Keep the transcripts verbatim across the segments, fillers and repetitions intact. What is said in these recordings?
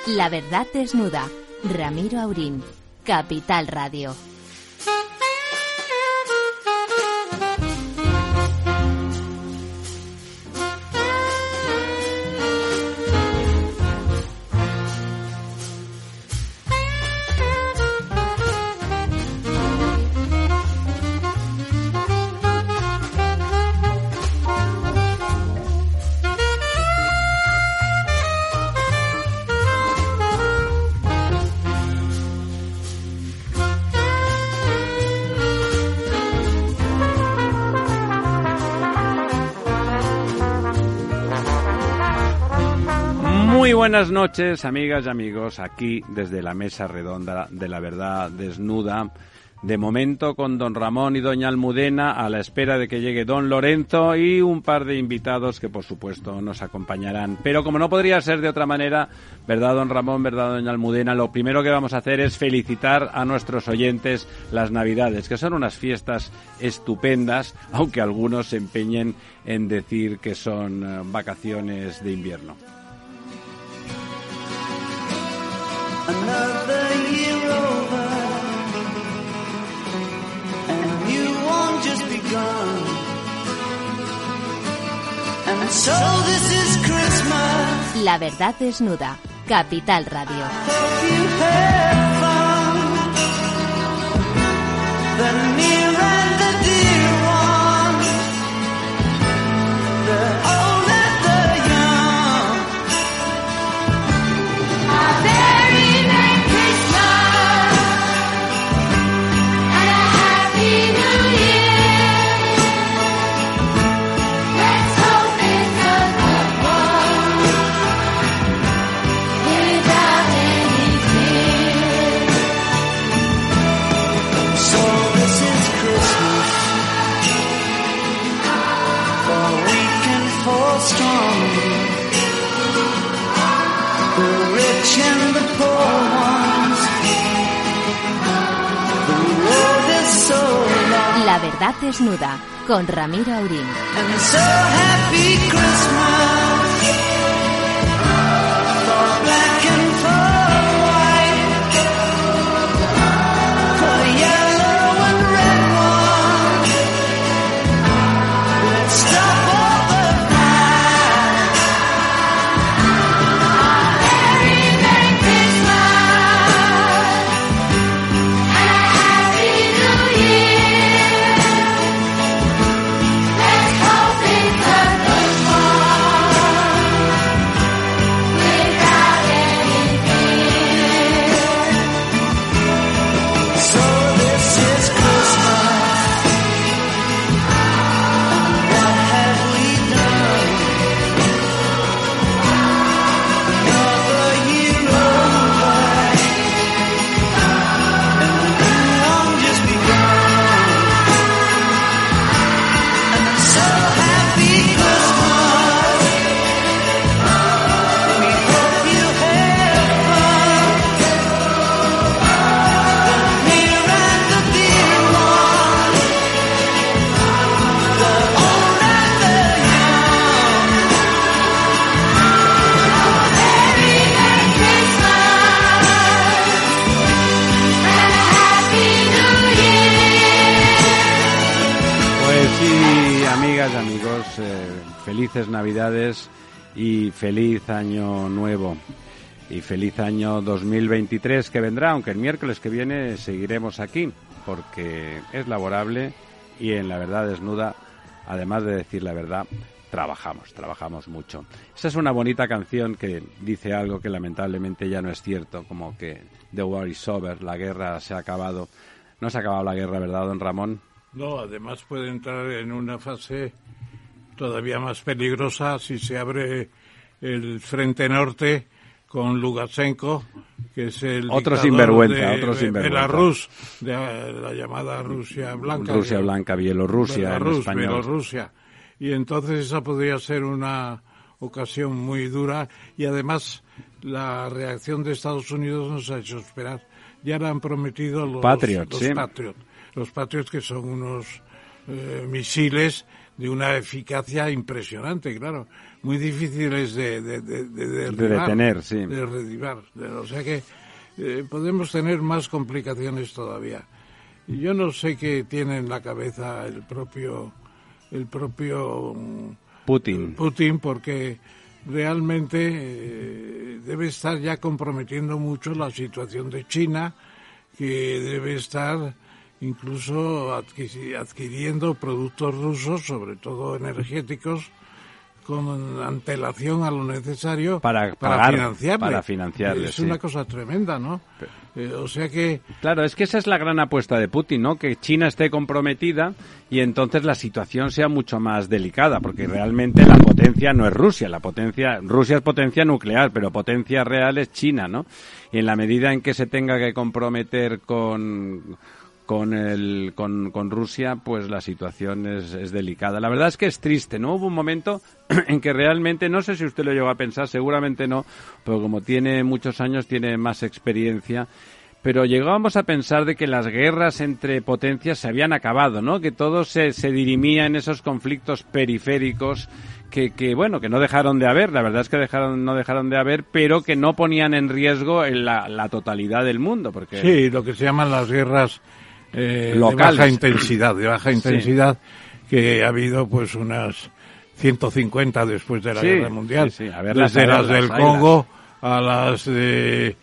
La verdad desnuda. Ramiro Aurín, Capital Radio. Muy buenas noches, amigas y amigos, aquí desde la mesa redonda de La Verdad Desnuda. De momento con don Ramón y doña Almudena, a la espera de que llegue don Lorenzo y un par de invitados que por supuesto nos acompañarán. Pero como no podría ser de otra manera, ¿verdad don Ramón, verdad doña Almudena? Lo primero que vamos a hacer es felicitar a nuestros oyentes las Navidades, que son unas fiestas estupendas, aunque algunos se empeñen en decir que son uh, vacaciones de invierno. Another year over, and you won't just begun. And so this is Christmas. La Verdad Desnuda, Capital Radio. Hope you had fun. The near and the dear one. The old and the young. A very Merry Christmas and a Happy New Year. Let's hope it's a good one without any fear. So this is Christmas, for weak and for strong. The rich and the poor ones. The road is so long. La Verdad Desnuda, con Ramiro Aurín. And so happy Christmas. For black and for white. For yellow and red one. Let's stop all the fight. A very Merry Christmas and a Happy New Year. Let's hope it's a good one without any fear. So this is Christmas, and what have we done? Another year over, and the new one just begun. And so happy Christmas. We hope you have fun. The near and the dear one. The old and the young. A very Merry Christmas and a Happy New Year. Pues sí, amigas y amigos, eh, felices Navidades y feliz Año Nuevo. Y feliz año dos mil veintitrés que vendrá, aunque el miércoles que viene seguiremos aquí, porque es laborable y en La Verdad Desnuda, además de decir la verdad, trabajamos, trabajamos mucho. Esa es una bonita canción que dice algo que lamentablemente ya no es cierto, como que the war is over, la guerra se ha acabado. No se ha acabado la guerra, ¿verdad, don Ramón? No, además puede entrar en una fase todavía más peligrosa si se abre el frente norte con Lukashenko, que es el Otro dictador sinvergüenza, de, otro de sinvergüenza. Belarus, de la llamada Rusia Blanca. Rusia Blanca, Bielorrusia en Belarus, español. Bielorrusia. Y entonces esa podría ser una ocasión muy dura y además la reacción de Estados Unidos nos ha hecho esperar. Ya le han prometido los Patriot, los sí. Patriot, los Patriot que son unos eh, misiles de una eficacia impresionante, claro, muy difíciles de, de, de, de, derribar, de detener, sí. De derribar. O sea que eh, podemos tener más complicaciones todavía. Y yo no sé qué tiene en la cabeza el propio el propio Putin, Putin porque realmente eh, debe estar ya comprometiendo mucho la situación de China, que debe estar incluso adquiriendo productos rusos, sobre todo energéticos, con antelación a lo necesario para, para pagar, financiarle. Para financiarle, es sí. una cosa tremenda, ¿no? Eh, o sea que... Claro, es que esa es la gran apuesta de Putin, ¿no? Que China esté comprometida y entonces la situación sea mucho más delicada, porque realmente la potencia no es Rusia, la potencia, Rusia es potencia nuclear, pero potencia real es China, ¿no? Y en la medida en que se tenga que comprometer con... con el con, con Rusia, pues la situación es, es delicada. La verdad es que es triste, ¿no? Hubo un momento en que realmente, no sé si usted lo llegó a pensar, seguramente no, pero como tiene muchos años, tiene más experiencia, pero llegábamos a pensar de que las guerras entre potencias se habían acabado, ¿no? Que todo se, se dirimía en esos conflictos periféricos que, que, bueno, que no dejaron de haber, la verdad es que dejaron, no dejaron de haber, pero que no ponían en riesgo la, la totalidad del mundo, porque... Sí, lo que se llaman las guerras Eh, de baja intensidad, de baja intensidad, sí. Que ha habido pues unas ciento cincuenta después de la sí, Guerra Mundial, sí, sí. A ver, desde las, las del las Congo a las de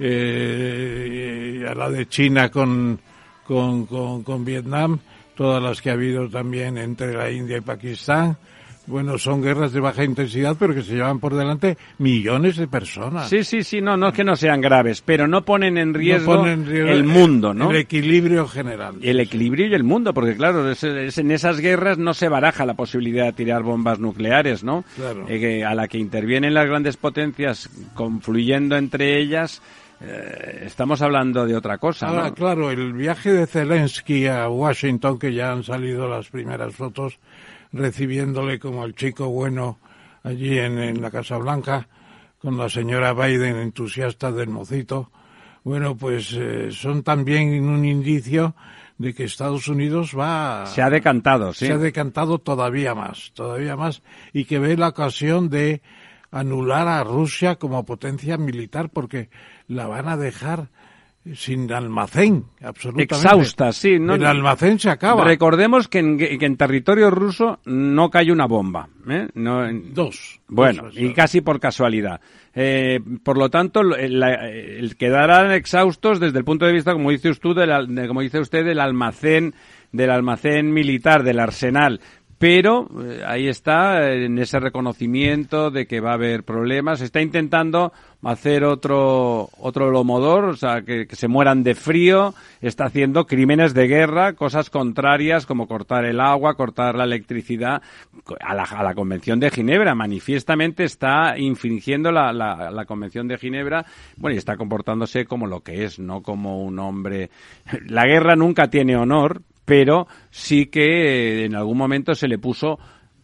eh, a la de China con, con, con, con Vietnam, todas las que ha habido también entre la India y Pakistán. Bueno, son guerras de baja intensidad, pero que se llevan por delante millones de personas. Sí, sí, sí, no, no es que no sean graves, pero no ponen en riesgo, no ponen en riesgo el mundo, ¿no? El equilibrio general. El equilibrio y el mundo, porque claro, es, es, en esas guerras no se baraja la posibilidad de tirar bombas nucleares, ¿no? Claro. Eh, que a la que intervienen las grandes potencias, confluyendo entre ellas, eh, estamos hablando de otra cosa, Ahora, ¿no? claro, el viaje de Zelensky a Washington, que ya han salido las primeras fotos, recibiéndole como el chico bueno allí en, en la Casa Blanca, con la señora Biden entusiasta del mocito. Bueno, pues eh, son también un indicio de que Estados Unidos va... Se ha decantado, sí. Se ha decantado todavía más, todavía más, y que ve la ocasión de anular a Rusia como potencia militar, porque la van a dejar sin almacén, absolutamente. Exhausta, sí. No, el almacén se acaba. Recordemos que en, que en territorio ruso no cayó una bomba. ¿eh? No, en, dos. Bueno, dos, y casi por casualidad. Eh, por lo tanto, el, el quedarán exhaustos desde el punto de vista, como dice usted, del, de, como dice usted, del almacén, del almacén militar, del arsenal. Pero eh, ahí está, en ese reconocimiento de que va a haber problemas. Se está intentando hacer otro otro Lomodor, o sea, que, que se mueran de frío. Está haciendo crímenes de guerra, cosas contrarias como cortar el agua, cortar la electricidad, a la, a la Convención de Ginebra. Manifiestamente está infringiendo la, la, la Convención de Ginebra, bueno, y está comportándose como lo que es, no como un hombre. La guerra nunca tiene honor, pero sí que eh, en algún momento se le puso,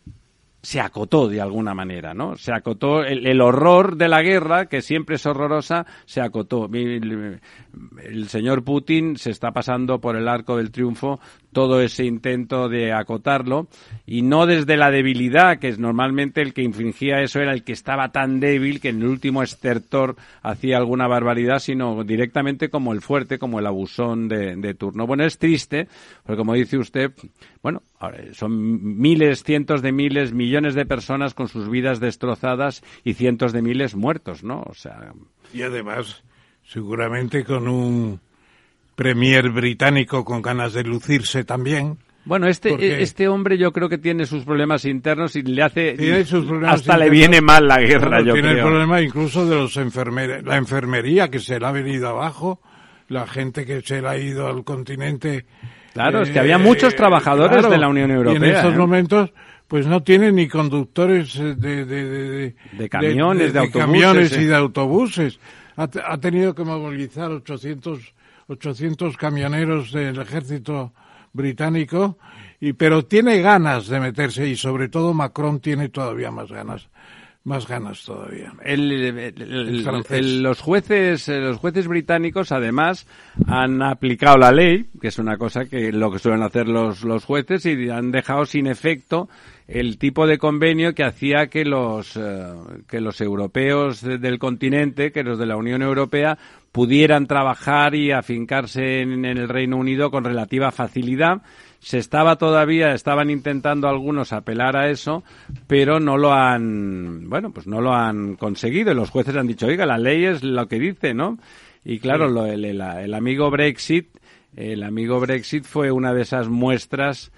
se acotó de alguna manera, ¿no? Se acotó el, el horror de la guerra, que siempre es horrorosa, se acotó. El, el señor Putin se está pasando por el arco del triunfo todo ese intento de acotarlo, y no desde la debilidad, que es normalmente el que infringía eso era el que estaba tan débil que en el último estertor hacía alguna barbaridad, sino directamente como el fuerte, como el abusón de, de turno. Bueno, es triste, porque como dice usted, bueno, son miles, cientos de miles, millones de personas con sus vidas destrozadas y cientos de miles muertos, ¿no? O sea... Y además, seguramente con un premier británico con ganas de lucirse también. Bueno, este este hombre yo creo que tiene sus problemas internos y le hace... Tiene sus problemas hasta internos, le viene mal la guerra, claro, yo tiene creo. Tiene el problema incluso de los enfermeros, la enfermería que se le ha venido abajo, la gente que se le ha ido al continente... Claro, eh, es que había muchos trabajadores claro, de la Unión Europea. Y en estos ¿eh? momentos, pues no tienen ni conductores de... De, de, de, de camiones, de, de, de autobuses. camiones ¿eh? y de autobuses. Ha, ha tenido que movilizar ochocientos, ochocientos camioneros del ejército británico, y pero tiene ganas de meterse, y sobre todo Macron tiene todavía más ganas más ganas todavía. El, el, el, el, el, los jueces, los jueces británicos además han aplicado la ley, que es una cosa que lo que suelen hacer los, los jueces, y han dejado sin efecto el tipo de convenio que hacía que los, eh, que los europeos del continente, que los de la Unión Europea, pudieran trabajar y afincarse en, en el Reino Unido con relativa facilidad. Se estaba todavía, estaban intentando algunos apelar a eso, pero no lo han, bueno, pues no lo han conseguido. Y los jueces han dicho, oiga, la ley es lo que dice, ¿no? Y claro, sí. lo, el, el, el amigo Brexit, el amigo Brexit fue una de esas muestras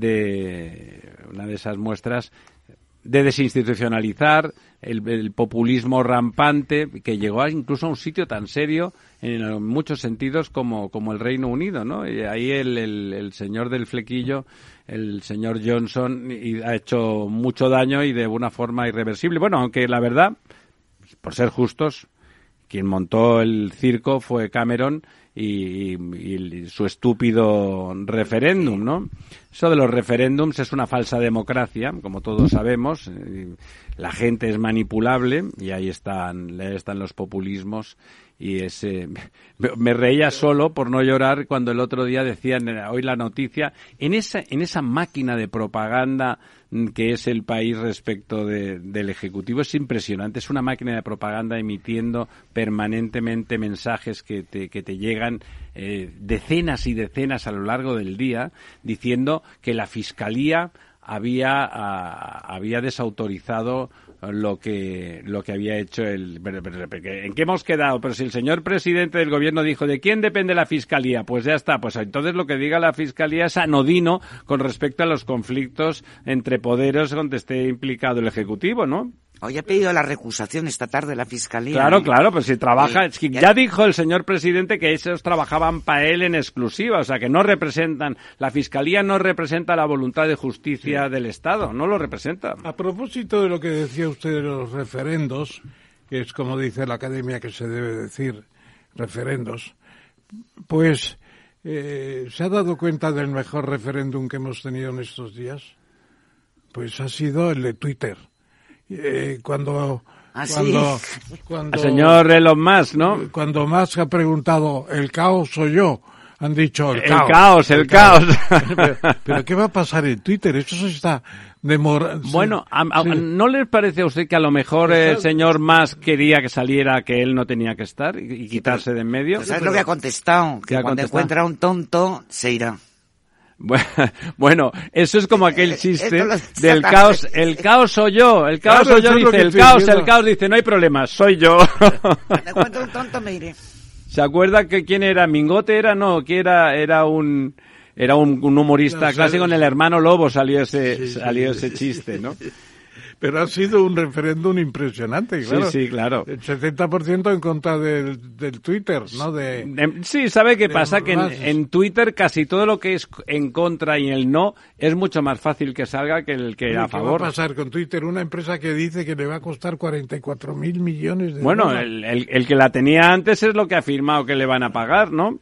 de, una de esas muestras de desinstitucionalizar el, el populismo rampante que llegó a, incluso a un sitio tan serio en muchos sentidos como, como el Reino Unido, ¿no? Y ahí el, el, el señor del flequillo, el señor Johnson, y ha hecho mucho daño y de una forma irreversible. Bueno, aunque la verdad, por ser justos, quien montó el circo fue Cameron y, y, y su estúpido referéndum, ¿no? Eso de los referéndums es una falsa democracia, como todos sabemos. La gente es manipulable y ahí están, ahí están los populismos. Y ese, me reía solo por no llorar cuando el otro día decían hoy la noticia, en esa, en esa máquina de propaganda que es el país respecto de, del Ejecutivo, es impresionante, es una máquina de propaganda emitiendo permanentemente mensajes que te, que te llegan eh, decenas y decenas a lo largo del día, diciendo que la Fiscalía había, a, había desautorizado lo que lo que había hecho el... ¿En qué hemos quedado? Pero si el señor presidente del gobierno dijo, ¿de quién depende la Fiscalía? Pues ya está, pues entonces lo que diga la Fiscalía es anodino con respecto a los conflictos entre poderes donde esté implicado el Ejecutivo, ¿no? Hoy ha pedido la recusación esta tarde la Fiscalía. Claro, ¿no? Claro, pues si trabaja... Es que ya dijo el señor presidente que esos trabajaban para él en exclusiva, o sea, que no representan... La Fiscalía no representa la voluntad de justicia sí. del Estado, no lo representa. A propósito de lo que decía usted de los referendos, que es como dice la Academia que se debe decir, referendos, pues eh, ¿se ha dado cuenta del mejor referéndum que hemos tenido en estos días? Pues ha sido el de Twitter. Eh, cuando, ¿Ah, cuando, sí? cuando, el señor Elon Musk, ¿no? Cuando Musk ha preguntado, ¿el caos soy yo? Han dicho, el, el caos. caos, el, el caos. caos. pero, pero, ¿qué va a pasar en Twitter? Eso se está demorando. Bueno, a, a, sí. ¿no le parece a usted que a lo mejor el señor Musk quería que saliera, que él no tenía que estar y, y quitarse de en medio? Pues ¿sabes lo que ha contestado? Que cuando contestado? encuentra un tonto, se irá. Bueno, eso es como aquel chiste del caos, el caos soy yo, el caos claro, soy yo, dice, el caos, el caos dice, no hay problema, soy yo. Cuando encuentro un tonto me iré. ¿Se acuerda que quién era? ¿Mingote era? No, que era, era un, era un, un humorista no, clásico, en El Hermano Lobo salió ese, sí, salió sí, ese chiste, ¿no? Pero ha sido un referéndum impresionante, claro. Sí, sí, claro. El setenta por ciento en contra del, del Twitter, ¿no? De, sí, ¿sabe qué pasa? Que en, en Twitter casi todo lo que es en contra y el no es mucho más fácil que salga que el que a favor. ¿Qué va a pasar con Twitter? Una empresa que dice que le va a costar cuarenta y cuatro mil millones de bueno, dólares. Bueno, el, el, el que la tenía antes es lo que ha afirmado que le van a pagar, ¿no?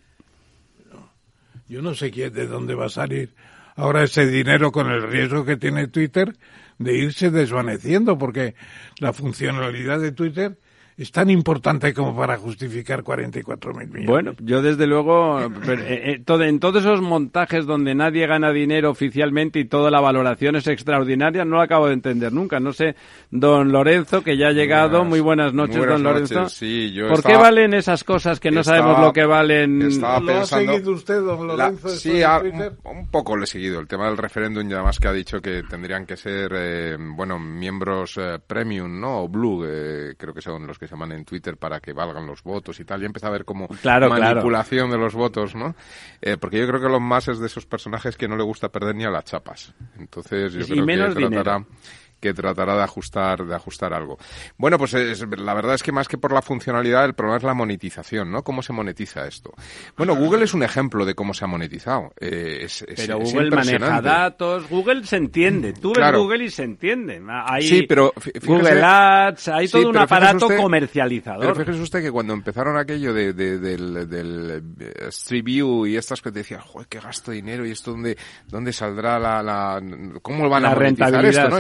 Yo no sé quién, de dónde va a salir ahora ese dinero con el riesgo que tiene Twitter de irse desvaneciendo, porque la funcionalidad de Twitter es tan importante como para justificar cuarenta y cuatro mil millones. Bueno, yo desde luego, pero, eh, eh, todo, en todos esos montajes donde nadie gana dinero oficialmente y toda la valoración es extraordinaria, no lo acabo de entender nunca. No sé, don Lorenzo, que ya ha llegado. Buenas, muy buenas noches, muy buenas don Lorenzo. Noches, sí, yo ¿Por estaba, qué valen esas cosas que no estaba, sabemos lo que valen? Estaba ¿Lo pensando, ha seguido usted, don Lorenzo? La, sí, a, un, un poco lo he seguido. El tema del referéndum, y además que ha dicho que tendrían que ser, eh, bueno, miembros eh, premium, ¿no? O blue, eh, creo que son los que se llaman en Twitter, para que valgan los votos y tal. Ya empieza a haber como claro, manipulación claro. de los votos, ¿no? Eh, porque yo creo que Elon Musk es de esos personajes que no le gusta perder ni a las chapas. Entonces yo y creo menos que tratará... dinero. que tratará de ajustar de ajustar algo. Bueno, pues es, la verdad es que más que por la funcionalidad, el problema es la monetización, ¿no? ¿Cómo se monetiza esto? Bueno, Google es un ejemplo de cómo se ha monetizado. Eh, es, es, pero es Google maneja datos, Google se entiende. Tú ves claro. Google y se entiende. Hay sí, pero fíjese, Google Ads, hay todo sí, un aparato usted, comercializador. Pero fíjese usted que cuando empezaron aquello de, de, del, del uh, Street View y estas que te decían, joder, qué gasto de dinero y esto dónde, dónde saldrá la, la, cómo van la a monetizar esto, ¿no? Sí. Y luego, claro,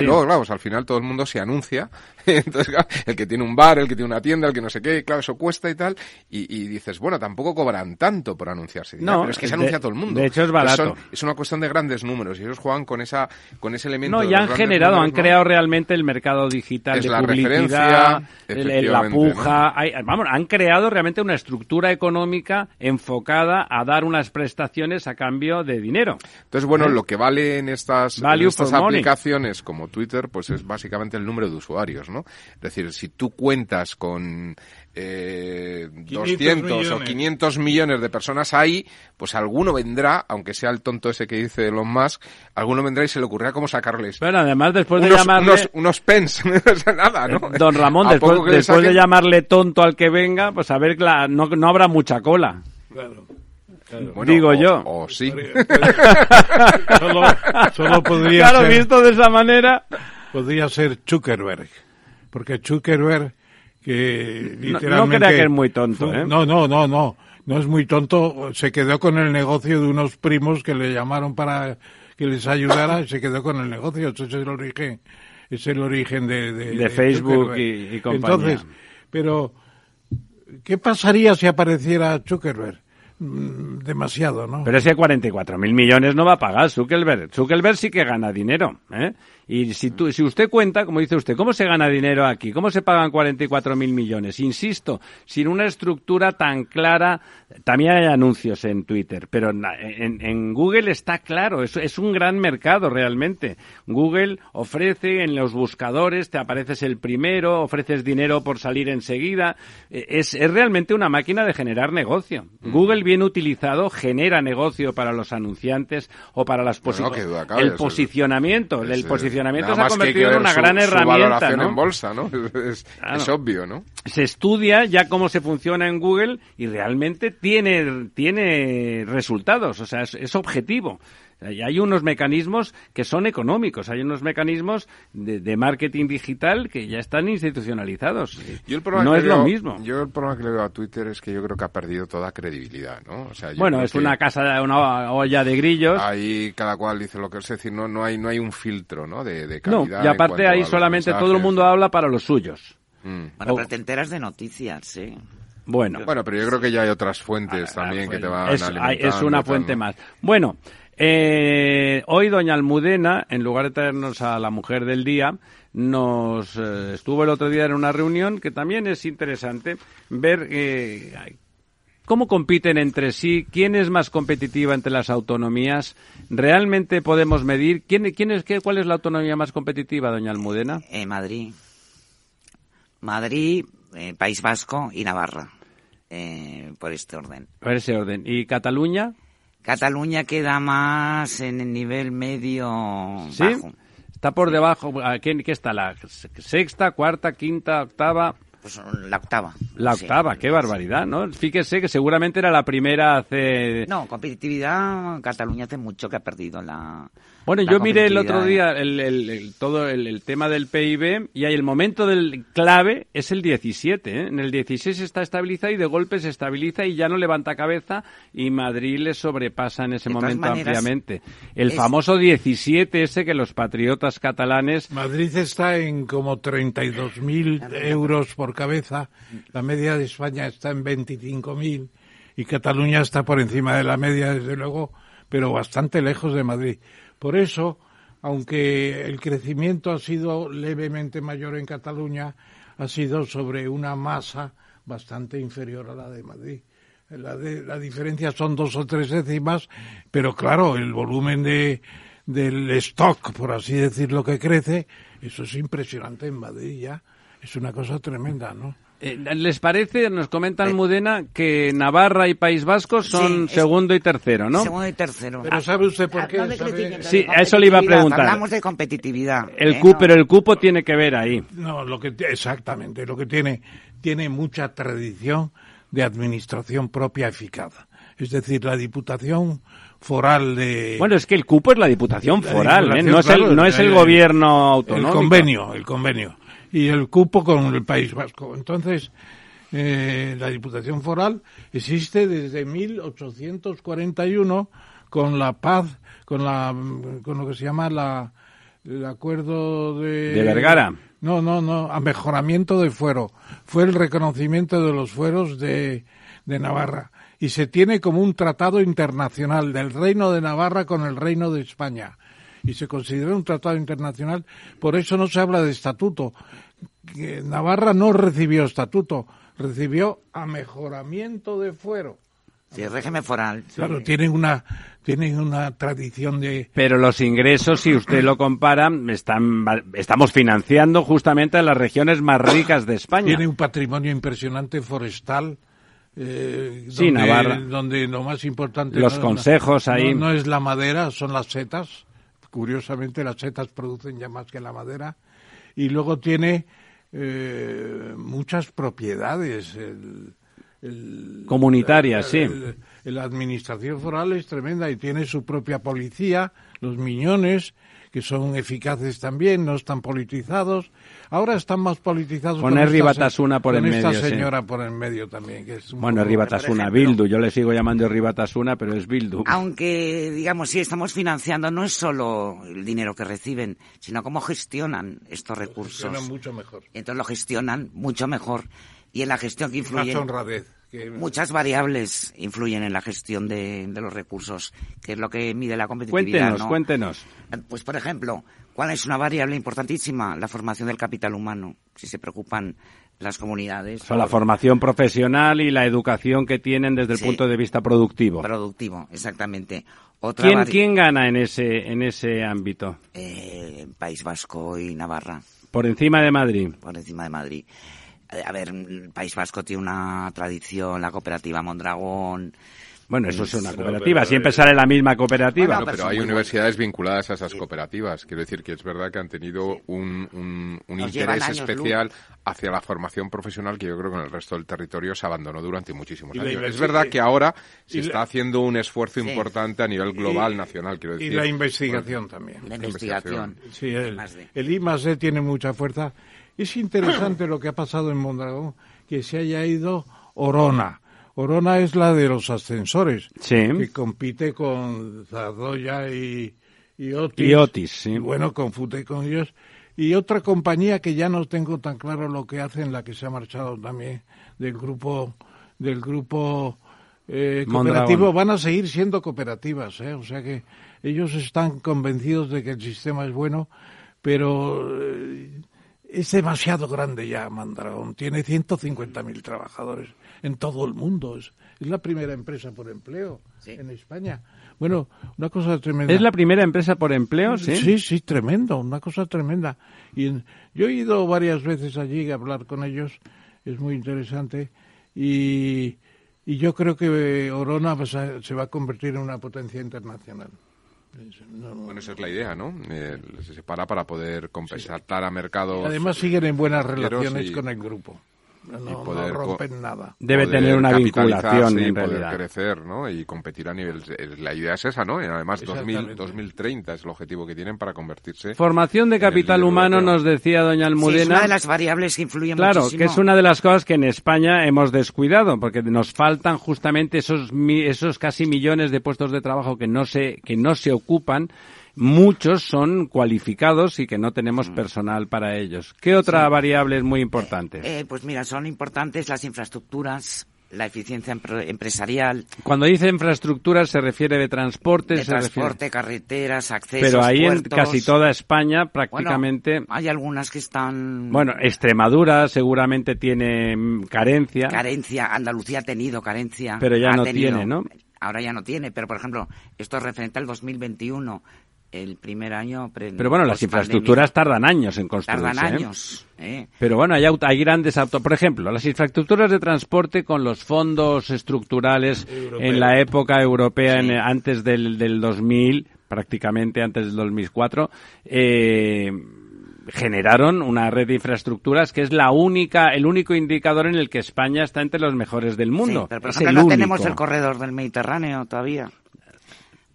digamos, al final todo el mundo se anuncia. Entonces, claro, el que tiene un bar, el que tiene una tienda, el que no sé qué, claro, eso cuesta y tal. Y, y dices, bueno, tampoco cobran tanto por anunciarse. No, pero es que se anuncia de, a todo el mundo. De hecho, es barato. Son, es una cuestión de grandes números y ellos juegan con esa con ese elemento. No, de ya los han generado, números, han ¿no? creado realmente el mercado digital es de la publicidad, el, el, la puja. ¿no? Hay, vamos, han creado realmente una estructura económica enfocada a dar unas prestaciones a cambio de dinero. Entonces, bueno, ¿Eh? lo que vale en estas, en estas aplicaciones como Twitter, pues es básicamente el número de usuarios, ¿no? Es decir, si tú cuentas con eh, doscientos millones. O quinientos millones de personas ahí, pues alguno vendrá, aunque sea el tonto ese que dice Elon Musk, alguno vendrá y se le ocurrirá cómo sacarles. Bueno, además después de unos, llamarle... Unos, unos pens, nada, ¿no? Don Ramón, después, después saquen... de llamarle tonto al que venga, pues a ver, la, no, no habrá mucha cola. Claro. Claro. Bueno, digo o, yo. O sí. solo, solo podría claro, ser, visto de esa manera... Podría ser Zuckerberg, porque Zuckerberg, que literalmente... No, no crea que es muy tonto, ¿eh? No, no, no, no, no es muy tonto. Se quedó con el negocio de unos primos que le llamaron para que les ayudara y se quedó con el negocio. Ese es el origen, es el origen de... De, de, de Facebook y, y compañía. Entonces, pero, ¿qué pasaría si apareciera Zuckerberg? Demasiado, ¿no? Pero ese cuarenta y cuatro mil millones no va a pagar Zuckerberg. Zuckerberg sí que gana dinero, ¿eh? Y si tú, si usted cuenta, como dice usted, ¿cómo se gana dinero aquí? ¿Cómo se pagan cuarenta y cuatro mil millones? Insisto, sin una estructura tan clara, también hay anuncios en Twitter, pero en, en, en Google está claro, es, es un gran mercado realmente. Google ofrece en los buscadores, te apareces el primero, ofreces dinero por salir enseguida. Es, es realmente una máquina de generar negocio. Mm. Google bien utilizado genera negocio para los anunciantes o para las posiciones. No, no, el posicionamiento, el, el posicionamiento se ha convertido en una su, gran su herramienta, valoración ¿no? en bolsa, ¿no? Es, claro. es obvio, ¿no? Se estudia ya cómo se funciona en Google y realmente tiene tiene resultados, o sea, es, es objetivo. Y hay unos mecanismos que son económicos, hay unos mecanismos de, de marketing digital que ya están institucionalizados. Yo el no es veo, lo mismo. Yo el problema que le veo a Twitter es que yo creo que ha perdido toda credibilidad, ¿no? O sea, yo bueno, creo es que una casa, una olla de grillos. Ahí cada cual dice lo que es, decir, no, no hay no hay un filtro, ¿no? De, de calidad. No, y aparte ahí solamente todo el mundo habla para los suyos. Mm. Bueno, pero te enteras de noticias, sí. Bueno. Bueno, pero yo creo que ya hay otras fuentes ah, también bueno, que te van es, alimentando. Es una fuente tal, ¿no? más. Bueno, eh, hoy doña Almudena, en lugar de traernos a la mujer del día, nos eh, estuvo el otro día en una reunión que también es interesante ver eh, cómo compiten entre sí, quién es más competitiva entre las autonomías. ¿Realmente podemos medir quién, quién es qué, cuál es la autonomía más competitiva, doña Almudena? Eh, Madrid. Madrid, eh, País Vasco y Navarra, eh, por este orden. Por ese orden. ¿Y Cataluña? Cataluña queda más en el nivel medio ¿Sí? bajo. Está por debajo. ¿Qué, qué está? ¿La sexta, cuarta, quinta, octava? Pues la octava. La octava, sí, qué barbaridad, ¿no? Fíjese que seguramente era la primera hace... No, competitividad, Cataluña hace mucho que ha perdido la... Bueno, la yo miré el otro día el, el, el, todo el, el tema del P I B y ahí el momento del clave es el diecisiete, ¿eh? En el dieciséis está estabilizado y de golpe se estabiliza y ya no levanta cabeza y Madrid le sobrepasa en ese de momento maneras, ampliamente. El es... famoso diecisiete ese que los patriotas catalanes... Madrid está en como treinta y dos mil euros por cabeza, la media de España está en veinticinco mil y Cataluña está por encima de la media, desde luego, pero bastante lejos de Madrid. Por eso, aunque el crecimiento ha sido levemente mayor en Cataluña, ha sido sobre una masa bastante inferior a la de Madrid. La, de, la diferencia son dos o tres décimas, pero claro, el volumen de del stock, por así decirlo, que crece, eso es impresionante en Madrid ya. Es una cosa tremenda, ¿no? Eh, ¿Les parece, nos comenta Almudena, que Navarra y País Vasco son sí, segundo y tercero, ¿no? Segundo y tercero. Pero ¿sabe usted por qué? No ¿Sabe? Sí, a eso le iba a preguntar. Hablamos de competitividad. El ¿eh? cu, no. Pero el cupo tiene que ver ahí. No, lo que exactamente, lo que tiene, tiene mucha tradición de administración propia eficaz. Es decir, la Diputación Foral de... Bueno, es que el cupo es la Diputación la Foral, Diputación, ¿eh? No es claro, el, no es el el, gobierno autonómico. El convenio, el convenio. Y el cupo con el País Vasco. Entonces, eh, la Diputación Foral existe desde mil ochocientos cuarenta y uno con la paz, con la, con lo que se llama la, el acuerdo de... ¿De Vergara? No, no, no, a mejoramiento de fuero. Fue el reconocimiento de los fueros de, de Navarra. Y se tiene como un tratado internacional del Reino de Navarra con el Reino de España. Y se considera un tratado internacional, por eso no se habla de estatuto. Que Navarra no recibió estatuto, recibió amejoramiento de fuero. Sí, el régimen foral. Sí. Claro, tienen una tienen una tradición de... Pero los ingresos, si usted lo compara, están estamos financiando justamente a las regiones más ricas de España. Tiene un patrimonio impresionante forestal. Eh, sí, donde, Navarra. Donde lo más importante... Los no, consejos no, ahí... No, no es la madera, son las setas. Curiosamente, las setas producen ya más que la madera. Y luego tiene eh, muchas propiedades. El, el, Comunitarias, el, sí. El, la administración foral es tremenda y tiene su propia policía, los miñones, que son eficaces también, no están politizados. Ahora están más politizados con, con Herri esta, Batasuna por con en esta medio, señora sí. por en medio también. Que es un bueno, Herri Batasuna, Bildu, yo le sigo llamando Herri Batasuna, pero es Bildu. Aunque, digamos, sí, estamos financiando, no es solo el dinero que reciben, sino cómo gestionan estos recursos. Lo gestionan mucho mejor. Entonces lo gestionan mucho mejor. Y en la gestión que influyen... Más honradez. Que... Muchas variables influyen en la gestión de, de los recursos, que es lo que mide la competitividad. Cuéntenos, ¿no? cuéntenos. Pues, por ejemplo, ¿cuál es una variable importantísima? La formación del capital humano. Si se preocupan las comunidades. O sea, la formación profesional y la educación que tienen desde el sí, punto de vista productivo. Productivo, exactamente. Otra ¿Quién, vari... ¿Quién gana en ese, en ese ámbito? Eh, País Vasco y Navarra. Por encima de Madrid. Por encima de Madrid. A ver, el País Vasco tiene una tradición, la cooperativa Mondragón. Bueno, eso es una cooperativa, siempre sale la misma cooperativa. Bueno, pero hay universidades vinculadas a esas cooperativas. Quiero decir que es verdad que han tenido un, un, un interés especial hacia la formación profesional que yo creo que en el resto del territorio se abandonó durante muchísimos años. Es verdad que ahora se está haciendo un esfuerzo sí. importante a nivel global, y, nacional, quiero decir. Y la investigación bueno, también. La investigación. Sí, el, el I más D tiene mucha fuerza. Es interesante lo que ha pasado en Mondragón, que se haya ido Orona. Orona es la de los ascensores, sí. que compite con Zardoya y, y Otis. Y Otis, sí. Y bueno, confute con ellos. Y otra compañía que ya no tengo tan claro lo que hacen, la que se ha marchado también del grupo del grupo eh, cooperativo, van a seguir siendo cooperativas, ¿eh? O sea que ellos están convencidos de que el sistema es bueno, pero... Eh, es demasiado grande ya Mondragón, tiene ciento cincuenta mil trabajadores en todo el mundo, es, es la primera empresa por empleo sí. en España. Bueno, una cosa tremenda. ¿Es la primera empresa por empleo? Sí, sí, sí tremendo, una cosa tremenda. Y en, yo he ido varias veces allí a hablar con ellos, es muy interesante, y, y yo creo que Orona pues, se va a convertir en una potencia internacional. No, no, bueno, esa es la idea, ¿no? Eh, se separa para poder compensar sí. a mercados. Además siguen en buenas relaciones y, con el grupo. No, no rompen nada. Debe poder tener una vinculación y en poder realidad. crecer, ¿no? Y competir a nivel. La idea es esa, ¿no? Y además dos mil, dos mil treinta es el objetivo que tienen para convertirse. Formación de capital humano, europeo. Nos decía doña Almudena. Sí, es una de las variables que influyen claro, muchísimo. Claro, que es una de las cosas que en España hemos descuidado, porque nos faltan justamente esos esos casi millones de puestos de trabajo que no se que no se ocupan. Muchos son cualificados y que no tenemos personal para ellos. ¿Qué otra sí. variable es muy importante? Eh, eh, pues mira, son importantes las infraestructuras, la eficiencia empre- empresarial. Cuando dice infraestructuras se refiere de transporte, de se transporte, refiere... carreteras, accesos, pero ahí puertos. En casi toda España prácticamente. Bueno, hay algunas que están. Bueno, Extremadura seguramente tiene carencia. Carencia, Andalucía ha tenido carencia. Pero ya ha no tenido, tiene, ¿no? Ahora ya no tiene, pero por ejemplo, esto es referente al dos mil veintiuno. El primer año... Pre- Pero bueno, las infraestructuras tardan años en construirse. Tardan años. ¿eh? ¿eh? Pero bueno, hay, auto, hay grandes autos. Por ejemplo, las infraestructuras de transporte con los fondos estructurales Europeo. En la época europea, sí. en, antes del, del dos mil, prácticamente antes del dos mil cuatro, eh, generaron una red de infraestructuras que es la única, el único indicador en el que España está entre los mejores del mundo. Sí, pero por es ejemplo, el no único. Tenemos el corredor del Mediterráneo todavía.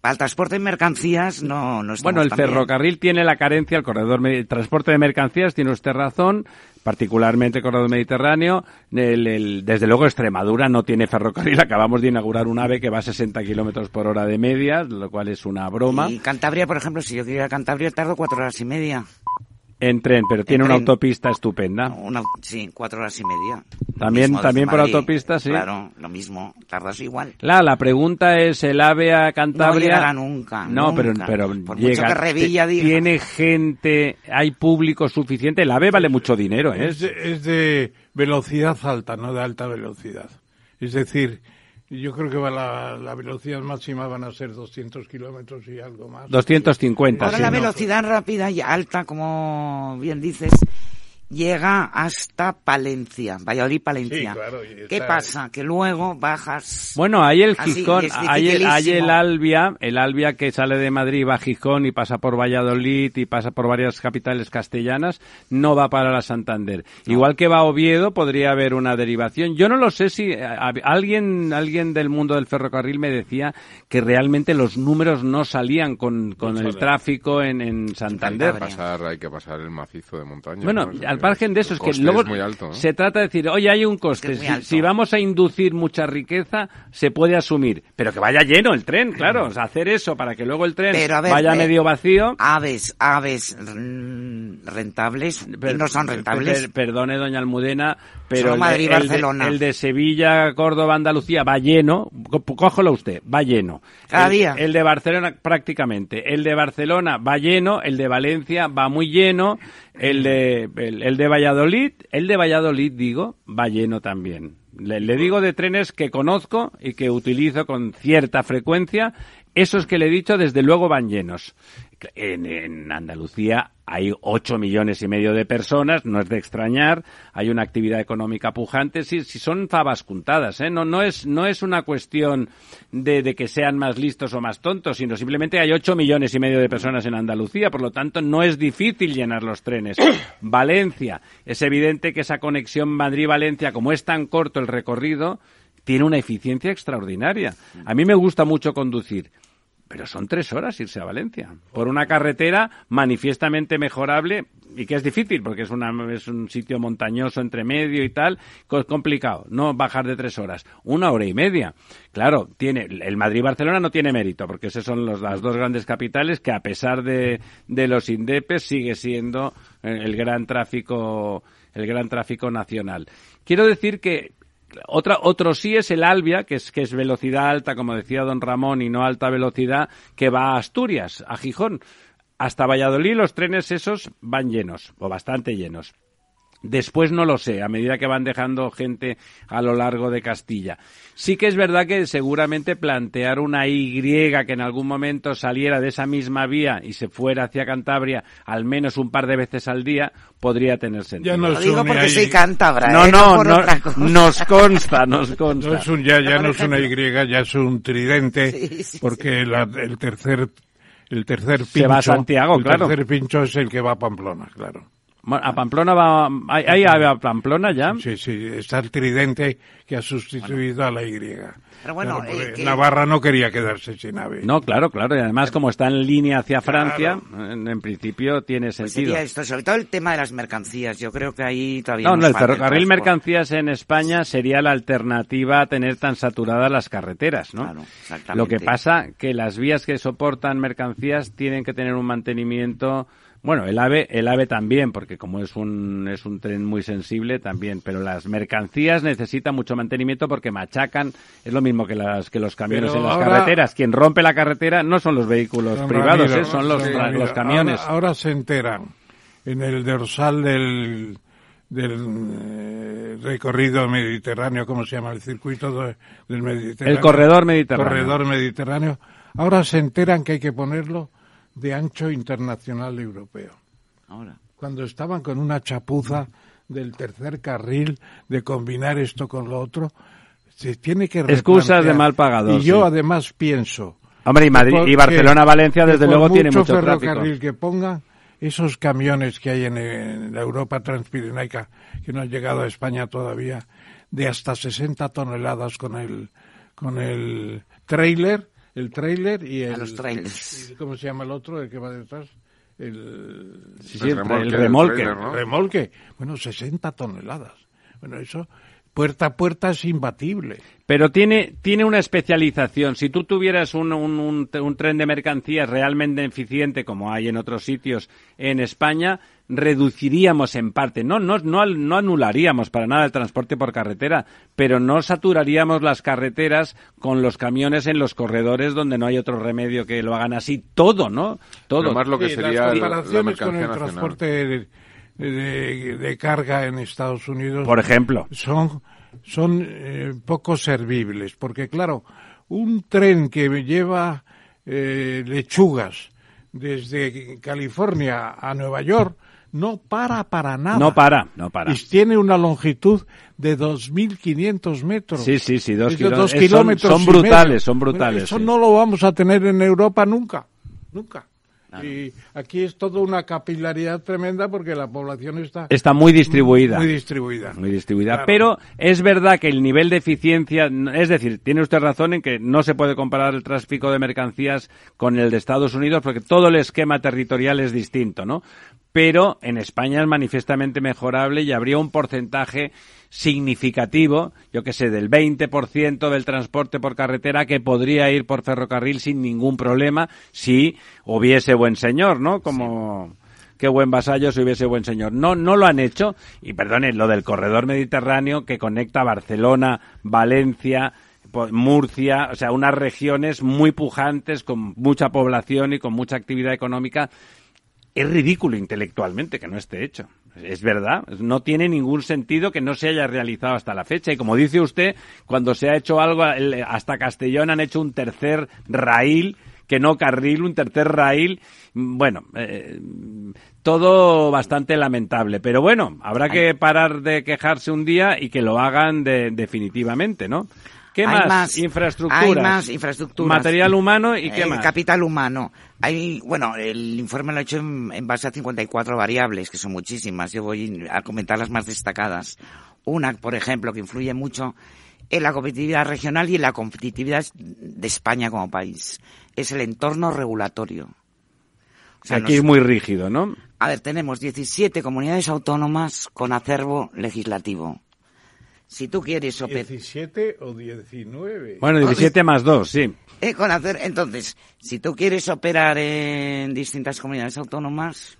Para el transporte de mercancías no, no estamos Bueno, el tan bien. ferrocarril tiene la carencia, el corredor el transporte de mercancías, tiene usted razón, particularmente el corredor mediterráneo. El, el, desde luego Extremadura no tiene ferrocarril, acabamos de inaugurar un AVE que va a sesenta kilómetros por hora de media, lo cual es una broma. Y Cantabria, por ejemplo, si yo quiero ir a Cantabria tardo cuatro horas y media. En tren, pero tiene En una tren. autopista estupenda. Una, sí, cuatro horas y media. Lo También- mismo también desde por Madrid. autopista, sí. Claro, lo mismo, tardas igual. La, la pregunta es, ¿el AVE a Cantabria? No llegará nunca, No, nunca. pero, pero Por llega. mucho que Revilla Te- diga. Tiene gente, hay público suficiente. El AVE vale mucho dinero, ¿eh? Es de, es de velocidad alta, no de alta velocidad. Es decir, yo creo que va la, la velocidad máxima van a ser doscientos kilómetros y algo más. doscientos cincuenta, Ahora sí. la ¿no? velocidad rápida y alta, como bien dices, llega hasta Palencia, Valladolid-Palencia. Sí, claro, y está- ¿Qué pasa? Que luego bajas... Bueno, hay el Así, Gijón, y es hay el, hay el dificilísimo. Albia, el Albia que sale de Madrid, va a Gijón y pasa por Valladolid y pasa por varias capitales castellanas, no va para la Santander. Igual que va a Oviedo, podría haber una derivación. Yo no lo sé si a- a- alguien alguien del mundo del ferrocarril me decía que realmente los números no salían con, con el tráfico en, en Santander. Cantabria. Pasar, hay que pasar el macizo de montaña. Bueno, ¿no? Es al que margen de eso, el es que coste luego es muy alto, ¿no? se trata de decir, oye, hay un coste, Es muy si, alto. si vamos a inducir mucha riqueza, se puede asumir, pero que vaya lleno el tren, claro, o sea, hacer eso para que luego el tren Pero, a ver, vaya eh, medio vacío. Aves, aves mm, rentables y Per- no son rentables. per- perdone, doña Almudena, pero Solo el, Madrid, de, el, de, Barcelona. el de Sevilla, Córdoba, Andalucía va lleno, có- cójalo usted, va lleno. Cada el, día. El de Barcelona prácticamente, el de Barcelona va lleno, el de Valencia va muy lleno, el de el, el de Valladolid, el de Valladolid digo, va lleno también. Le, le digo de trenes que conozco y que utilizo con cierta frecuencia, esos que le he dicho desde luego van llenos. En, en Andalucía hay ocho millones y medio de personas, no es de extrañar, hay una actividad económica pujante, si, si son fabas juntadas, ¿eh? No, no es, no es una cuestión de, de que sean más listos o más tontos, sino simplemente hay ocho millones y medio de personas en Andalucía, por lo tanto no es difícil llenar los trenes. Valencia, es evidente que esa conexión Madrid-Valencia, como es tan corto el recorrido, tiene una eficiencia extraordinaria. A mí me gusta mucho conducir. Pero son tres horas irse a Valencia, por una carretera manifiestamente mejorable y que es difícil porque es, una, es un sitio montañoso entre medio y tal, es complicado, no bajar de tres horas, una hora y media. Claro, tiene el Madrid-Barcelona no tiene mérito porque esas son los, las dos grandes capitales que a pesar de, de los indepes sigue siendo el gran tráfico, el gran tráfico nacional. Quiero decir que Otra, otro sí es el Albia, que es, que es velocidad alta, como decía don Ramón, y no alta velocidad, que va a Asturias, a Gijón. Hasta Valladolid los trenes esos van llenos, o bastante llenos. Después no lo sé, a medida que van dejando gente a lo largo de Castilla. Sí que es verdad que seguramente plantear una Y que en algún momento saliera de esa misma vía y se fuera hacia Cantabria al menos un par de veces al día podría tener sentido. Ya no Lo es digo un porque Y. soy cántabra, No, ¿eh? no, por no, otra cosa. nos consta, nos consta. No es un ya, ya Por no es una ejemplo. Y, ya es un tridente, Sí, sí, porque la- el tercer el tercer pincho, Se va a Santiago, el claro. tercer pincho es el que va a Pamplona, claro. Bueno, a Pamplona va, ¿hay, hay ave a Pamplona ya? Sí, sí, está el tridente que ha sustituido a la Y. Pero bueno, Claro, porque eh, que- Navarra no quería quedarse sin ave. No, claro, claro, y además como está en línea hacia Claro. Francia, en, en principio tiene Pues sentido. sería esto, sobre todo el tema de las mercancías. Yo creo que ahí todavía No, nos no, el falta ferrocarril transporte. mercancías en España sería la alternativa a tener tan saturadas las carreteras, ¿no? Claro, exactamente. Lo que pasa que las vías que soportan mercancías tienen que tener un mantenimiento. Bueno, el AVE, el AVE también, porque como es un es un tren muy sensible también, pero las mercancías necesitan mucho mantenimiento porque machacan, es lo mismo que las que los camiones Pero en las ahora- quien Quien rompe la carretera no son los vehículos Don privados, Ramiro, ¿eh? son los, don tra- Ramiro, los camiones. Ahora, ahora se enteran en el dorsal del, del eh, recorrido mediterráneo, ¿cómo se llama? El circuito de- del Mediterráneo. El corredor mediterráneo. Corredor mediterráneo. Ahora se enteran que hay que ponerlo de ancho internacional europeo. Ahora. Cuando estaban con una chapuza del tercer carril, de combinar esto con lo otro, se tiene que Excusas replantear. de mal pagados, Y yo sí. además pienso... Hombre, y Madrid que y por- Barcelona-Valencia que desde por luego tiene mucho ferrocarril tráfico. que pongan, esos camiones que hay en, en la Europa transpirenaica, que no han llegado a España todavía, de hasta sesenta toneladas con el, con el tráiler, el tráiler y el... A los trailers. ¿Cómo se llama el otro, el que va detrás? El, Sí, sí, el remolque, el el remolque. trailer, ¿no? remolque. Bueno, sesenta toneladas. Bueno, eso puerta a puerta es imbatible. Pero tiene, tiene una especialización. Si tú tuvieras un, un, un, un tren de mercancías realmente eficiente, como hay en otros sitios en España, reduciríamos en parte, no, no, no, no anularíamos para nada el transporte por carretera, pero no saturaríamos las carreteras con los camiones en los corredores donde no hay otro remedio que lo hagan así todo, ¿no? Todo. Pero más lo que Sí, sería las el- la comparaciones con mercancía el nacional. transporte de, de- de carga en Estados Unidos Por ejemplo. son son eh, poco servibles, porque claro, un tren que lleva eh, lechugas desde California a Nueva York no para para nada. No para, no para. Y tiene una longitud de dos mil quinientos metros. Sí, sí, sí, dos Es de kiló- dos eh, son- kilómetros son y brutales, medio. son Bueno, brutales, eso sí. no lo vamos a tener en Europa nunca, nunca. Y aquí es toda una capilaridad tremenda porque la población está Está muy distribuida. Muy distribuida. Muy distribuida. Claro. Pero es verdad que el nivel de eficiencia, es decir, tiene usted razón en que no se puede comparar el tráfico de mercancías con el de Estados Unidos porque todo el esquema territorial es distinto, ¿no? Pero en España es manifiestamente mejorable y habría un porcentaje significativo, yo que sé, del veinte por ciento del transporte por carretera que podría ir por ferrocarril sin ningún problema si hubiese buen señor, ¿no? Como... Qué buen vasallo si hubiese buen señor. No, no lo han hecho. Y perdonen, lo del corredor mediterráneo que conecta Barcelona, Valencia, po- Murcia, o sea, unas regiones muy pujantes, con mucha población y con mucha actividad económica. Es ridículo intelectualmente que no esté hecho. Es verdad, no tiene ningún sentido que no se haya realizado hasta la fecha. Y como dice usted, cuando se ha hecho algo, el- hasta Castellón han hecho un tercer raíl, que no carril, un tercer raíl. Bueno, eh, todo bastante lamentable. Pero bueno, habrá que parar de quejarse un día y que lo hagan de, definitivamente, ¿no? ¿Qué Hay más? más, Infraestructuras. hay más infraestructuras. Material humano y qué El más. capital humano. Hay, bueno, el informe lo he hecho en, en base a cincuenta y cuatro variables, que son muchísimas. Yo voy a comentar las más destacadas. Una, por ejemplo, que influye mucho en la competitividad regional y en la competitividad de España como país. Es el entorno regulatorio. O sea, Aquí nos- es muy rígido, ¿no? A ver, tenemos diecisiete comunidades autónomas con acervo legislativo. Si tú quieres operar... diecisiete o diecinueve. Bueno, diecisiete más dos, sí. Eh, con hacer, entonces, si tú quieres operar en distintas comunidades autónomas,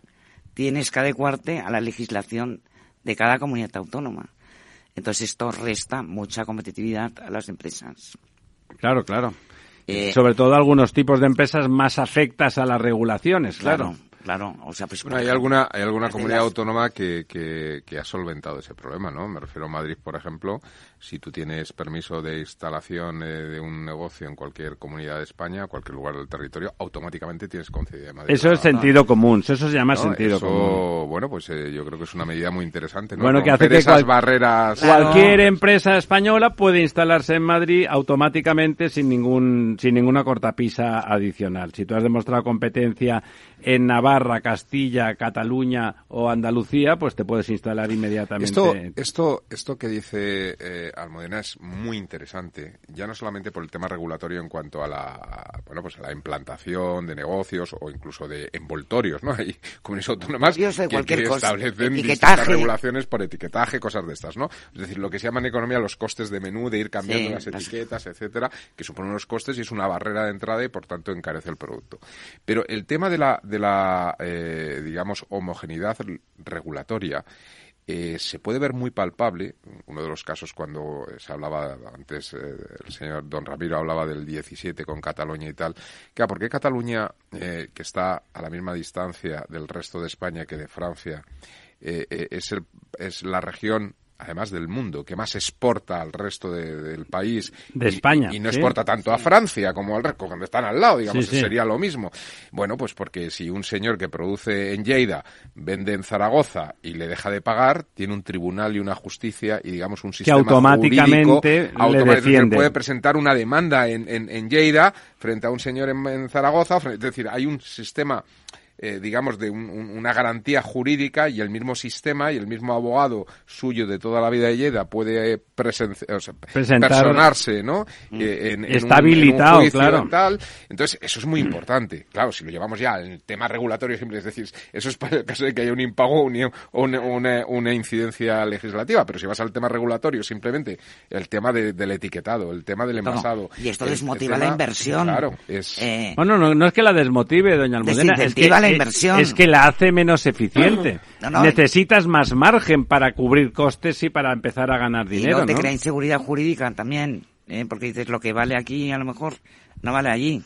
tienes que adecuarte a la legislación de cada comunidad autónoma. Entonces esto resta mucha competitividad a las empresas. Claro, claro. Eh, Sobre todo algunos tipos de empresas más afectas a las regulaciones, claro. Claro, claro. O sea, pues, Bueno, por hay ejemplo, alguna hay alguna las de comunidad las- autónoma que, que, que ha solventado ese problema, ¿no? Me refiero a Madrid, por ejemplo. Si tú tienes permiso de instalación eh, de un negocio en cualquier comunidad de España, cualquier lugar del territorio, automáticamente tienes concedida de Madrid. Eso es sentido común, eso se llama ¿no? sentido Eso, común. bueno, pues eh, yo creo que es una medida muy interesante, ¿no? Bueno, que hace Romper que esas cual- barreras... Cualquier empresa española puede instalarse en Madrid automáticamente sin ningún sin ninguna cortapisa adicional. Si tú has demostrado competencia en Navarra, Castilla, Cataluña o Andalucía, pues te puedes instalar inmediatamente. Esto, esto, esto que dice eh, Almudena es muy interesante, ya no solamente por el tema regulatorio en cuanto a la, bueno, pues a la implantación de negocios o incluso de envoltorios, ¿no? Hay comunidades autónomas Yo sé, que, cualquier que cosa. establecen Etiquetaje. distintas regulaciones por etiquetaje, cosas de estas, ¿no? Es decir, lo que se llama en economía los costes de menú, de ir cambiando Sí, las las- etiquetas, etcétera, que suponen unos costes y es una barrera de entrada y por tanto encarece el producto. Pero el tema de la, de la eh, digamos, homogeneidad regulatoria eh, se puede ver muy palpable. Uno de los casos cuando se hablaba antes, eh, el señor Don Ramiro hablaba del diecisiete con Cataluña y tal. Claro, ¿por qué Cataluña, eh, que está a la misma distancia del resto de España que de Francia, eh, eh, es, el, es la región, además del mundo, que más exporta al resto de- del país? De y- España, Y, no sí. exporta tanto a Francia como al resto, cuando están al lado, digamos, Sí, que sí. sería lo mismo. Bueno, pues porque si un señor que produce en Lleida vende en Zaragoza y le deja de pagar, tiene un tribunal y una justicia y, digamos, un sistema automáticamente jurídico le automáticamente defiende. puede presentar una demanda en, en, en Lleida frente a un señor en, en Zaragoza. Frente- es decir, hay un sistema eh, digamos, de un, un, una garantía jurídica, y el mismo sistema y el mismo abogado suyo de toda la vida de Lleida puede presen- o sea, personarse, ¿no? Eh, en, en Está un, habilitado, en un juicio, claro. Tal. Entonces, eso es muy importante. Claro, si lo llevamos ya al tema regulatorio, siempre es decir, eso es para el caso de que haya un impago o una, una, una, una incidencia legislativa, pero si vas al tema regulatorio, simplemente el tema de, del etiquetado, el tema del envasado. No, y esto el, desmotiva el tema, la inversión. Claro, es... Eh, Bueno, no, no es que la desmotive, doña Almudena, es que, la inversión. es que la hace menos eficiente. No, no, Necesitas más margen para cubrir costes y para empezar a ganar y dinero, no te ¿no? crea inseguridad jurídica también, ¿eh? Porque dices, lo que vale aquí a lo mejor no vale allí.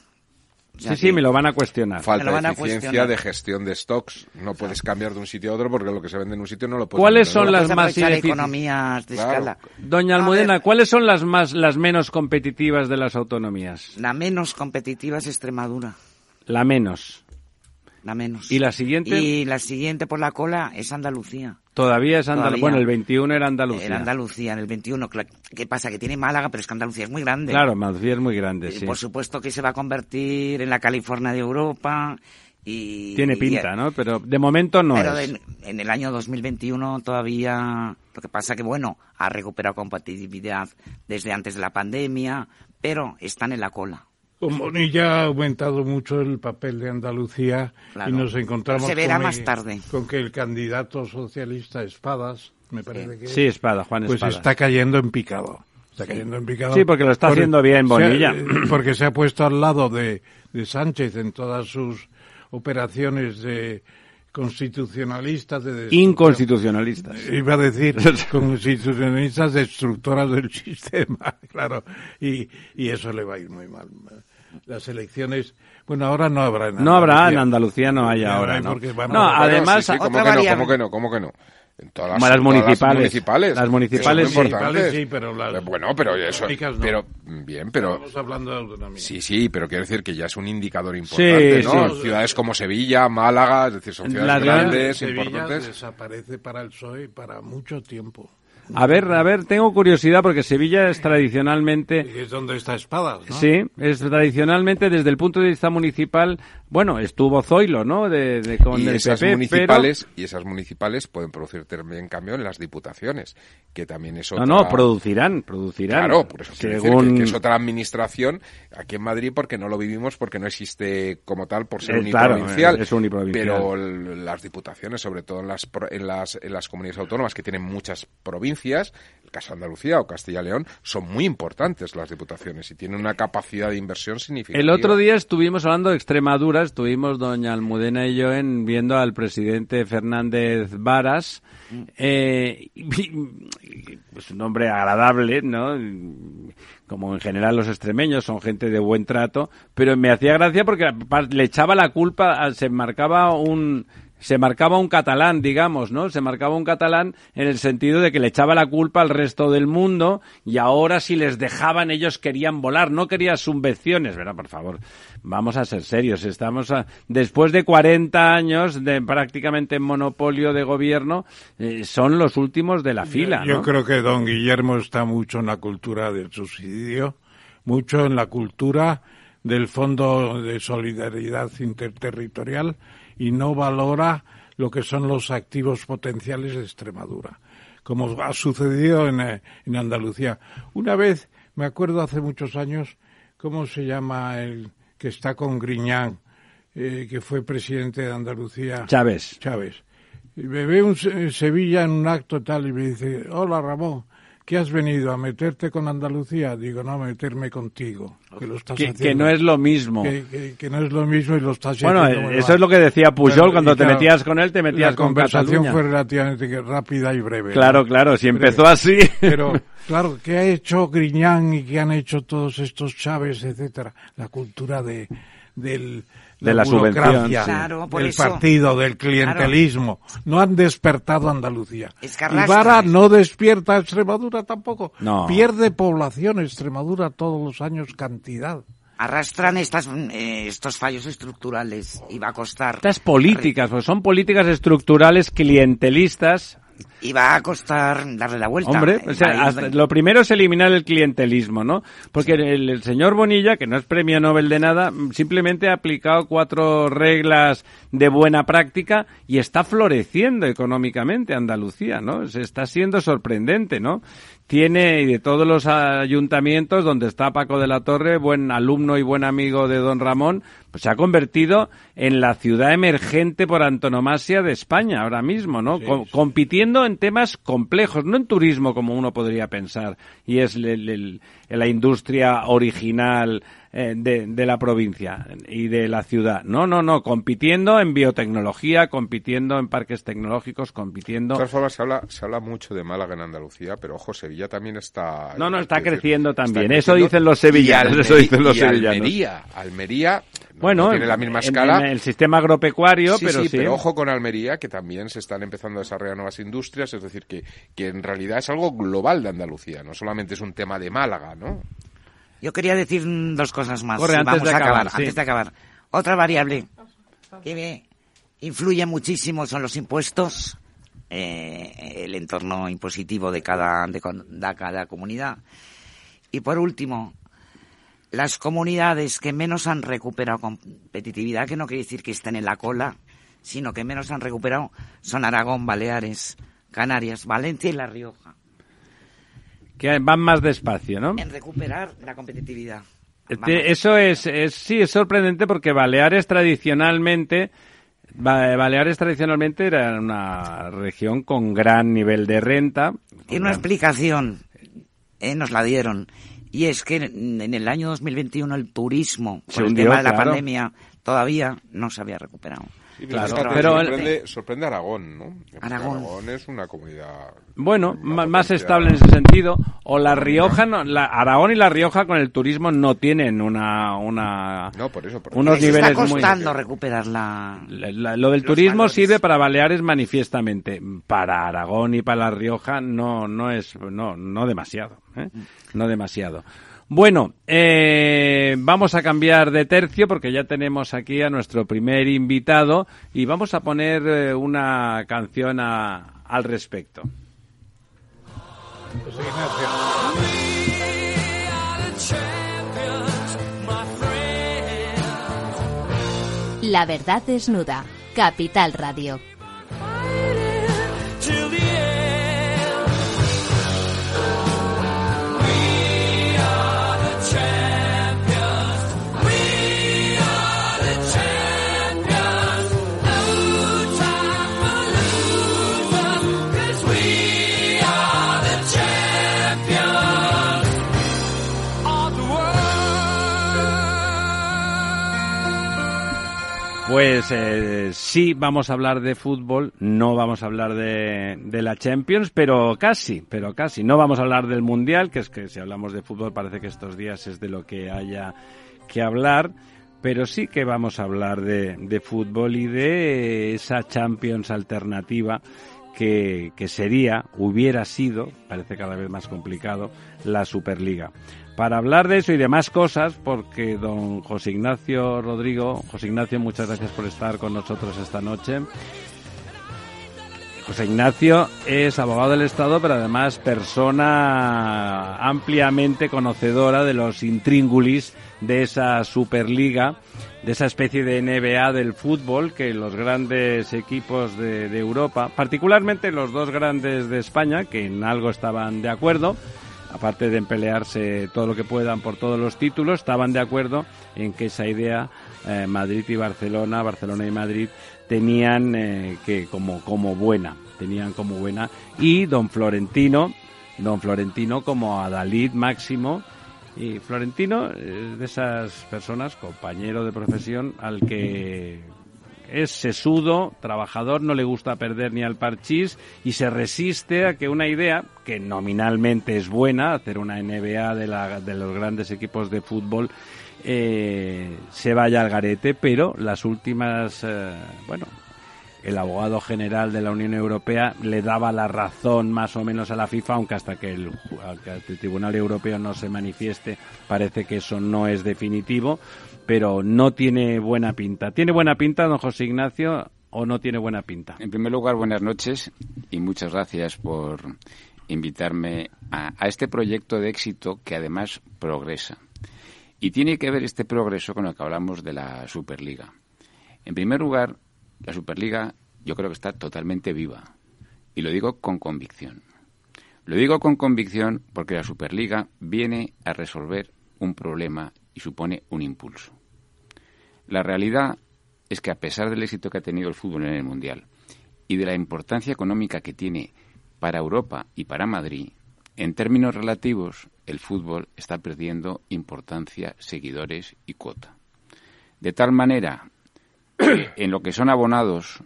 O sea Sí, sí, que- me lo van a cuestionar. Falta Me lo van de a eficiencia cuestionar. de gestión de stocks. No puedes cambiar de un sitio a otro porque lo que se vende en un sitio no lo puedes ¿Cuáles vender son en las Puedes más aprovechar inefici- economías de Claro. escala. Doña A Almudena, ver, ¿cuáles son las más, las menos competitivas de las autonomías? la menos competitiva es Extremadura. La menos. La menos. ¿Y la siguiente? Y la siguiente por la cola es Andalucía. Todavía es Andalucía. Todavía. Bueno, el veintiuno era Andalucía. Era Andalucía, en el veintiuno. Cla- ¿Qué pasa? Que tiene Málaga, pero es que Andalucía es muy grande. Claro, Andalucía es muy grande, Eh, sí. Por supuesto que se va a convertir en la California de Europa y... Tiene y- pinta, ¿no? Pero de momento no pero es. en, en el año dos mil veintiuno todavía... Lo que pasa que, bueno, ha recuperado competitividad desde antes de la pandemia, pero están en la cola. Con Bonilla ha aumentado mucho el papel de Andalucía Claro. y nos encontramos Se verá con, más el- tarde. con que el candidato socialista Espadas, me parece que Sí, Espada, Juan pues Espada. está cayendo en picado. Está cayendo en picado. Sí, porque lo está haciendo bien se ha- Bonilla. porque se ha puesto al lado de, de Sánchez en todas sus operaciones de constitucionalistas de destrucción. Inconstitucionalistas. Iba a decir constitucionalistas destructoras del sistema, claro, y, y eso le va a ir muy mal. Las elecciones, bueno, ahora no habrá en No habrá, en Andalucía. Andalucía no hay No ahora, hay ¿no? porque vamos No, a- Bueno, además, sí, sí, ¿cómo otra que no? variable. ¿Cómo que no? ¿Cómo que no? En todas las, Como las todas municipales. municipales. Las municipales, Que son sí. importantes. Municipales, sí, pero las- Eh, Bueno, pero eso... autonómicas no. Pero, bien, pero... Estamos hablando de autonomía. Sí, sí, pero quiero decir que ya es un indicador importante, Sí, ¿no? sí. Ciudades como Sevilla, Málaga, es decir, son ciudades Las grandes, Sevilla importantes. desaparece para el P S O E para mucho tiempo. A ver, a ver, tengo curiosidad porque Sevilla es tradicionalmente... Y es donde está Espadas, ¿no? Sí, es tradicionalmente desde el punto de vista municipal, bueno, estuvo Zoilo, ¿no? De, de- con Y el esas P P, municipales y esas municipales pueden producir también cambio en las diputaciones, que también es pero... otra... No, no, producirán, producirán. Claro, por eso quiero decir Según... que, que es otra administración aquí en Madrid porque no lo vivimos, porque no existe como tal por ser Eh, claro, uniprovincial. es uniprovincial. Pero l- las diputaciones, sobre todo en las, pro- en las en las comunidades autónomas que tienen muchas provincias, el caso de Andalucía o Castilla y León, son muy importantes las diputaciones y tienen una capacidad de inversión significativa. El otro día estuvimos hablando de Extremadura, estuvimos doña Almudena y yo en, viendo al presidente Fernández Varas, eh, y- es un hombre agradable, ¿no? Como en general los extremeños son gente de buen trato, pero me hacía gracia porque le echaba la culpa, a- se marcaba un... Se marcaba un catalán, digamos, ¿no? Se marcaba un catalán en el sentido de que le echaba la culpa al resto del mundo y ahora si les dejaban ellos querían volar, no querían subvenciones, ¿verdad? Por favor, vamos a ser serios. Estamos a, después de cuarenta años de prácticamente en monopolio de gobierno, eh, son los últimos de la fila, Yo ¿no? creo que don Guillermo está mucho en la cultura del subsidio, mucho en la cultura del Fondo de Solidaridad Interterritorial y no valora lo que son los activos potenciales de Extremadura, como ha sucedido en, eh, en Andalucía. Una vez, me acuerdo hace muchos años, ¿cómo se llama el que está con Griñán, eh, que fue presidente de Andalucía? Chávez. Chávez. Y me ve un, en Sevilla en un acto tal y me dice, hola Ramón, ¿qué has venido? ¿A meterte con Andalucía? Digo, no, a meterme contigo, que lo estás Que, haciendo. que no es lo mismo. Que, que- que no es lo mismo y lo estás Bueno, haciendo muy eso mal. es lo que decía Pujol Claro, cuando y te claro, metías con él, te metías la con conversación Cataluña. fue relativamente rápida y breve. Claro, ¿no? claro, si Breve. empezó así. Pero, claro, ¿qué ha hecho Griñán y qué han hecho todos estos Chávez, etcétera? La cultura de del De la burocracia, subvención, sí. Claro, por del eso. partido, del clientelismo. No han despertado a Andalucía. Es que Y arrastra Vara eso. no despierta a Extremadura tampoco. No. Pierde población Extremadura todos los años cantidad. Arrastran estas, eh, estos fallos estructurales y va a costar. Estas políticas, pues son políticas estructurales clientelistas Y va a costar darle la vuelta. Hombre, o sea, hasta, lo primero es eliminar el clientelismo, ¿no? Porque sí. el, el señor Bonilla, que no es premio Nobel de nada, simplemente ha aplicado cuatro reglas de buena práctica y está floreciendo económicamente Andalucía, ¿no? Se está siendo sorprendente, ¿no? Tiene, y de todos los ayuntamientos donde está Paco de la Torre, buen alumno y buen amigo de don Ramón, pues se ha convertido en la ciudad emergente por antonomasia de España ahora mismo, ¿no? Sí, Com- sí. compitiendo en temas complejos, no en turismo como uno podría pensar, y es el, el, el, la industria original eh, de, de la provincia y de la ciudad. No, no, no, compitiendo en biotecnología, compitiendo en parques tecnológicos, compitiendo... De todas formas, se habla, se habla mucho de Málaga en Andalucía, pero ojo, Sevilla también está... No, no, está decir, creciendo también. está Eso creciendo. dicen los sevillanos. Y eso dicen los y sevillanos. Almería, Almería... No, Bueno, no tiene la misma en, escala. en el sistema agropecuario, sí, pero sí. sí, pero ojo con Almería, que también se están empezando a desarrollar nuevas industrias, es decir, que, que en realidad es algo global de Andalucía, no solamente es un tema de Málaga, ¿no? Yo quería decir dos cosas más. Corre, Sí, antes vamos de a acabar, acabar, sí. antes de acabar. Otra variable que me influye muchísimo son los impuestos, eh, el entorno impositivo de cada, de, de cada comunidad. Y por último, las comunidades que menos han recuperado competitividad, que no quiere decir que estén en la cola, sino que menos han recuperado, son Aragón, Baleares, Canarias, Valencia y La Rioja. Que van más despacio, ¿no? En recuperar la competitividad. Vamos. Eso es, es, sí, es sorprendente porque Baleares tradicionalmente, Baleares tradicionalmente era una región con gran nivel de renta. Tiene una explicación, eh, nos la dieron. Y es que en el año dos mil veintiuno el turismo, Se por el hundió, tema de la claro. pandemia, todavía no se había recuperado. Sí, Claro, fíjate, pero- sorprende, sorprende Aragón, ¿no? Porque Aragón. Aragón es una comunidad... Bueno, una ma- más potencia- estable en ese sentido. O La Rioja, no, la, Aragón y La Rioja con el turismo no tienen una, una No, por eso. Por unos Les niveles está muy... costando recuperar la... La- la- lo del Los turismo valores. sirve para Baleares manifiestamente. Para Aragón y para La Rioja no, no es, no, no demasiado, ¿eh? No demasiado. Bueno, eh, vamos a cambiar de tercio porque ya tenemos aquí a nuestro primer invitado y vamos a poner eh, una canción a, al respecto. José Ignacio. La verdad desnuda. Capital Radio. Pues eh, sí, vamos a hablar de fútbol, no vamos a hablar de, de la Champions, pero casi, pero casi. No vamos a hablar del Mundial, que es que si hablamos de fútbol parece que estos días es de lo que haya que hablar, pero sí que vamos a hablar de, de fútbol y de esa Champions alternativa que, que sería, hubiera sido, parece cada vez más complicado, la Superliga. Para hablar de eso y de más cosas, porque don José Ignacio Rodrigo, José Ignacio, muchas gracias por estar con nosotros esta noche. José Ignacio es abogado del Estado, pero además persona ampliamente conocedora de los intríngulis de esa Superliga, de esa especie de N B A del fútbol que los grandes equipos de, de Europa, particularmente los dos grandes de España, que en algo estaban de acuerdo, aparte de pelearse todo lo que puedan por todos los títulos, estaban de acuerdo en que esa idea eh, Madrid y Barcelona, Barcelona y Madrid tenían eh, que como como buena, tenían como buena y don Florentino, don Florentino como adalid máximo. Y Florentino es de esas personas, compañero de profesión, al que es sesudo, trabajador, no le gusta perder ni al parchís y se resiste a que una idea, que nominalmente es buena, hacer una N B A de, la, de los grandes equipos de fútbol, eh, se vaya al garete, pero las últimas, eh, bueno... el abogado general de la Unión Europea le daba la razón más o menos a la FIFA, aunque hasta que el, que el Tribunal Europeo no se manifieste parece que eso no es definitivo, pero no tiene buena pinta. Tiene buena pinta, don José Ignacio, o no tiene buena pinta? En primer lugar, buenas noches y muchas gracias por invitarme a, a este proyecto de éxito que además progresa. Y tiene que ver este progreso con lo que hablamos de la Superliga. En primer lugar, la Superliga yo creo que está totalmente viva. Y lo digo con convicción. Lo digo con convicción porque la Superliga viene a resolver un problema y supone un impulso. La realidad es que a pesar del éxito que ha tenido el fútbol en el Mundial y de la importancia económica que tiene para Europa y para Madrid, en términos relativos, el fútbol está perdiendo importancia, seguidores y cuota. De tal manera que en lo que son abonados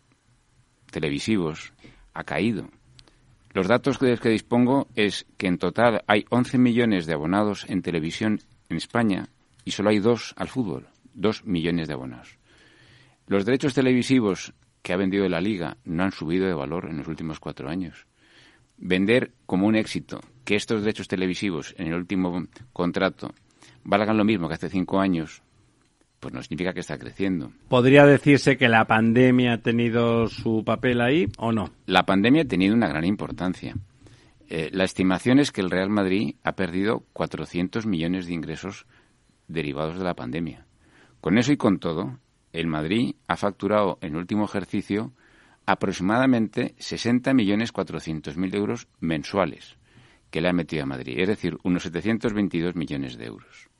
televisivos ha caído. Los datos de los que dispongo es que en total hay once millones de abonados en televisión en España y solo hay dos al fútbol, dos millones de abonados. Los derechos televisivos que ha vendido la Liga no han subido de valor en los últimos cuatro años. Vender como un éxito que estos derechos televisivos en el último contrato valgan lo mismo que hace cinco años, pues no significa que está creciendo. ¿Podría decirse que la pandemia ha tenido su papel ahí o no? La pandemia ha tenido una gran importancia. Eh, la estimación es que el Real Madrid ha perdido cuatrocientos millones de ingresos derivados de la pandemia. Con eso y con todo, el Madrid ha facturado en el último ejercicio aproximadamente sesenta millones cuatrocientos mil euros mensuales que le ha metido a Madrid, es decir, unos setecientos veintidós millones de euros.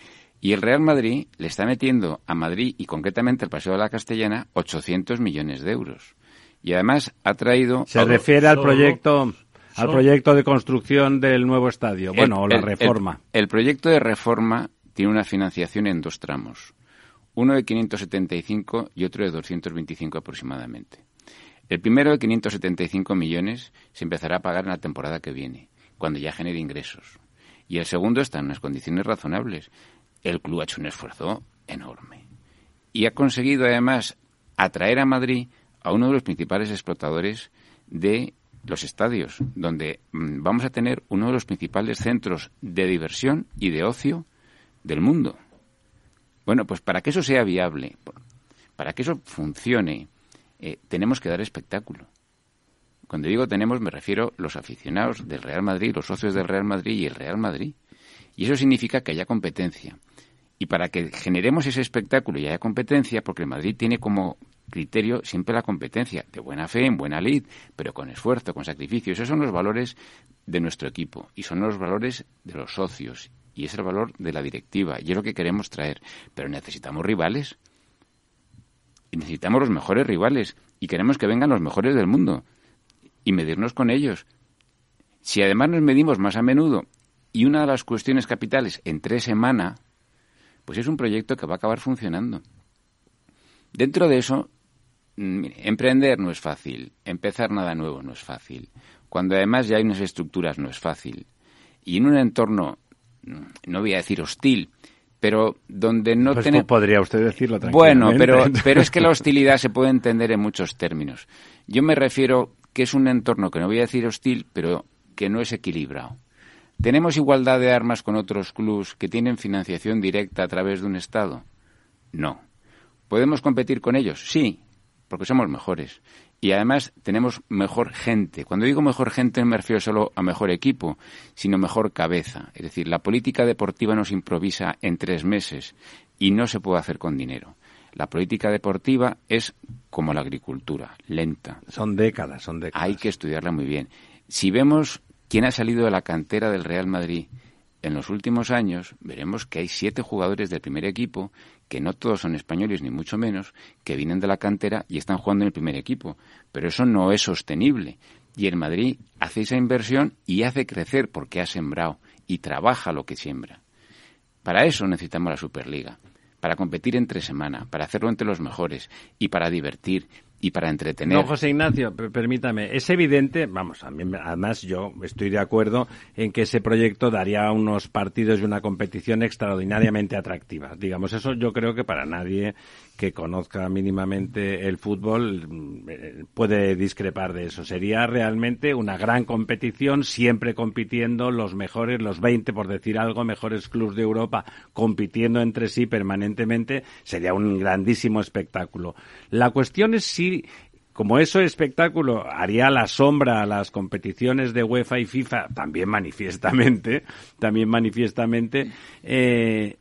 Y el Real Madrid le está metiendo a Madrid y concretamente al Paseo de la Castellana ochocientos millones de euros. Y además ha traído... Se refiere al proyecto al proyecto de construcción del nuevo estadio, bueno, o la reforma. El, el proyecto de reforma tiene una financiación en dos tramos, uno de quinientos setenta y cinco y otro de doscientos veinticinco aproximadamente. El primero de quinientos setenta y cinco millones se empezará a pagar en la temporada que viene, cuando ya genere ingresos. Y el segundo está en unas condiciones razonables. El club ha hecho un esfuerzo enorme. Y ha conseguido, además, atraer a Madrid a uno de los principales explotadores de los estadios, donde mmm, vamos a tener uno de los principales centros de diversión y de ocio del mundo. Bueno, pues para que eso sea viable, para que eso funcione, eh, tenemos que dar espectáculo. Cuando digo tenemos, me refiero a los aficionados del Real Madrid, los socios del Real Madrid y el Real Madrid. Y eso significa que haya competencia. Y para que generemos ese espectáculo y haya competencia, porque el Madrid tiene como criterio siempre la competencia, de buena fe, en buena lid, pero con esfuerzo, con sacrificio. Esos son los valores de nuestro equipo y son los valores de los socios y es el valor de la directiva y es lo que queremos traer. Pero necesitamos rivales y necesitamos los mejores rivales y queremos que vengan los mejores del mundo y medirnos con ellos. Si además nos medimos más a menudo y una de las cuestiones capitales entre semana, pues es un proyecto que va a acabar funcionando. Dentro de eso, mire, emprender no es fácil, empezar nada nuevo no es fácil. Cuando además ya hay unas estructuras no es fácil. Y en un entorno, no voy a decir hostil, pero donde no pues tenemos... podría usted decirlo tranquilamente. Bueno, pero, pero es que la hostilidad se puede entender en muchos términos. Yo me refiero que es un entorno que no voy a decir hostil, pero que no es equilibrado. ¿Tenemos igualdad de armas con otros clubes que tienen financiación directa a través de un Estado? No. ¿Podemos competir con ellos? Sí, porque somos mejores. Y además tenemos mejor gente. Cuando digo mejor gente no me refiero solo a mejor equipo, sino mejor cabeza. Es decir, la política deportiva no se improvisa en tres meses y no se puede hacer con dinero. La política deportiva es como la agricultura, lenta. Son décadas, son décadas. Hay que estudiarla muy bien. Si vemos quién ha salido de la cantera del Real Madrid en los últimos años, veremos que hay siete jugadores del primer equipo, que no todos son españoles ni mucho menos, que vienen de la cantera y están jugando en el primer equipo. Pero eso no es sostenible. Y el Madrid hace esa inversión y hace crecer porque ha sembrado y trabaja lo que siembra. Para eso necesitamos la Superliga, para competir entre semana, para hacerlo entre los mejores y para divertir y para entretener. No, José Ignacio, permítame, es evidente, vamos, a mí, además yo estoy de acuerdo en que ese proyecto daría unos partidos y una competición extraordinariamente atractiva. Digamos, eso yo creo que para nadie que conozca mínimamente el fútbol puede discrepar de eso. Sería realmente una gran competición, siempre compitiendo los mejores, los veinte, por decir algo, mejores clubes de Europa, compitiendo entre sí permanentemente. Sería un grandísimo espectáculo. La cuestión es si, como eso espectáculo haría la sombra a las competiciones de UEFA y FIFA, también manifiestamente, también manifiestamente, eh,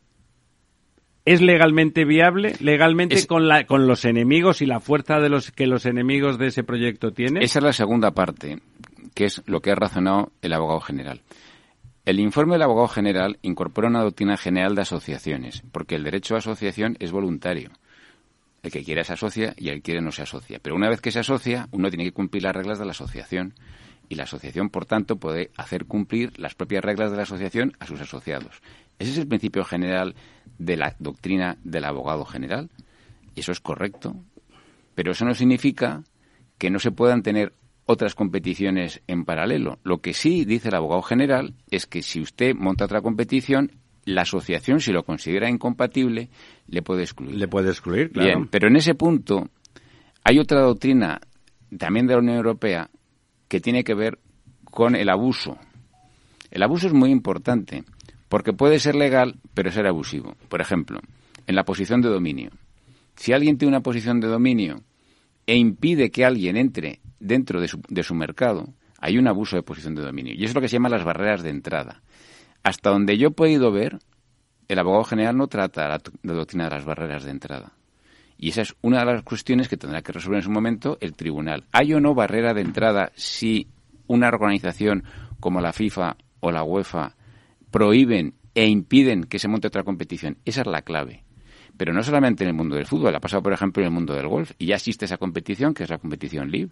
¿es legalmente viable? ¿Legalmente es, con la, con los enemigos y la fuerza de los que los enemigos de ese proyecto tienen? Esa es la segunda parte, que es lo que ha razonado el abogado general. El informe del abogado general incorpora una doctrina general de asociaciones, porque el derecho a asociación es voluntario. El que quiere se asocia y el que quiere no se asocia. Pero una vez que se asocia, uno tiene que cumplir las reglas de la asociación. Y la asociación, por tanto, puede hacer cumplir las propias reglas de la asociación a sus asociados. Ese es el principio general de la doctrina del abogado general. Y eso es correcto. Pero eso no significa que no se puedan tener otras competiciones en paralelo. Lo que sí dice el abogado general es que si usted monta otra competición, la asociación, si lo considera incompatible, le puede excluir. Le puede excluir, claro. Bien, pero en ese punto hay otra doctrina también de la Unión Europea que tiene que ver con el abuso. El abuso es muy importante porque puede ser legal, pero ser abusivo. Por ejemplo, en la posición de dominio. Si alguien tiene una posición de dominio e impide que alguien entre dentro de su, de su mercado, hay un abuso de posición de dominio. Y eso es lo que se llama las barreras de entrada. Hasta donde yo he podido ver, el abogado general no trata la, la doctrina de las barreras de entrada. Y esa es una de las cuestiones que tendrá que resolver en su momento el tribunal. ¿Hay o no barrera de entrada si una organización como la FIFA o la UEFA prohíben e impiden que se monte otra competición? Esa es la clave. Pero no solamente en el mundo del fútbol, ha pasado, por ejemplo, en el mundo del golf. Y ya existe esa competición, que es la competición libre.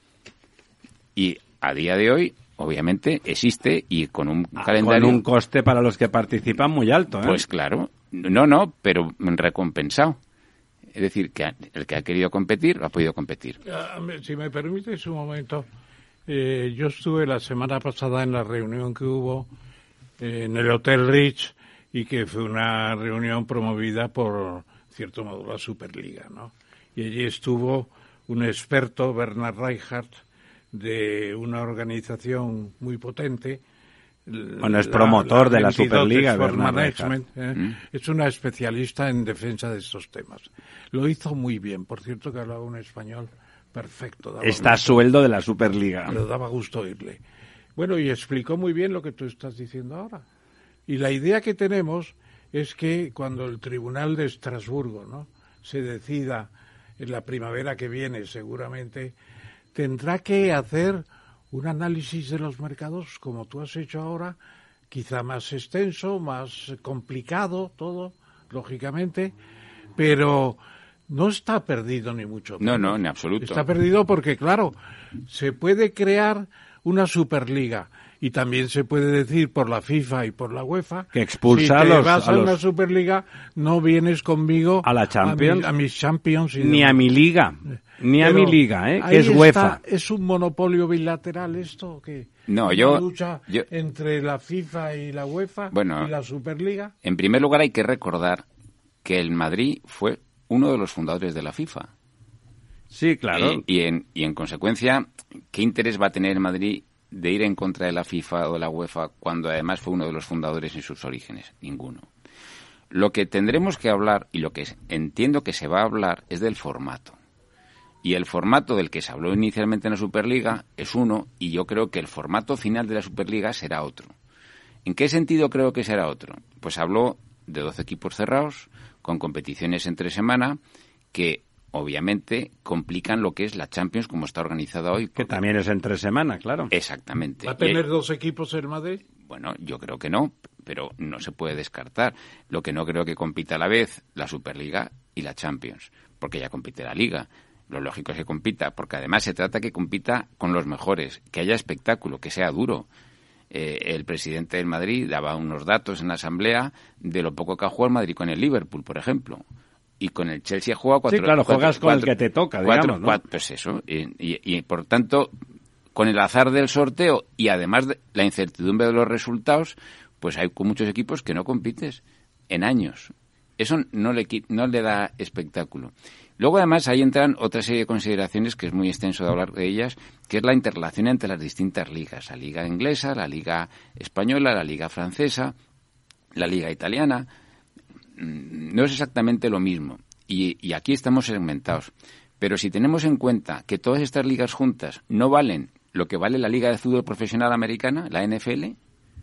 Y a día de hoy, obviamente, existe y con un ah, calendario... Con un coste para los que participan muy alto, ¿eh? Pues claro. No, no, pero recompensado. Es decir, que el que ha querido competir, ha podido competir. Si me permites un momento, eh, yo estuve la semana pasada en la reunión que hubo eh, en el Hotel Rich y que fue una reunión promovida por, cierto modo, la Superliga, ¿no? Y allí estuvo un experto, Bernard Reichardt, de una organización muy potente. Bueno, es promotor la, la de la Superliga, Bernard Management, eh, ¿Mm? Es una especialista en defensa de estos temas. Lo hizo muy bien, por cierto que hablaba un español perfecto. Está a sueldo de la Superliga. Pero daba gusto oírle. Bueno, y explicó muy bien lo que tú estás diciendo ahora. Y la idea que tenemos es que cuando el Tribunal de Estrasburgo, ¿no?, se decida en la primavera que viene, seguramente, tendrá que hacer un análisis de los mercados, como tú has hecho ahora, quizá más extenso, más complicado, todo, lógicamente, pero no está perdido ni mucho menos. No, no, en absoluto. Está perdido porque, claro, se puede crear una Superliga y también se puede decir por la FIFA y por la UEFA que expulsa si te a los, vas a, a los... una Superliga, no vienes conmigo a la Champions, a, mi, a mis Champions y ni demás. a mi liga. Ni a Pero mi liga, ¿eh? Que es está, UEFA. ¿Es un monopolio bilateral esto? ¿Qué? No, ¿Una yo... lucha yo, entre la FIFA y la UEFA bueno, y la Superliga? En primer lugar hay que recordar que el Madrid fue uno de los fundadores de la FIFA. Sí, claro. Y, y, en, y en consecuencia, ¿qué interés va a tener el Madrid de ir en contra de la FIFA o de la UEFA cuando además fue uno de los fundadores en sus orígenes? Ninguno. Lo que tendremos que hablar, y lo que entiendo que se va a hablar, es del formato. Y el formato del que se habló inicialmente en la Superliga es uno, y yo creo que el formato final de la Superliga será otro. ¿En qué sentido creo que será otro? Pues habló de doce equipos cerrados, con competiciones entre semana, que obviamente complican lo que es la Champions como está organizada hoy. Que también es entre semana, claro. Exactamente. ¿Va a tener dos equipos el Madrid? Bueno, yo creo que no, pero no se puede descartar. Lo que no creo que compita a la vez la Superliga y la Champions, porque ya compite la Liga. Lo lógico es que compita, porque además se trata que compita con los mejores, que haya espectáculo, que sea duro. Eh, el presidente del Madrid daba unos datos en la asamblea de lo poco que ha jugado el Madrid con el Liverpool, por ejemplo. y con el Chelsea juega cuatro... Sí, claro, cuatro, juegas con cuatro, el que te toca, cuatro, digamos, ¿no? Cuatro, pues eso, y, y, y por tanto, con el azar del sorteo y además de la incertidumbre de los resultados, pues hay con muchos equipos que no compites en años. Eso no le, no le da espectáculo. Luego, además, ahí entran otra serie de consideraciones que es muy extenso de hablar de ellas, que es la interrelación entre las distintas ligas. La liga inglesa, la liga española, la liga francesa, la liga italiana. No es exactamente lo mismo. Y, y aquí estamos segmentados. Pero si tenemos en cuenta que todas estas ligas juntas no valen lo que vale la Liga de Fútbol Profesional Americana, la N F L,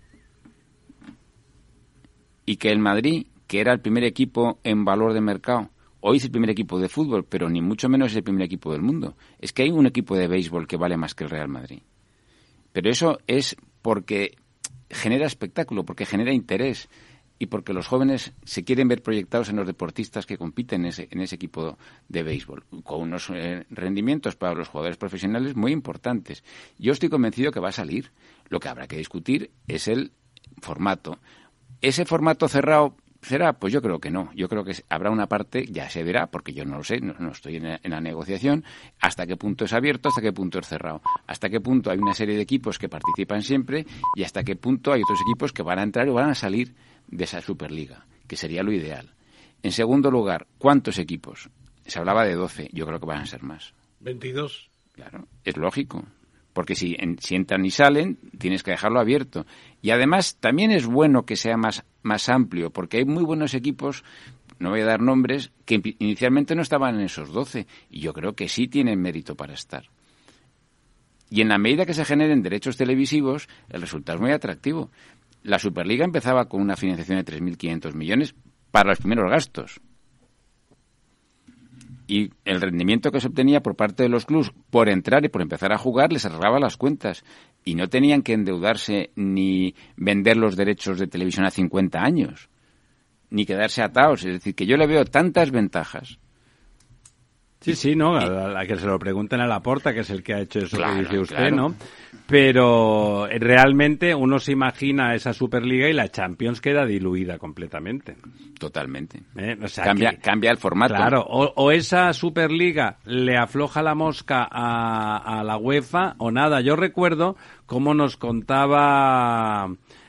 y que el Madrid, que era el primer equipo en valor de mercado, hoy es el primer equipo de fútbol, pero ni mucho menos es el primer equipo del mundo. Es que hay un equipo de béisbol que vale más que el Real Madrid. Pero eso es porque genera espectáculo, porque genera interés y porque los jóvenes se quieren ver proyectados en los deportistas que compiten en ese, en ese equipo de béisbol, con unos eh, rendimientos para los jugadores profesionales muy importantes. Yo estoy convencido que va a salir. Lo que habrá que discutir es el formato. ¿Ese formato cerrado será? Pues yo creo que no. Yo creo que habrá una parte, ya se verá, porque yo no lo sé, no, no estoy en la, en la negociación, hasta qué punto es abierto, hasta qué punto es cerrado, hasta qué punto hay una serie de equipos que participan siempre y hasta qué punto hay otros equipos que van a entrar o van a salir de esa Superliga, que sería lo ideal. En segundo lugar, ¿cuántos equipos? Se hablaba de doce, yo creo que van a ser más. veintidós. Claro, es lógico. Porque si, en, si entran y salen, tienes que dejarlo abierto. Y además, también es bueno que sea más, más amplio, porque hay muy buenos equipos, no voy a dar nombres, que inicialmente no estaban en esos doce. Y yo creo que sí tienen mérito para estar. Y en la medida que se generen derechos televisivos, el resultado es muy atractivo. La Superliga empezaba con una financiación de tres mil quinientos millones para los primeros gastos. Y el rendimiento que se obtenía por parte de los clubes por entrar y por empezar a jugar les arreglaba las cuentas. Y no tenían que endeudarse ni vender los derechos de televisión a cincuenta años, ni quedarse atados. Es decir, que yo le veo tantas ventajas. Sí, sí, ¿no? A, a que se lo pregunten a Laporta, que es el que ha hecho eso Claro, que dice usted, claro. ¿no? Pero realmente uno se imagina esa Superliga y la Champions queda diluida completamente. Totalmente. ¿Eh? O sea, cambia, que, cambia el formato. Claro, o, o esa Superliga le afloja la mosca a, a la UEFA o nada. Yo recuerdo cómo nos contaba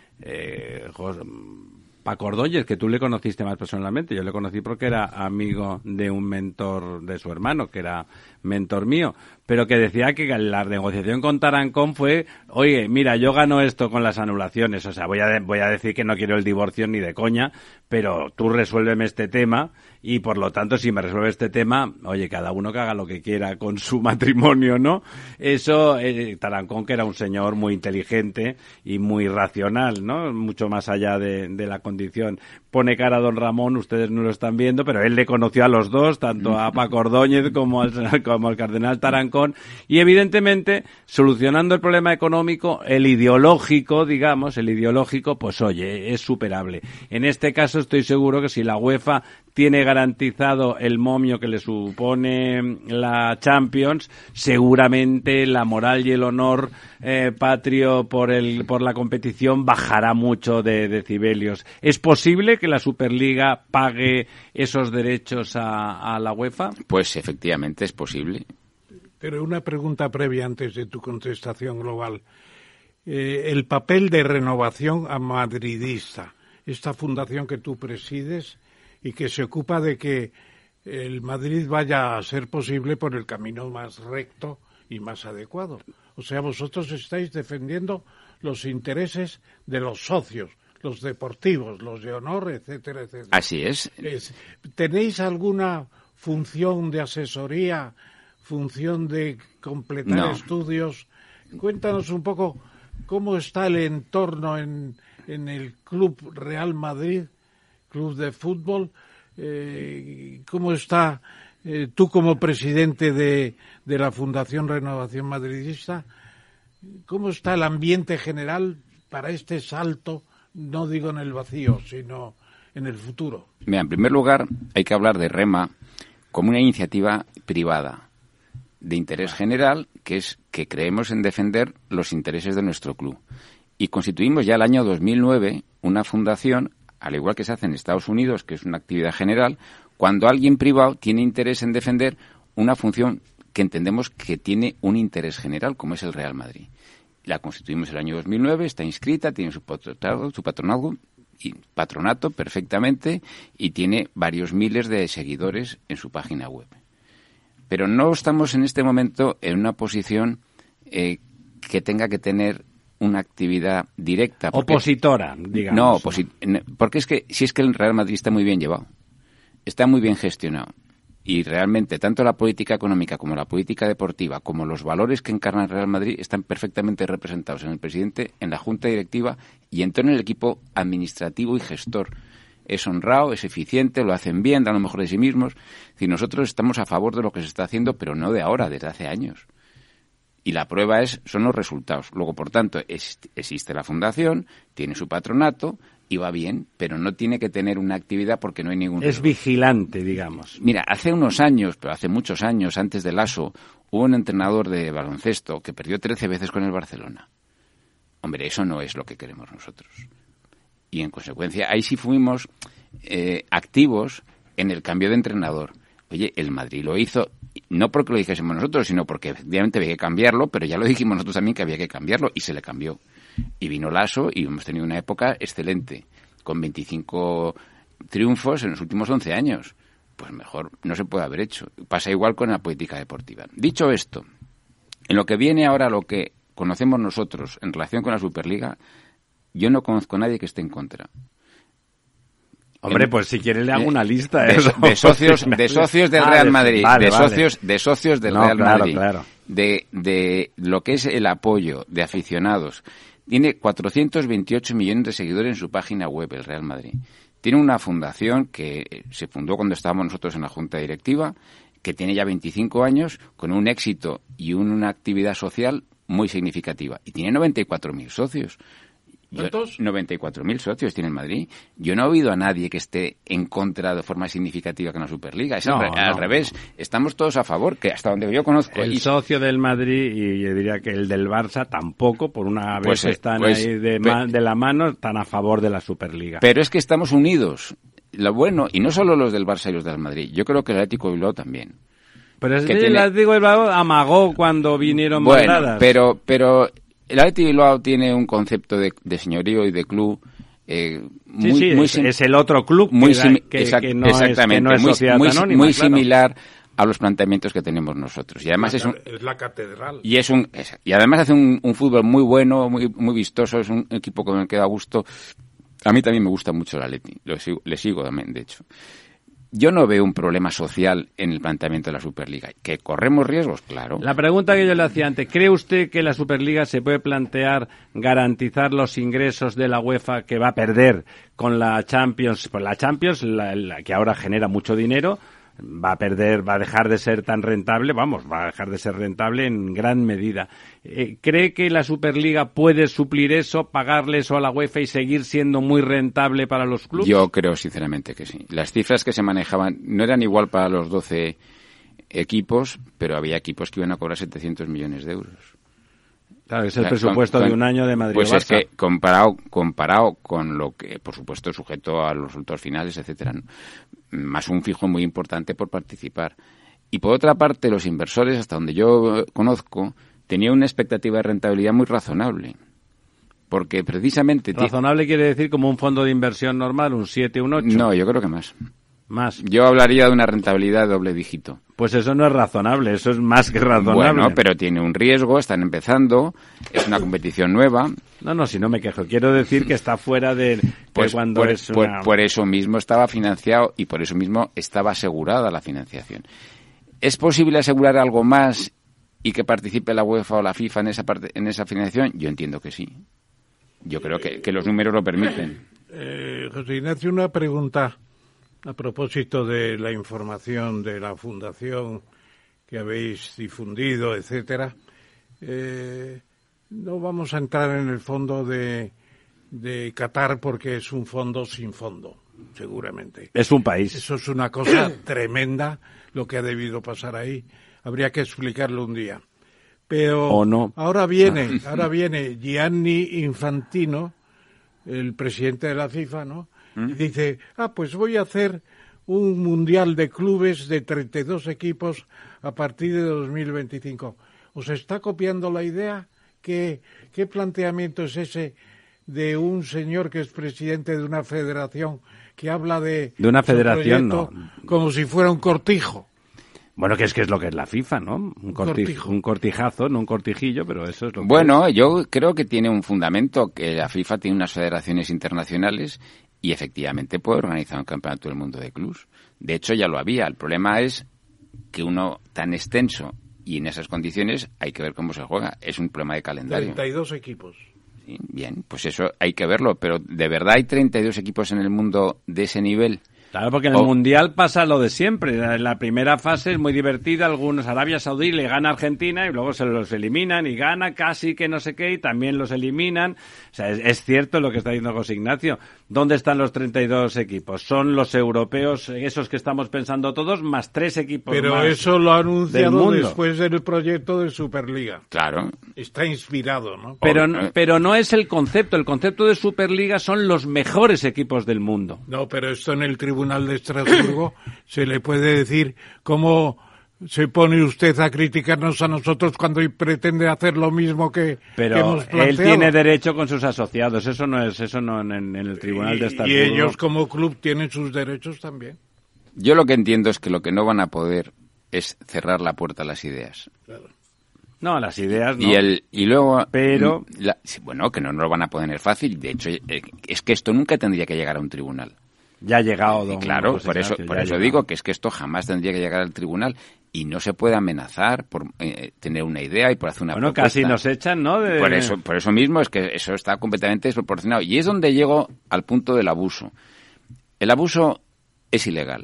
eh, Jos- Paco Ordóñez, que tú le conociste más personalmente. Yo le conocí porque era amigo de un mentor de su hermano, que era mentor mío, pero que decía que la negociación con Tarancón fue, oye, mira, yo gano esto con las anulaciones, o sea, voy a, de- voy a decir que no quiero el divorcio ni de coña, pero tú resuélveme este tema y, por lo tanto, si me resuelve este tema, oye, cada uno que haga lo que quiera con su matrimonio, ¿no? Eso, eh, Tarancón, que era un señor muy inteligente y muy racional, ¿no? Mucho más allá de, de la condición. Pone cara a don Ramón, ustedes no lo están viendo, pero él le conoció a los dos, tanto a Paco Ordóñez como al, como al cardenal Tarancón, y evidentemente, solucionando el problema económico, el ideológico, digamos, el ideológico, pues oye, es superable. En este caso estoy seguro que si la UEFA tiene garantizado el momio que le supone la Champions, seguramente la moral y el honor eh, patrio por el por la competición bajará mucho de decibelios. ¿Es posible que la Superliga pague esos derechos a, a la UEFA? Pues efectivamente es posible. Pero una pregunta previa antes de tu contestación global. Eh, el papel de Renovación Madridista, esta fundación que tú presides y que se ocupa de que el Madrid vaya a ser posible por el camino más recto y más adecuado. O sea, vosotros estáis defendiendo los intereses de los socios, los deportivos, los de honor, etcétera, etcétera. Así es. Es- ¿Tenéis alguna función de asesoría, función de completar No. estudios? Cuéntanos un poco cómo está el entorno en, en el Club Real Madrid, club de fútbol, eh, cómo está eh, tú como presidente de, de la Fundación Renovación Madridista, cómo está el ambiente general para este salto, no digo en el vacío, sino en el futuro. Mira, en primer lugar, hay que hablar de REMA como una iniciativa privada de interés general, que es que creemos en defender los intereses de nuestro club. Y constituimos ya el año dos mil nueve una fundación, al igual que se hace en Estados Unidos, que es una actividad general, cuando alguien privado tiene interés en defender una función que entendemos que tiene un interés general, como es el Real Madrid. La constituimos el año dos mil nueve, está inscrita, tiene su patronato, su patronato, y patronato perfectamente, y tiene varios miles de seguidores en su página web. Pero no estamos en este momento en una posición eh, que tenga que tener una actividad directa. Porque, opositora, digamos. No, oposi- porque es que si es que el Real Madrid está muy bien llevado, está muy bien gestionado. Y realmente tanto la política económica como la política deportiva, como los valores que encarna el Real Madrid, están perfectamente representados en el presidente, en la junta directiva y en todo el equipo administrativo y gestor. Es honrado, es eficiente, lo hacen bien, dan lo mejor de sí mismos. Es decir, nosotros estamos a favor de lo que se está haciendo, pero no de ahora, desde hace años. Y la prueba es son los resultados. Luego, por tanto, es, existe la fundación, tiene su patronato y va bien, pero no tiene que tener una actividad porque no hay ningún... Es vigilante, digamos. Mira, hace unos años, pero hace muchos años, antes del Lasso, hubo un entrenador de baloncesto que perdió trece veces con el Barcelona. Hombre, eso no es lo que queremos nosotros. Y, en consecuencia, ahí sí fuimos eh, activos en el cambio de entrenador. Oye, el Madrid lo hizo, no porque lo dijésemos nosotros, sino porque efectivamente había que cambiarlo, pero ya lo dijimos nosotros también que había que cambiarlo, y se le cambió. Y vino Lasso y hemos tenido una época excelente, con veinticinco triunfos en los últimos once años. Pues mejor no se puede haber hecho. Pasa igual con la política deportiva. Dicho esto, en lo que viene ahora, lo que conocemos nosotros en relación con la Superliga, yo no conozco a nadie que esté en contra. Hombre, pues si quiere le hago una lista de, eso. de socios de socios del ah, Real de, Madrid, vale, de vale. socios de socios del no, Real claro, Madrid, claro. de de lo que es el apoyo de aficionados. Tiene cuatrocientos veintiocho millones de seguidores en su página web, el Real Madrid. Tiene una fundación que se fundó cuando estábamos nosotros en la Junta Directiva, que tiene ya veinticinco años, con un éxito y una actividad social muy significativa. Y tiene noventa y cuatro mil socios. ¿Cuántos? noventa y cuatro mil socios tiene el Madrid. Yo no he oído a nadie que esté en contra de forma significativa con la Superliga. Es no, al, re- al no, revés. No. Estamos todos a favor, que hasta donde yo conozco. El y... socio del Madrid y yo diría que el del Barça tampoco, por una vez Pues, están pues, ahí de, pues, ma- de la mano, están a favor de la Superliga. Pero es que estamos unidos. Lo bueno, y no solo los del Barça y los del Madrid, yo creo que el Atlético de Bilbao también. Pero es que que tiene... el Atlético de Bilbao amagó cuando vinieron bueno, mandadas. pero pero el Atlético de Bilbao tiene un concepto de, de señorío y de club eh, muy, sí, sí, muy es, sim- es el otro club muy que, simi- que, exact- que no exactamente, es, que no es muy, sociedad muy, anónima, muy claro. similar a los planteamientos que tenemos nosotros. Y además la, es un es la catedral. y es un es, y además hace un, un fútbol muy bueno, muy muy vistoso, es un equipo que me queda a gusto. A mí también me gusta mucho el Atleti, lo sigo, le sigo también, de hecho. Yo no veo un problema social en el planteamiento de la Superliga. ¿Que corremos riesgos? Claro. La pregunta que yo le hacía antes, ¿cree usted que la Superliga se puede plantear garantizar los ingresos de la UEFA que va a perder con la Champions? Pues la Champions, la, la que ahora genera mucho dinero, va a perder, va a dejar de ser tan rentable, vamos, va a dejar de ser rentable en gran medida. Eh, ¿Cree que la Superliga puede suplir eso, pagarle eso a la UEFA y seguir siendo muy rentable para los clubes? Yo creo sinceramente que sí. Las cifras que se manejaban no eran igual para los doce equipos, pero había equipos que iban a cobrar setecientos millones de euros. Claro, es el O sea, presupuesto con, de un año de Madrid. Pues o es que comparado comparado con lo que, por supuesto, sujeto a los resultados finales, etcétera, ¿no? Más un fijo muy importante por participar. Y por otra parte, los inversores, hasta donde yo conozco, tenían una expectativa de rentabilidad muy razonable. Porque precisamente... Razonable quiere decir como un fondo de inversión normal, un siete, un ocho. No, yo creo que más. Más. Yo hablaría de una rentabilidad de doble dígito. Pues eso no es razonable, eso es más que razonable. Bueno, pero tiene un riesgo, están empezando, es una competición nueva. No, no, si no me quejo. Quiero decir que está fuera de... Pues cuando por, es por, una... por eso mismo estaba financiado y por eso mismo estaba asegurada la financiación. ¿Es posible asegurar algo más y que participe la UEFA o la FIFA en esa parte, en esa financiación? Yo entiendo que sí. Yo creo que, que los números lo permiten. Eh, José Ignacio, una pregunta a propósito de la información de la fundación que habéis difundido, etcétera. Eh, no vamos a entrar en el fondo de, de Qatar porque es un fondo sin fondo, seguramente. Es un país. Eso es una cosa tremenda lo que ha debido pasar ahí. Habría que explicarlo un día. Pero o no. ahora viene, ahora viene Gianni Infantino, el presidente de la FIFA, ¿no? Y dice, ah, pues voy a hacer un mundial de clubes de treinta y dos equipos a partir de dos mil veinticinco. ¿Os está copiando la idea? ¿Qué, qué planteamiento es ese de un señor que es presidente de una federación que habla de... De una federación, no. Como si fuera un cortijo. Bueno, que es que es lo que es la FIFA, ¿no? Un, cortij, un cortijazo, no un cortijillo, pero eso es lo que Bueno, es. yo creo que tiene un fundamento, que la FIFA tiene unas federaciones internacionales y efectivamente puede organizar un campeonato del mundo de clubs. De hecho, ya lo había. El problema es que uno tan extenso y en esas condiciones hay que ver cómo se juega. Es un problema de calendario. treinta y dos equipos. Sí, bien, pues eso hay que verlo. Pero ¿de verdad hay treinta y dos equipos en el mundo de ese nivel? Claro, porque en el oh. Mundial pasa lo de siempre. En la primera fase es muy divertida. Algunos, Arabia Saudí le gana a Argentina y luego se los eliminan y gana casi que no sé qué y también los eliminan. O sea, es, es cierto lo que está diciendo José Ignacio. ¿Dónde están los treinta y dos equipos? Son los europeos, esos que estamos pensando todos, más tres equipos Pero más. Pero eso lo ha anunciado del después del proyecto de Superliga. Claro. Está inspirado, ¿no? Pero, pero no es el concepto. El concepto de Superliga son los mejores equipos del mundo. No, pero esto en el Tribunal de Estrasburgo se le puede decir cómo se pone usted a criticarnos a nosotros cuando pretende hacer lo mismo que, pero que hemos planteado. Él tiene derecho con sus asociados, eso no es eso no en, en el Tribunal de Estrasburgo. Y ellos como club tienen sus derechos también. Yo lo que entiendo es que lo que no van a poder es cerrar la puerta a las ideas. Claro. No, las ideas no. Y, el, y luego... Pero... La, bueno, que no, no lo van a poner fácil. De hecho, es que esto nunca tendría que llegar a un tribunal. Ya ha llegado, don Claro, José por eso, Ignacio, por eso digo que es que esto jamás tendría que llegar al tribunal y no se puede amenazar por eh, tener una idea y por hacer una bueno, propuesta. Bueno, casi nos echan, ¿no? De... Por eso, por eso mismo es que eso está completamente desproporcionado. Y es donde llego al punto del abuso. El abuso es ilegal.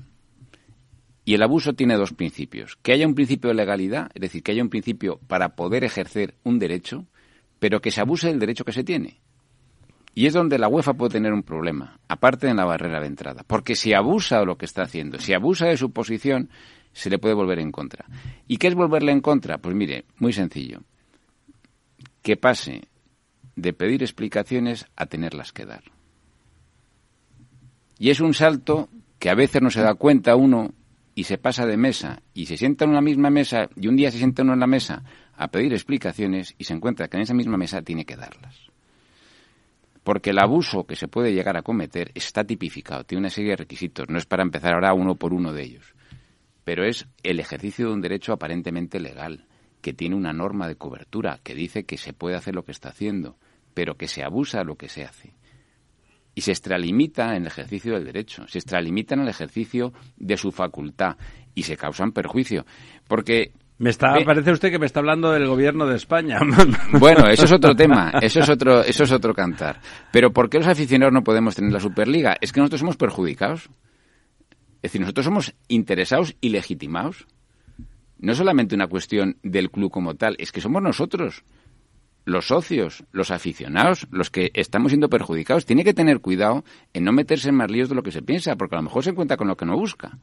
Y el abuso tiene dos principios. Que haya un principio de legalidad, es decir, que haya un principio para poder ejercer un derecho, pero que se abuse del derecho que se tiene. Y es donde la UEFA puede tener un problema, aparte de la barrera de entrada. Porque si abusa de lo que está haciendo, si abusa de su posición, se le puede volver en contra. ¿Y qué es volverle en contra? Pues mire, muy sencillo. Que pase de pedir explicaciones a tenerlas que dar. Y es un salto que a veces no se da cuenta uno y se pasa de mesa y se sienta en una misma mesa y un día se sienta uno en la mesa a pedir explicaciones y se encuentra que en esa misma mesa tiene que darlas. Porque el abuso que se puede llegar a cometer está tipificado, tiene una serie de requisitos. No es para empezar ahora uno por uno de ellos. Pero es el ejercicio de un derecho aparentemente legal, que tiene una norma de cobertura, que dice que se puede hacer lo que está haciendo, pero que se abusa de lo que se hace. Y se extralimita en el ejercicio del derecho, se extralimita en el ejercicio de su facultad y se causan perjuicio. Porque... Me está, ¿Ve? Parece usted que me está hablando del gobierno de España. Bueno, eso es otro tema, eso es otro, eso es otro cantar. Pero ¿por qué los aficionados no podemos tener la Superliga? Es que nosotros somos perjudicados. Es decir, nosotros somos interesados y legitimados. No es solamente una cuestión del club como tal, es que somos nosotros, los socios, los aficionados, los que estamos siendo perjudicados. Tiene que tener cuidado en no meterse en más líos de lo que se piensa, porque a lo mejor se encuentra con lo que no busca.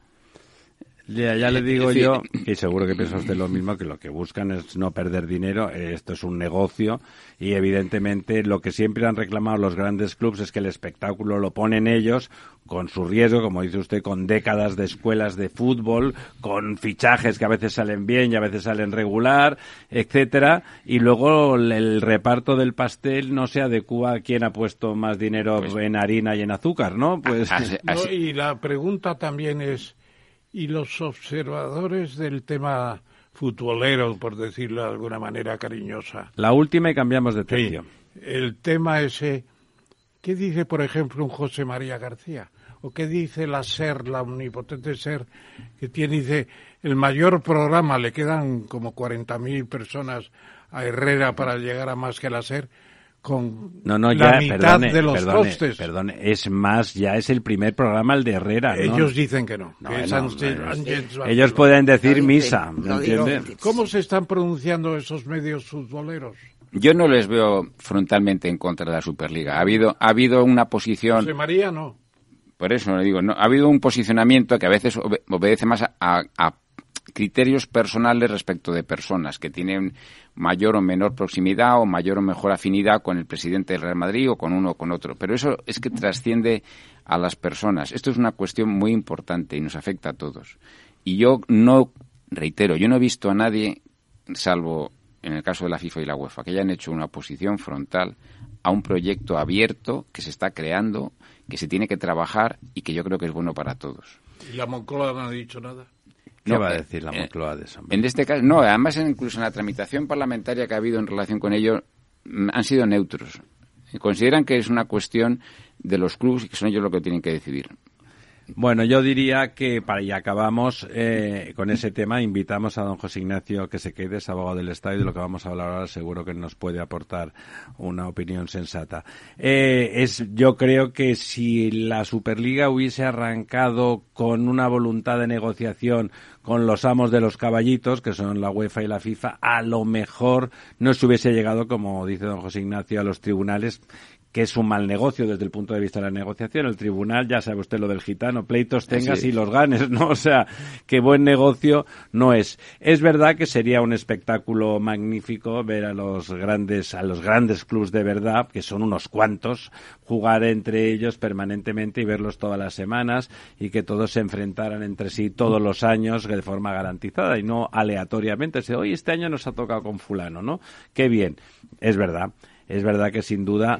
Ya, ya le digo yo, y seguro que piensa usted lo mismo, que lo que buscan es no perder dinero. Esto es un negocio y evidentemente lo que siempre han reclamado los grandes clubes es que el espectáculo lo ponen ellos con su riesgo, como dice usted, con décadas de escuelas de fútbol, con fichajes que a veces salen bien y a veces salen regular, etcétera, y luego el reparto del pastel no se adecua a quién ha puesto más dinero pues, en harina y en azúcar, ¿no? Pues así, así. No, y la pregunta también es, ¿y los observadores del tema futbolero, por decirlo de alguna manera cariñosa? La última y cambiamos de tercio. Sí, el tema ese, ¿qué dice, por ejemplo, un José María García? ¿O qué dice la SER, la omnipotente SER, que tiene, dice, el mayor programa, le quedan como cuarenta mil personas a Herrera para llegar a más que la SER, con no, no, la ya, mitad perdone, de los perdone, costes. Perdone, es más, ya es el primer programa el de Herrera, ¿no? Ellos dicen que no. no, que no, Sánchez, no Sánchez, no ellos pueden decir no misa, dicen, ¿me no entiende? dicen. ¿Cómo se están pronunciando esos medios futboleros? Yo no les veo frontalmente en contra de la Superliga. Ha habido, ha habido una posición... José María no. Por eso le digo, no, ha habido un posicionamiento que a veces obe- obedece más a, a, criterios personales respecto de personas que tienen mayor o menor proximidad o mayor o mejor afinidad con el presidente del Real Madrid o con uno o con otro. Pero eso es que trasciende a las personas. Esto es una cuestión muy importante y nos afecta a todos. Y yo no, reitero, yo no he visto a nadie, salvo en el caso de la FIFA y la UEFA, que hayan hecho una oposición frontal a un proyecto abierto que se está creando, que se tiene que trabajar y que yo creo que es bueno para todos. ¿Y la Moncloa no ha dicho nada? ¿Qué No, va a eh, decir la eh, Moncloa de eso? En este caso, no, además incluso en la tramitación parlamentaria que ha habido en relación con ello, mm, han sido neutros. Consideran que es una cuestión de los clubes y que son ellos los que tienen que decidir. Bueno, yo diría que para y acabamos eh, con ese tema, invitamos a don José Ignacio que se quede, es abogado del Estado, y de lo que vamos a hablar ahora seguro que nos puede aportar una opinión sensata. Eh, es, yo creo que si la Superliga hubiese arrancado con una voluntad de negociación con los amos de los caballitos, que son la UEFA y la FIFA, a lo mejor no se hubiese llegado, como dice don José Ignacio, a los tribunales, que es un mal negocio desde el punto de vista de la negociación. El tribunal, ya sabe usted lo del gitano, pleitos tengas y los ganes, ¿no? O sea, que buen negocio no es. Es verdad que sería un espectáculo magnífico ver a los grandes, a los grandes clubes de verdad, que son unos cuantos, jugar entre ellos permanentemente y verlos todas las semanas y que todos se enfrentaran entre sí todos los años de forma garantizada y no aleatoriamente. O hoy este año nos ha tocado con fulano, ¿no? Qué bien. Es verdad. Es verdad que sin duda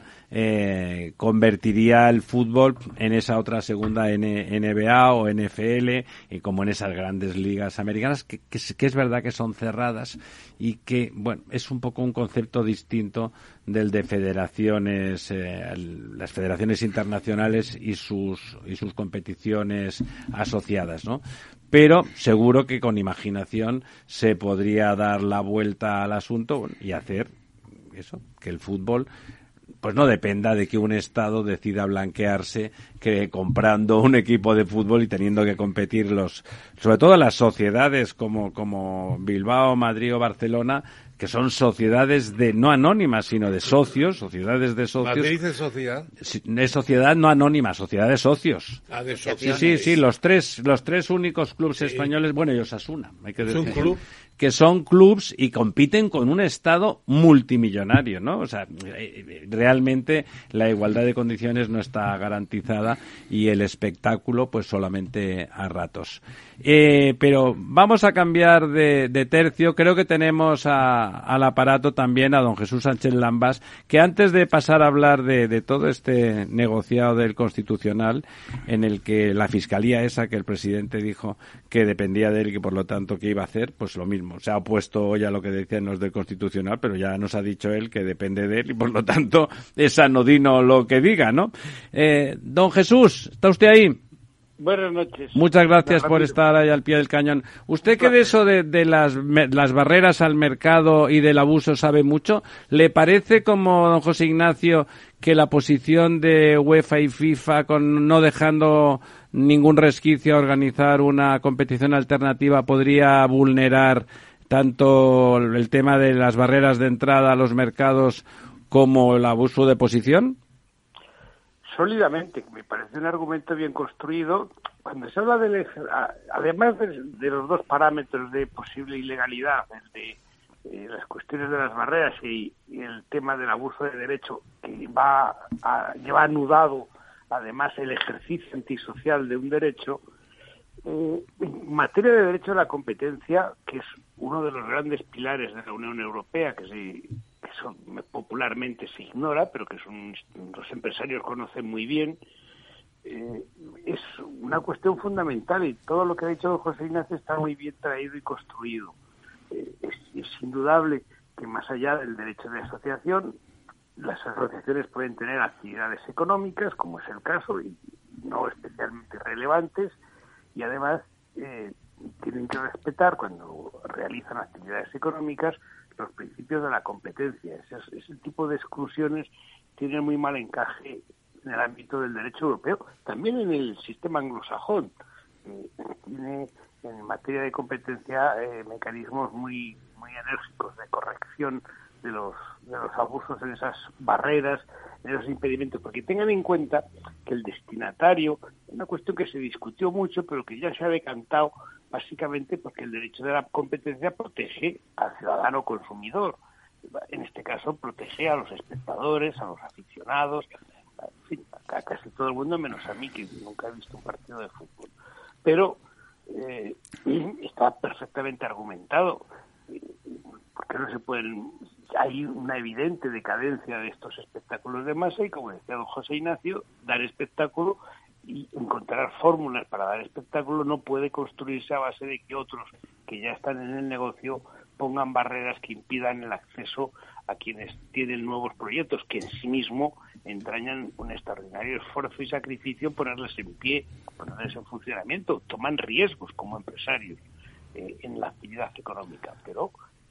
eh, convertiría el fútbol en esa otra segunda N B A o N F L y como en esas grandes ligas americanas que, que, que es verdad que son cerradas y que, bueno, es un poco un concepto distinto del de federaciones, eh, las federaciones internacionales y sus y sus competiciones asociadas, ¿no? Pero seguro que con imaginación se podría dar la vuelta al asunto y hacer eso, que el fútbol pues no dependa de que un Estado decida blanquearse que comprando un equipo de fútbol y teniendo que competir los, sobre todo las sociedades como, como Bilbao, Madrid o Barcelona, que son sociedades de no anónimas, sino de socios, sociedades de socios. ¿Madrid es sociedad? Es sociedad no anónima, sociedad de socios. Ah, de Sí, sociedad. sí, sí, los tres, los tres únicos clubes Sí. españoles, bueno, y Osasuna, hay que ¿Es decir. un club? Que son clubs y compiten con un Estado multimillonario, ¿no? O sea, realmente la igualdad de condiciones no está garantizada y el espectáculo, pues solamente a ratos. Eh, pero vamos a cambiar de, de tercio. Creo que tenemos a, al aparato también a don Jesús Sánchez Lambas, que antes de pasar a hablar de, de todo este negociado del Constitucional, en el que la Fiscalía esa que el presidente dijo que dependía de él y que por lo tanto que iba a hacer, pues lo mismo. Se ha opuesto hoy a lo que decían los del Constitucional, pero ya nos ha dicho él que depende de él y por lo tanto es anodino lo que diga, ¿no? Eh, don Jesús, ¿está usted ahí? Buenas noches. Muchas gracias por estar ahí al pie del cañón. ¿Usted que de eso de, de las, las barreras al mercado y del abuso sabe mucho? ¿Le parece, como don José Ignacio, que la posición de UEFA y FIFA con no dejando ningún resquicio a organizar una competición alternativa podría vulnerar tanto el tema de las barreras de entrada a los mercados como el abuso de posición? Sólidamente, que me parece un argumento bien construido. Cuando se habla de, además de, de los dos parámetros de posible ilegalidad, el de eh, las cuestiones de las barreras y, y el tema del abuso de derecho, que va a, lleva anudado además el ejercicio antisocial de un derecho, eh, en materia de derecho a la competencia, que es uno de los grandes pilares de la Unión Europea, que se que son, popularmente se ignora, pero que son, los empresarios conocen muy bien, eh, es una cuestión fundamental y todo lo que ha dicho don José Ignacio está muy bien traído y construido. Eh, es, es indudable que más allá del derecho de asociación, las asociaciones pueden tener actividades económicas, como es el caso, y no especialmente relevantes, y además eh, tienen que respetar, cuando realizan actividades económicas, los principios de la competencia. Ese, ese tipo de exclusiones tienen muy mal encaje en el ámbito del derecho europeo, también en el sistema anglosajón. Eh, tiene en materia de competencia eh, mecanismos muy muy enérgicos de corrección de los de los abusos en esas barreras, en esos impedimentos, porque tengan en cuenta que el destinatario una cuestión que se discutió mucho, pero que ya se ha decantado básicamente porque el derecho de la competencia protege al ciudadano consumidor. En este caso, protege a los espectadores, a los aficionados, en fin, a casi todo el mundo, menos a mí, que nunca he visto un partido de fútbol. Pero eh, está perfectamente argumentado, porque no se pueden... Hay una evidente decadencia de estos espectáculos de masa y, como decía don José Ignacio, dar espectáculo y encontrar fórmulas para dar espectáculo no puede construirse a base de que otros que ya están en el negocio pongan barreras que impidan el acceso a quienes tienen nuevos proyectos, que en sí mismo entrañan un extraordinario esfuerzo y sacrificio ponerles en pie, ponerles en funcionamiento, toman riesgos como empresarios eh, en la actividad económica, pero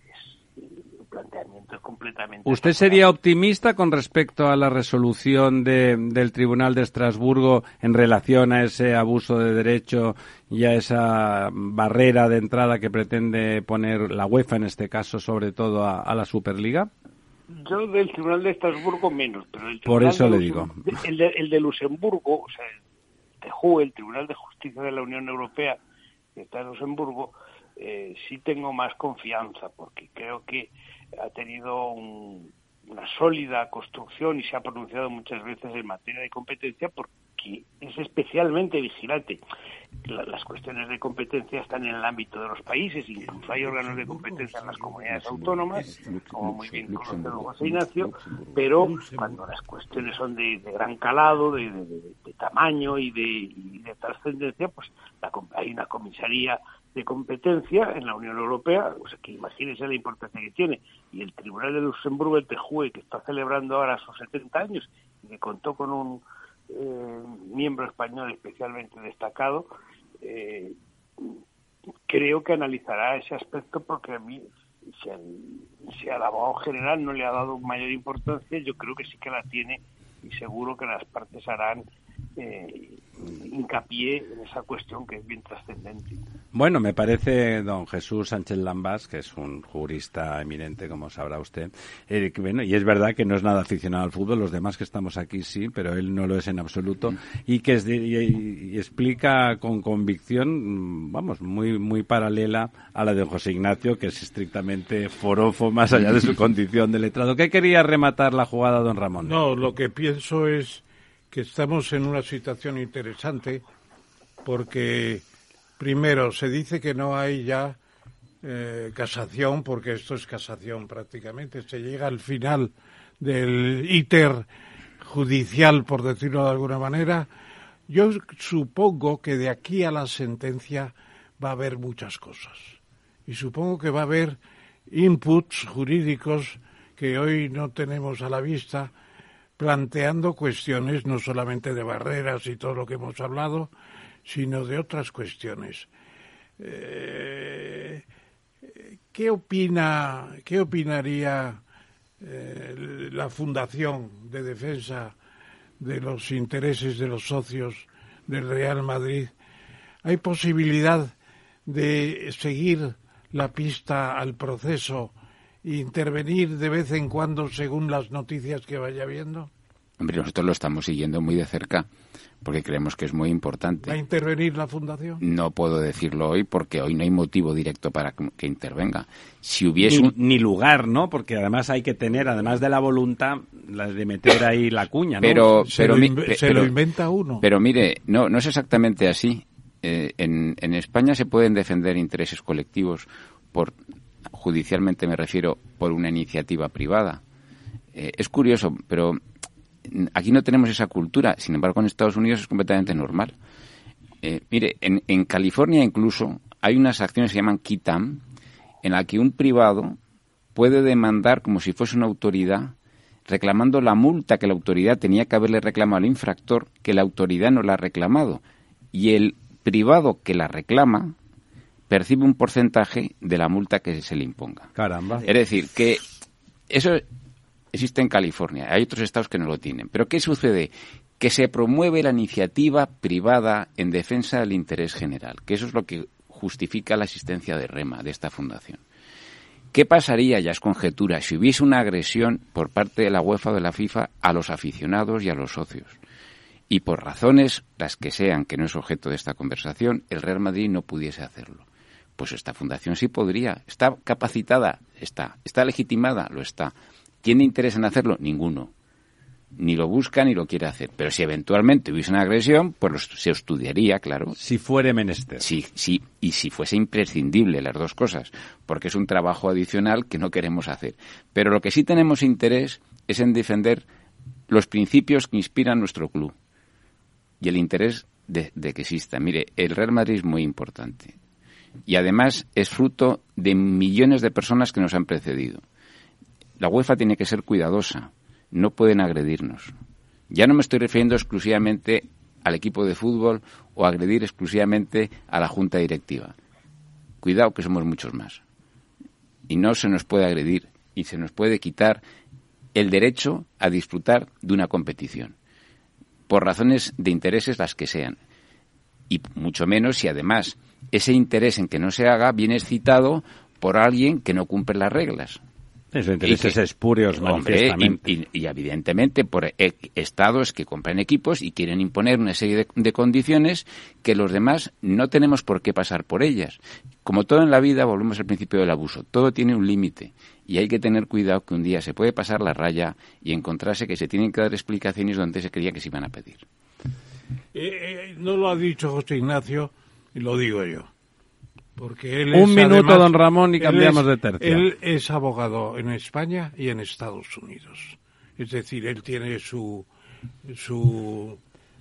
el planteamiento es completamente... ¿Usted sería optimista con respecto a la resolución de, del Tribunal de Estrasburgo en relación a ese abuso de derecho y a esa barrera de entrada que pretende poner la UEFA, en este caso, sobre todo a, a la Superliga? Yo del Tribunal de Estrasburgo menos, pero el Por eso le digo. El de, el de Luxemburgo, o sea, el T J U E, el Tribunal de Justicia de la Unión Europea, que está en Luxemburgo, Eh, sí tengo más confianza porque creo que ha tenido un, una sólida construcción y se ha pronunciado muchas veces en materia de competencia porque es especialmente vigilante. La, las cuestiones de competencia están en el ámbito de los países, incluso hay órganos de competencia en las comunidades autónomas, como muy bien conoce don José Ignacio, pero cuando las cuestiones son de, de gran calado, de, de, de, de tamaño y de, y de trascendencia, pues la, hay una comisaría de competencia en la Unión Europea, o sea, que imagínense la importancia que tiene, y el Tribunal de Luxemburgo, el T J U E, que está celebrando ahora sus setenta años y que contó con un eh, miembro español especialmente destacado, eh, creo que analizará ese aspecto porque a mí, si al, si al abogado general no le ha dado mayor importancia, yo creo que sí que la tiene y seguro que las partes harán eh, hincapié en esa cuestión que es bien trascendente. Bueno, me parece don Jesús Sánchez Lambás, que es un jurista eminente, como sabrá usted, eh, que, bueno, y es verdad que no es nada aficionado al fútbol, los demás que estamos aquí sí, pero él no lo es en absoluto, y que es de, y, y explica con convicción, vamos, muy muy paralela a la de don José Ignacio, que es estrictamente forofo, más allá de su condición de letrado. ¿Qué quería rematar la jugada, don Ramón? No, lo que pienso es que estamos en una situación interesante porque, primero, se dice que no hay ya eh, casación, porque esto es casación prácticamente. Se llega al final del íter judicial, por decirlo de alguna manera. Yo supongo que de aquí a la sentencia va a haber muchas cosas. Y supongo que va a haber inputs jurídicos que hoy no tenemos a la vista, planteando cuestiones no solamente de barreras y todo lo que hemos hablado, sino de otras cuestiones. Eh, ¿Qué opina, qué opinaría eh, la Fundación de Defensa de los Intereses de los Socios del Real Madrid? ¿Hay posibilidad de seguir la pista al proceso e intervenir de vez en cuando según las noticias que vaya viendo? Hombre, nosotros lo estamos siguiendo muy de cerca porque creemos que es muy importante. ¿Va a intervenir la Fundación? No puedo decirlo hoy porque hoy no hay motivo directo para que intervenga. Si hubiese ni, un... ni lugar, ¿no? Porque además hay que tener, además de la voluntad, la de meter ahí la cuña, ¿no? Pero, se pero, lo, mi, inv- se pero, lo inventa uno. Pero mire, no, no es exactamente así. Eh, en, en España se pueden defender intereses colectivos por, judicialmente me refiero, por una iniciativa privada. Eh, es curioso, pero aquí no tenemos esa cultura. Sin embargo, en Estados Unidos es completamente normal. Eh, mire, en, en California incluso hay unas acciones que se llaman qui tam, en la que un privado puede demandar como si fuese una autoridad, reclamando la multa que la autoridad tenía que haberle reclamado al infractor, que la autoridad no la ha reclamado. Y el privado que la reclama percibe un porcentaje de la multa que se le imponga. Caramba. Es decir, que eso existe en California, hay otros estados que no lo tienen. Pero ¿qué sucede? Que se promueve la iniciativa privada en defensa del interés general, que eso es lo que justifica la existencia de REMA, de esta fundación. ¿Qué pasaría, ya es conjetura, si hubiese una agresión por parte de la UEFA o de la FIFA a los aficionados y a los socios? y por razones, las que sean, que no es objeto de esta conversación, el Real Madrid no pudiese hacerlo. Pues esta fundación sí podría. ¿Está capacitada? Está. ¿Está legitimada? Lo está. ¿Tiene interés en hacerlo? Ninguno. Ni lo busca ni lo quiere hacer. Pero si eventualmente hubiese una agresión, pues se estudiaría, claro. Si fuere menester. Sí, sí, y si fuese imprescindible las dos cosas, porque es un trabajo adicional que no queremos hacer. Pero lo que sí tenemos interés es en defender los principios que inspiran nuestro club y el interés de, de que exista. Mire, el Real Madrid es muy importante y además es fruto de millones de personas que nos han precedido. La UEFA tiene que ser cuidadosa, no pueden agredirnos. Ya no me estoy refiriendo exclusivamente al equipo de fútbol o agredir exclusivamente a la junta directiva. Cuidado que somos muchos más. Y no se nos puede agredir y se nos puede quitar el derecho a disfrutar de una competición, por razones de intereses las que sean. Y mucho menos si además ese interés en que no se haga viene excitado por alguien que no cumple las reglas. Eso, intereses espurios, manifiestamente. Y, y, y evidentemente por e- estados que compran equipos y quieren imponer una serie de, de condiciones que los demás no tenemos por qué pasar por ellas. Como todo en la vida, volvemos al principio del abuso. Todo tiene un límite y hay que tener cuidado que un día se puede pasar la raya y encontrarse que se tienen que dar explicaciones donde se creía que se iban a pedir. Eh, eh, no lo ha dicho José Ignacio y lo digo yo. Porque él Un es, minuto, además, don Ramón, y cambiamos es, de tercio. Él es abogado en España y en Estados Unidos. Es decir, él tiene su, su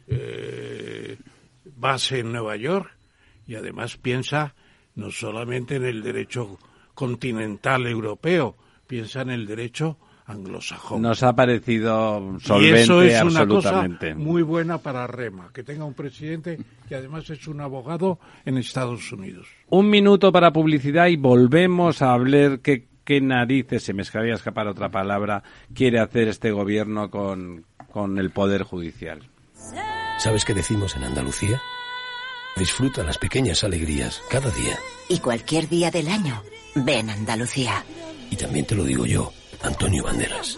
eh, base en Nueva York y además piensa no solamente en el derecho continental europeo, piensa en el derecho anglosajón. Nos ha parecido solvente, y eso es absolutamente. Una cosa muy buena para Rema, que tenga un presidente que además es un abogado en Estados Unidos. Un minuto para publicidad y volvemos a hablar qué, qué narices, se me había escapar otra palabra, quiere hacer este gobierno con, con el Poder Judicial. ¿Sabes qué decimos en Andalucía? Disfruta las pequeñas alegrías cada día. Y cualquier día del año, ven Andalucía. Y también te lo digo yo, Antonio Banderas.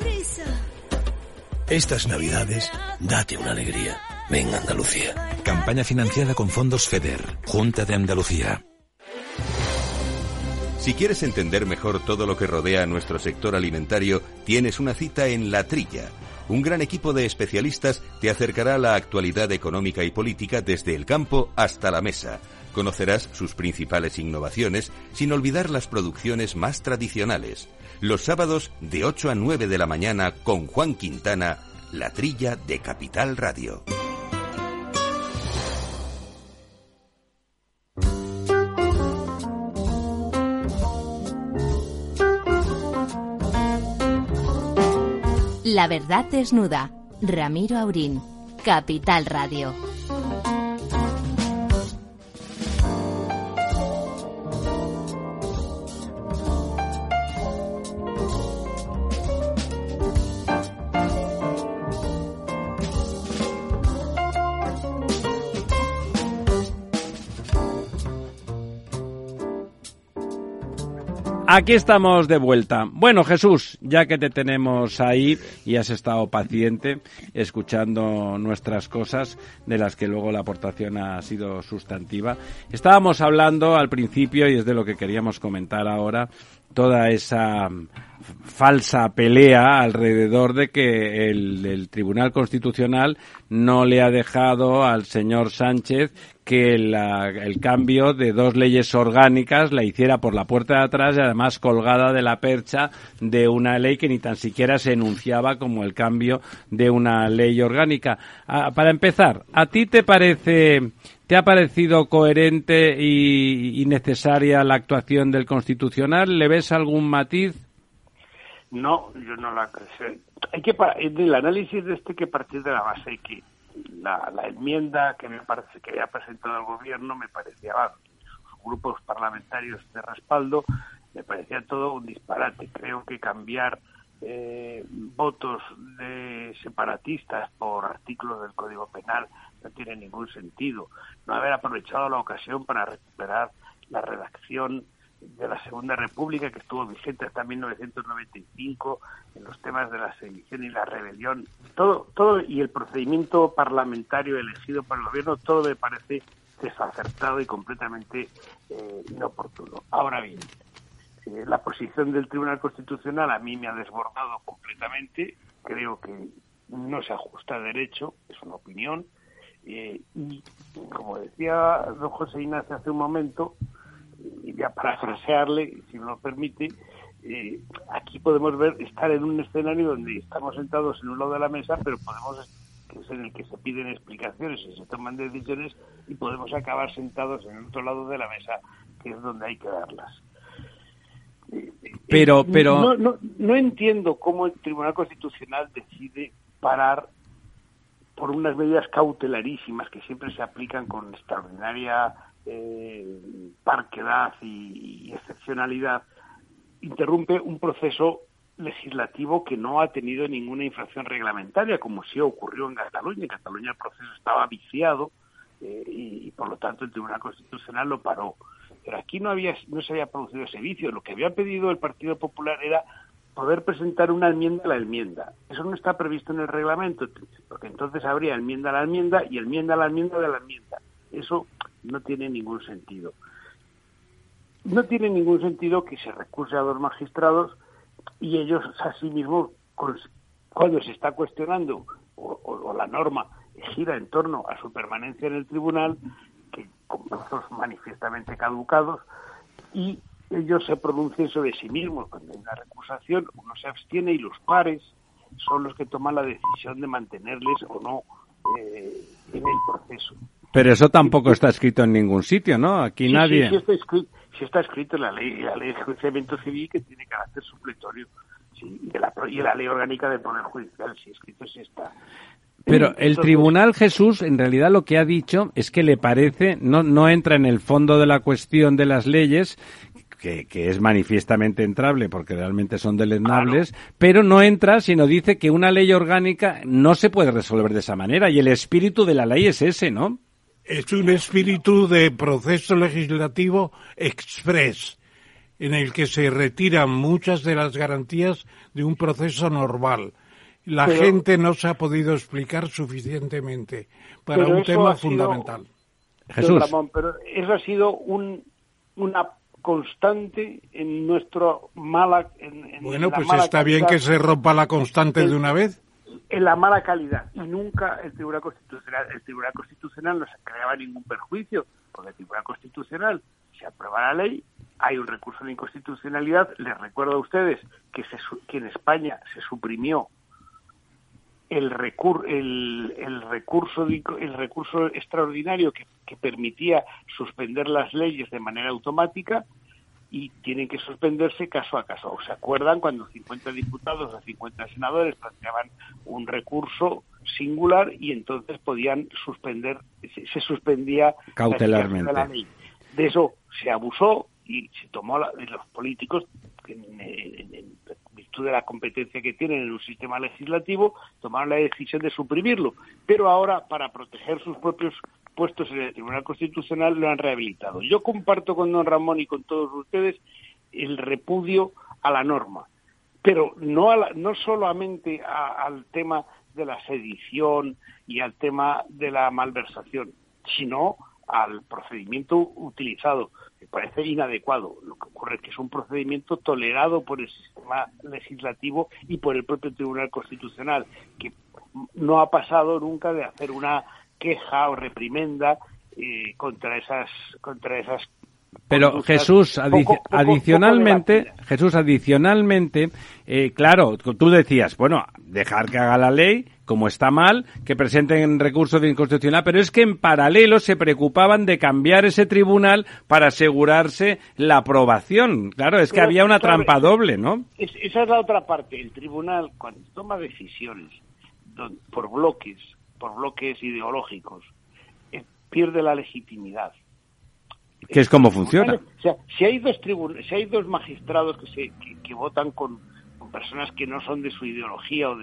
Estas Navidades, date una alegría. Ven Andalucía. Campaña financiada con fondos FEDER, Junta de Andalucía. Si quieres entender mejor todo lo que rodea a nuestro sector alimentario, tienes una cita en La Trilla. Un gran equipo de especialistas te acercará a la actualidad económica y política desde el campo hasta la mesa. Conocerás sus principales innovaciones sin olvidar las producciones más tradicionales. Los sábados de ocho a nueve de la mañana con Juan Quintana, La Trilla de Capital Radio. La verdad desnuda. Ramiro Aurín, Capital Radio. Aquí estamos de vuelta. Bueno, Jesús, ya que te tenemos ahí y has estado paciente escuchando nuestras cosas, de las que luego la aportación ha sido sustantiva, estábamos hablando al principio, y es de lo que queríamos comentar ahora, toda esa falsa pelea alrededor de que el, el Tribunal Constitucional no le ha dejado al señor Sánchez que la, el cambio de dos leyes orgánicas la hiciera por la puerta de atrás y además colgada de la percha de una ley que ni tan siquiera se enunciaba como el cambio de una ley orgánica. Ah, para empezar, ¿a ti te parece, te ha parecido coherente y, y necesaria la actuación del Constitucional? ¿Le ves algún matiz? No, yo no la creo. Hay que, en el análisis de este, hay que partir de la base que la, la enmienda que me parece que había presentado el gobierno me parecía, los grupos parlamentarios de respaldo, me parecía todo un disparate. Creo que cambiar eh, votos de separatistas por artículos del Código Penal no tiene ningún sentido. No haber aprovechado la ocasión para recuperar la redacción de la Segunda República, que estuvo vigente hasta mil novecientos noventa y cinco, en los temas de la sedición y la rebelión, todo, todo y el procedimiento parlamentario elegido por el gobierno, todo me parece desacertado y completamente eh, inoportuno. Ahora bien, eh, la posición del Tribunal Constitucional a mí me ha desbordado completamente, creo que no se ajusta a derecho, es una opinión, eh, y como decía don José Ignacio hace un momento, y voy a parafrasearle, si me lo permite, eh, aquí podemos ver estar en un escenario donde estamos sentados en un lado de la mesa, pero podemos, que es en el que se piden explicaciones y se toman decisiones, y podemos acabar sentados en el otro lado de la mesa, que es donde hay que darlas. Pero, pero... No, no, no entiendo cómo el Tribunal Constitucional decide parar por unas medidas cautelarísimas que siempre se aplican con extraordinaria eh, parquedad y, y excepcionalidad, interrumpe un proceso legislativo que no ha tenido ninguna infracción reglamentaria, como sí ocurrió en Cataluña. En Cataluña el proceso estaba viciado eh, y, y por lo tanto el Tribunal Constitucional lo paró. Pero aquí no había no se había producido ese vicio. Lo que había pedido el Partido Popular era poder presentar una enmienda a la enmienda. Eso no está previsto en el reglamento, porque entonces habría enmienda a la enmienda y enmienda a la enmienda de la enmienda. Eso no tiene ningún sentido. No tiene ningún sentido que se recurse a dos magistrados y ellos asimismo, cuando se está cuestionando o, o, o la norma gira en torno a su permanencia en el tribunal, que con plazos manifiestamente caducados, y ellos se pronuncian sobre sí mismos. Cuando hay una recusación, uno se abstiene y los pares son los que toman la decisión de mantenerles o no eh, en el proceso. Pero eso tampoco está escrito en ningún sitio, ¿no? Aquí sí, nadie... Sí, sí, está escrito, sí está escrito en la ley, la ley de enjuiciamiento civil, que tiene carácter supletorio, sí, y, la, y la ley orgánica del Poder Judicial, sí escrito, sí está. Pero el Entonces, Tribunal, Jesús, en realidad lo que ha dicho es que le parece, no, no entra en el fondo de la cuestión de las leyes, que, que es manifiestamente entrable porque realmente son deleznables, claro, pero no entra, sino dice que una ley orgánica no se puede resolver de esa manera, y el espíritu de la ley es ese, ¿no? Es un espíritu de proceso legislativo express, en el que se retiran muchas de las garantías de un proceso normal. La pero, gente no se ha podido explicar suficientemente para un tema fundamental. Sido, Jesús. Ramón, pero eso ha sido un, una constante en nuestro mala... En, en bueno, la pues mala está calidad, bien que se rompa la constante en, de una vez. En la mala calidad. Y nunca el Tribunal Constitucional, el Tribunal Constitucional no se creaba ningún perjuicio, porque el Tribunal Constitucional se aprueba la ley, hay un recurso de inconstitucionalidad. Les recuerdo a ustedes que, se, que en España se suprimió el recur el, el recurso de, el recurso extraordinario que, que permitía suspender las leyes de manera automática, y tienen que suspenderse caso a caso. ¿Se acuerdan cuando cincuenta diputados o cincuenta senadores planteaban un recurso singular y entonces podían suspender, se, se suspendía cautelarmente la ley? De eso se abusó y se tomó la, de los políticos, en, en, en virtud de la competencia que tienen en un sistema legislativo, tomaron la decisión de suprimirlo. Pero ahora, para proteger sus propios puestos en el Tribunal Constitucional, lo han rehabilitado. Yo comparto con don Ramón y con todos ustedes el repudio a la norma, pero no, a la, no solamente a, al tema de la sedición y al tema de la malversación, sino al procedimiento utilizado. Me parece inadecuado. Lo que ocurre es que es un procedimiento tolerado por el sistema legislativo y por el propio Tribunal Constitucional, que no ha pasado nunca de hacer una queja o reprimenda eh, contra esas contra esas pero Jesús, adic poco, poco, adicionalmente, poco Jesús, adicionalmente, eh, claro, tú decías, bueno, dejar que haga la ley, como está mal, que presenten recursos de inconstitucionalidad, pero es que en paralelo se preocupaban de cambiar ese tribunal para asegurarse la aprobación. Claro, es que pero, había una claro, trampa doble, ¿no? Es, esa es la otra parte. El tribunal, cuando toma decisiones don, por bloques, por bloques ideológicos, eh, pierde la legitimidad. ¿Qué es cómo funciona? O sea, si hay dos tribun si hay dos magistrados que se que, que votan con, con personas que no son de su ideología o de su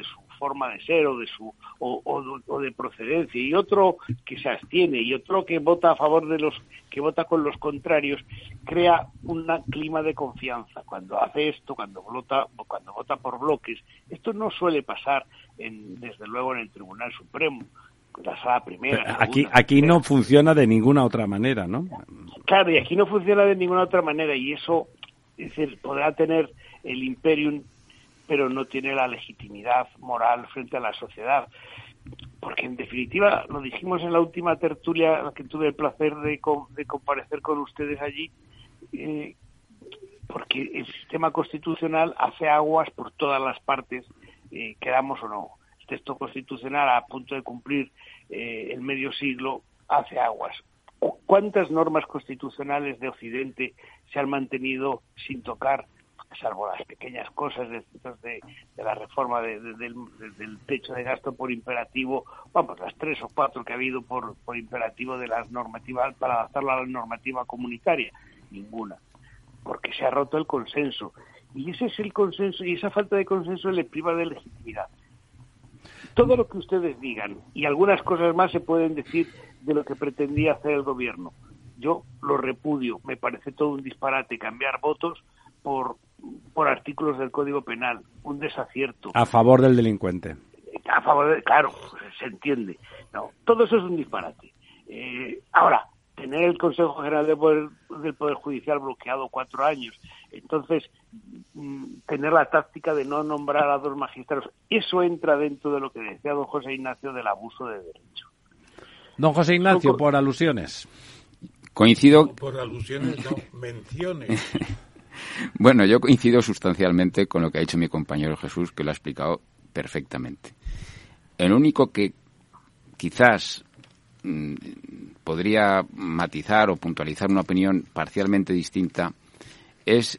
forma de ser o de su o, o, o de procedencia, y otro que se abstiene y otro que vota a favor de los que vota con los contrarios, crea un clima de confianza. Cuando hace esto, cuando vota cuando vota por bloques, esto no suele pasar en, desde luego en el Tribunal Supremo, la sala primera. Segunda, aquí aquí tercera. No funciona de ninguna otra manera, ¿no? Claro, y aquí no funciona de ninguna otra manera, y eso, es decir, podrá tener el imperium, pero no tiene la legitimidad moral frente a la sociedad. Porque, en definitiva, lo dijimos en la última tertulia a la que tuve el placer de, de comparecer con ustedes allí, eh, porque el sistema constitucional hace aguas por todas las partes, eh, queramos o no. El texto constitucional, a punto de cumplir eh, el medio siglo, hace aguas. ¿Cuántas normas constitucionales de Occidente se han mantenido sin tocar, salvo las pequeñas cosas de, de, de la reforma de, de, del, de, del techo de gasto por imperativo, vamos, las tres o cuatro que ha habido por, por imperativo de las normativas, para adaptarla a la normativa comunitaria? Ninguna, porque se ha roto el consenso, y ese es el consenso, y esa falta de consenso le priva de legitimidad. Todo lo que ustedes digan, y algunas cosas más se pueden decir de lo que pretendía hacer el gobierno, yo lo repudio, me parece todo un disparate cambiar votos por por artículos del Código Penal, un desacierto. A favor del delincuente. A favor de, claro, se entiende. No, todo eso es un disparate. Eh, ahora, tener el Consejo General del Poder, del Poder Judicial bloqueado cuatro años, entonces mm, tener la táctica de no nombrar a dos magistrados, eso entra dentro de lo que decía don José Ignacio del abuso de derecho. Don José Ignacio, por alusiones. Coincido. No, por alusiones, no, menciones. Bueno, yo coincido sustancialmente con lo que ha dicho mi compañero Jesús, que lo ha explicado perfectamente. El único que quizás mmm, podría matizar o puntualizar una opinión parcialmente distinta es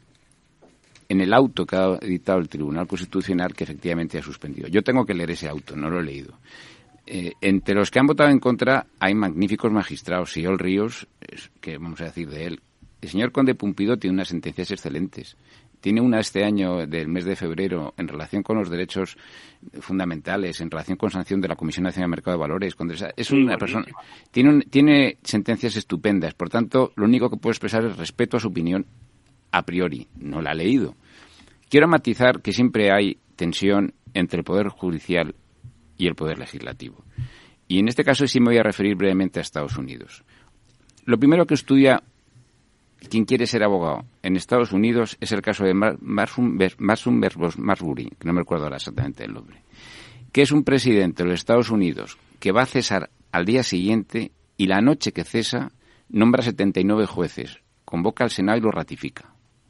en el auto que ha editado el Tribunal Constitucional, que efectivamente ha suspendido. Yo tengo que leer ese auto, no lo he leído. Eh, entre los que han votado en contra hay magníficos magistrados. Siol Ríos, que vamos a decir de él. El señor Conde Pumpido tiene unas sentencias excelentes. Tiene una este año, del mes de febrero, en relación con los derechos fundamentales, en relación con sanción de la Comisión Nacional de Mercado de Valores. Es una persona, tiene, un, tiene sentencias estupendas. Por tanto, lo único que puedo expresar es respeto a su opinión a priori. No la he leído. Quiero matizar que siempre hay tensión entre el Poder Judicial y el Poder Legislativo. Y en este caso sí me voy a referir brevemente a Estados Unidos. Lo primero que estudia quien quiere ser abogado en Estados Unidos es el caso de Marsum versus Marbury, que no me recuerdo ahora exactamente el nombre, que es un presidente de los Estados Unidos que va a cesar al día siguiente y la noche que cesa nombra setenta y nueve jueces, convoca al Senado y lo ratifica.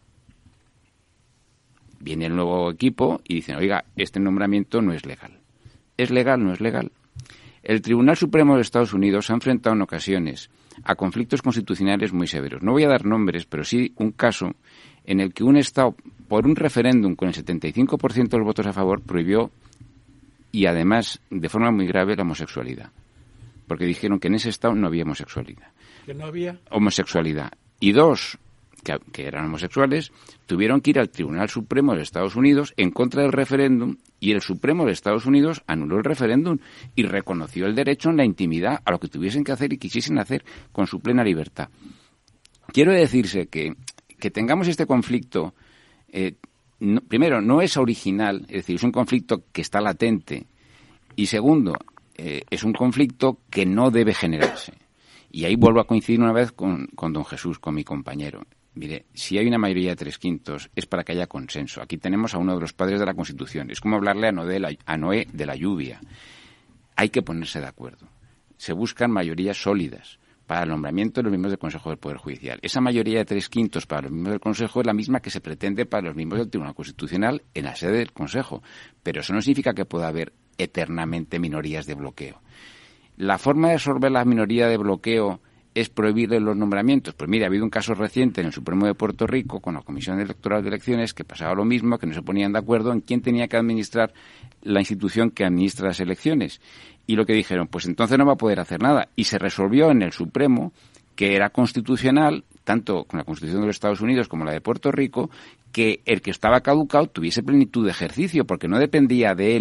Viene el nuevo equipo y dicen, oiga, este nombramiento no es legal. ¿Es legal? No es legal. El Tribunal Supremo de Estados Unidos se ha enfrentado en ocasiones a conflictos constitucionales muy severos. No voy a dar nombres, pero sí un caso en el que un Estado, por un referéndum con el setenta y cinco por ciento de los votos a favor, prohibió, y además de forma muy grave, la homosexualidad. Porque dijeron que en ese Estado no había homosexualidad. ¿Que no había? Homosexualidad. Y dos, que, que eran homosexuales, tuvieron que ir al Tribunal Supremo de Estados Unidos en contra del referéndum, y el Supremo de Estados Unidos anuló el referéndum y reconoció el derecho en la intimidad a lo que tuviesen que hacer y quisiesen hacer con su plena libertad. Quiero decirse que, que tengamos este conflicto, eh, no, primero, no es original, es decir, es un conflicto que está latente, y segundo, eh, es un conflicto que no debe generarse. Y ahí vuelvo a coincidir una vez con, con don Jesús, con mi compañero. Mire, si hay una mayoría de tres quintos es para que haya consenso. Aquí tenemos a uno de los padres de la Constitución. Es como hablarle a Noé de la, a Noé de la lluvia. Hay que ponerse de acuerdo. Se buscan mayorías sólidas para el nombramiento de los miembros del Consejo del Poder Judicial. Esa mayoría de tres quintos para los miembros del Consejo es la misma que se pretende para los miembros del Tribunal Constitucional en la sede del Consejo. Pero eso no significa que pueda haber eternamente minorías de bloqueo. La forma de resolver la minoría de bloqueo es prohibirle los nombramientos. Pues mire, ha habido un caso reciente en el Supremo de Puerto Rico con la Comisión Electoral de Elecciones que pasaba lo mismo, que no se ponían de acuerdo en quién tenía que administrar la institución que administra las elecciones. Y lo que dijeron, pues entonces no va a poder hacer nada. Y se resolvió en el Supremo que era constitucional, tanto con la Constitución de los Estados Unidos como la de Puerto Rico, que el que estaba caducado tuviese plenitud de ejercicio, porque no dependía de él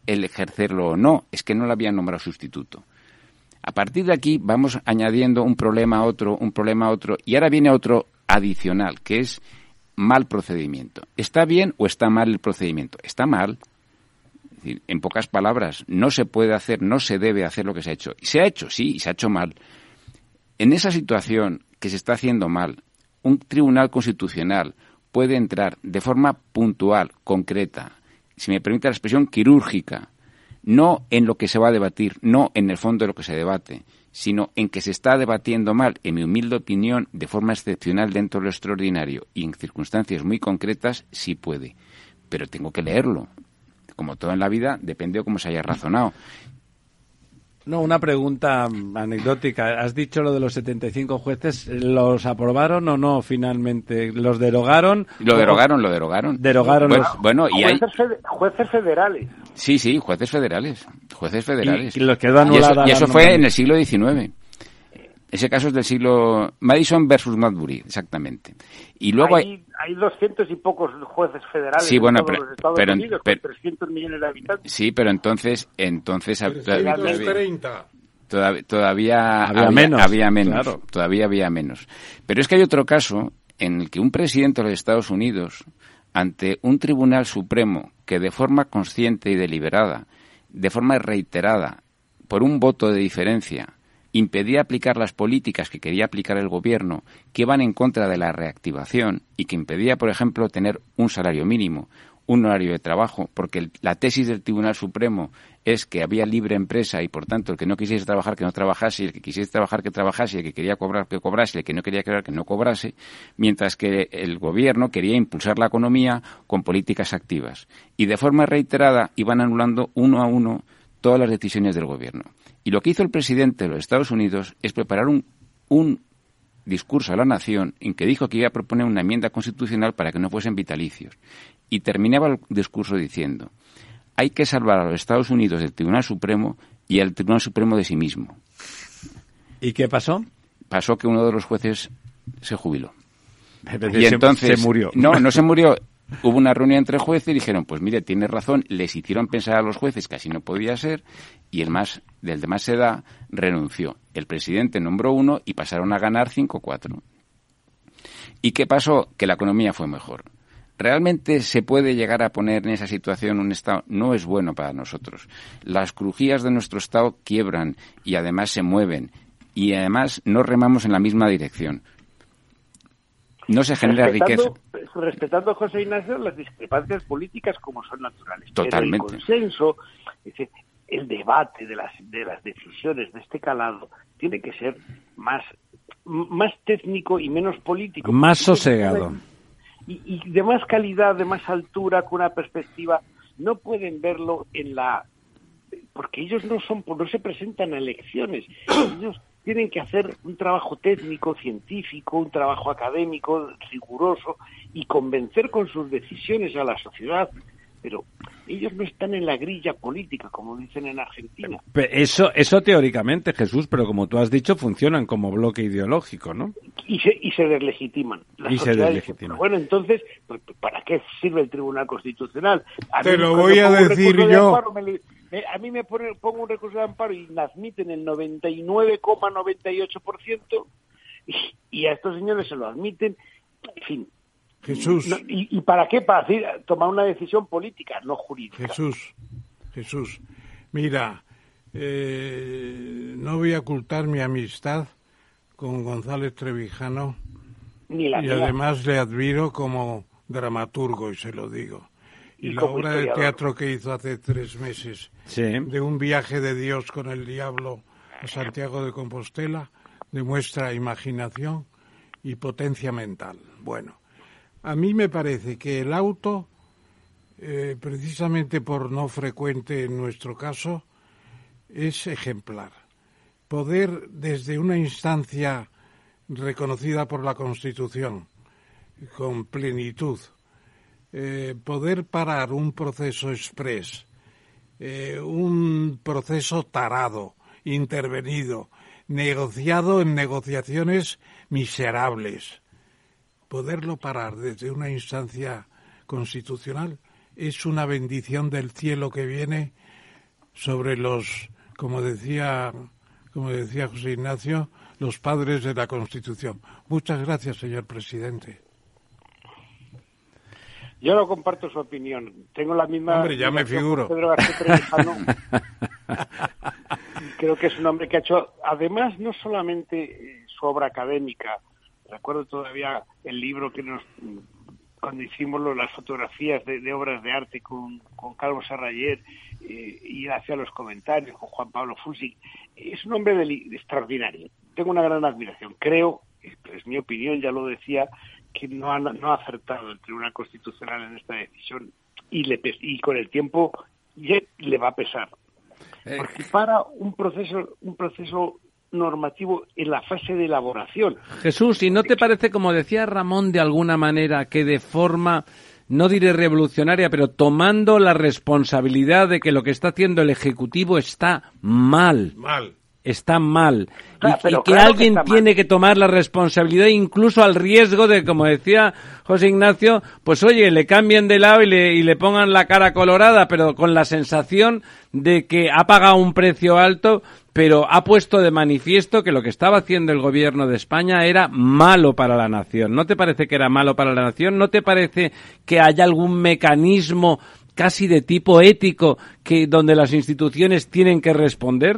el ejercerlo o no, es que no le habían nombrado sustituto. A partir de aquí vamos añadiendo un problema a otro, un problema a otro, y ahora viene otro adicional, que es mal procedimiento. ¿Está bien o está mal el procedimiento? Está mal. Es decir, en pocas palabras, no se puede hacer, no se debe hacer lo que se ha hecho. Y se ha hecho, sí, y se ha hecho mal. En esa situación que se está haciendo mal, un tribunal constitucional puede entrar de forma puntual, concreta, si me permite la expresión, quirúrgica, no en lo que se va a debatir, no en el fondo de lo que se debate, sino en que se está debatiendo mal, en mi humilde opinión, de forma excepcional dentro de lo extraordinario y en circunstancias muy concretas, sí puede. Pero tengo que leerlo. Como todo en la vida, depende de cómo se haya razonado. No, una pregunta anecdótica. Has dicho lo de los setenta y cinco jueces. ¿Los aprobaron o no finalmente? ¿Los derogaron? Lo derogaron, lo derogaron. Derogaron pues, los... Bueno, y hay... Jueces, fede- jueces federales. Sí, sí, jueces federales. Jueces federales. Y, y los quedó anulada Y eso, y eso la fue norma. en el siglo diecinueve. Ese caso es del siglo... Madison versus Marbury, exactamente. Y luego hay... hay, hay doscientos y pocos jueces federales Sí, bueno, en todos pero- los Estados pero- Unidos, pero- con trescientos millones de habitantes. Sí, pero entonces... entonces trescientos treinta. Todavía, todavía Había menos, había menos, claro. todavía había menos. Pero es que hay otro caso en el que un presidente de los Estados Unidos, ante un tribunal supremo que de forma consciente y deliberada, de forma reiterada, por un voto de diferencia, impedía aplicar las políticas que quería aplicar el gobierno, que iban en contra de la reactivación y que impedía, por ejemplo, tener un salario mínimo, un horario de trabajo, porque el, la tesis del Tribunal Supremo es que había libre empresa y, por tanto, el que no quisiese trabajar, que no trabajase, y el que quisiese trabajar, que trabajase, y el que quería cobrar, que cobrase, y el que no quería cobrar, que no cobrase, mientras que el gobierno quería impulsar la economía con políticas activas. Y de forma reiterada iban anulando uno a uno todas las decisiones del gobierno. Y lo que hizo el presidente de los Estados Unidos es preparar un, un discurso a la nación en que dijo que iba a proponer una enmienda constitucional para que no fuesen vitalicios. Y terminaba el discurso diciendo: hay que salvar a los Estados Unidos del Tribunal Supremo y al Tribunal Supremo de sí mismo. ¿Y qué pasó? Pasó que uno de los jueces se jubiló. Es decir, Y se- entonces... se murió. No, no se murió. Hubo una reunión entre jueces y dijeron, pues mire, tiene razón, les hicieron pensar a los jueces que así no podía ser, y el más del de más edad renunció. El presidente nombró uno y pasaron a ganar cinco cuatro. ¿Y qué pasó? Que la economía fue mejor. ¿Realmente se puede llegar a poner en esa situación un Estado? No es bueno para nosotros. Las crujías de nuestro Estado quiebran y además se mueven, y además no remamos en la misma dirección. No se genera riqueza. Respetando, respetando, José Ignacio, las discrepancias políticas como son naturales. Totalmente. Pero el consenso, es decir, el debate de las, de las decisiones de este calado tiene que ser más, más técnico y menos político. Más sosegado. Y, y de más calidad, de más altura, con una perspectiva. No pueden verlo en la... Porque ellos no son, no se presentan a elecciones. Ellos tienen que hacer un trabajo técnico, científico, un trabajo académico, riguroso, y convencer con sus decisiones a la sociedad. Pero ellos no están en la grilla política, como dicen en Argentina. Pe- Eso, eso teóricamente, Jesús, pero como tú has dicho, funcionan como bloque ideológico, ¿no? Y se, y se deslegitiman. Las Y se sociedades. deslegitiman. Bueno, entonces, pues, ¿para qué sirve el Tribunal Constitucional? A Te mí, lo cuando voy a pongo un decir recurso de yo. amparo, me li- me- a mí me pone, pongo un recurso de amparo y me admiten el noventa y nueve coma noventa y ocho por ciento y, y a estos señores se lo admiten. En fin. Jesús. No, y, ¿Y para qué? Para decir, tomar una decisión política, no jurídica. Jesús, Jesús, mira, eh, no voy a ocultar mi amistad con González Trevijano Ni la y mía. además le admiro como dramaturgo, y se lo digo. Y, Y la como obra de historiador. teatro que hizo hace tres meses, Sí. de un viaje de Dios con el diablo a Santiago de Compostela, demuestra imaginación y potencia mental. Bueno, a mí me parece que el auto, eh, precisamente por no frecuente en nuestro caso, es ejemplar. Poder, desde una instancia reconocida por la Constitución, con plenitud, eh, poder parar un proceso exprés, eh, un proceso tarado, intervenido, negociado en negociaciones miserables, poderlo parar desde una instancia constitucional es una bendición del cielo que viene sobre los, como decía, como decía José Ignacio, los padres de la Constitución. Muchas gracias, señor presidente. Yo no comparto su opinión. Tengo la misma... Hombre, ya me figuro. Pedro García Trevijano. Creo que es un hombre que ha hecho, además, no solamente su obra académica. Recuerdo todavía el libro que nos... cuando hicimos lo, las fotografías de, de obras de arte con, con Calvo Serrayer eh, y hacía los comentarios con Juan Pablo Fusi. Es un hombre de, de extraordinario. Tengo una gran admiración. Creo, es, es mi opinión, ya lo decía, que no ha, no ha acertado el Tribunal Constitucional en esta decisión y, le, y con el tiempo ya le va a pesar. Porque para un proceso, un proceso normativo en la fase de elaboración. Jesús, ¿y no te parece, como decía Ramón, de alguna manera que de forma, no diré revolucionaria, pero tomando la responsabilidad de que lo que está haciendo el Ejecutivo está mal? Mal. Está mal. Claro, y, y que claro alguien que tiene mal. que tomar la responsabilidad, incluso al riesgo de, como decía José Ignacio, pues oye, le cambien de lado y le, y le pongan la cara colorada, pero con la sensación de que ha pagado un precio alto, pero ha puesto de manifiesto que lo que estaba haciendo el gobierno de España era malo para la nación. ¿No te parece que era malo para la nación? ¿No te parece que haya algún mecanismo casi de tipo ético que donde las instituciones tienen que responder?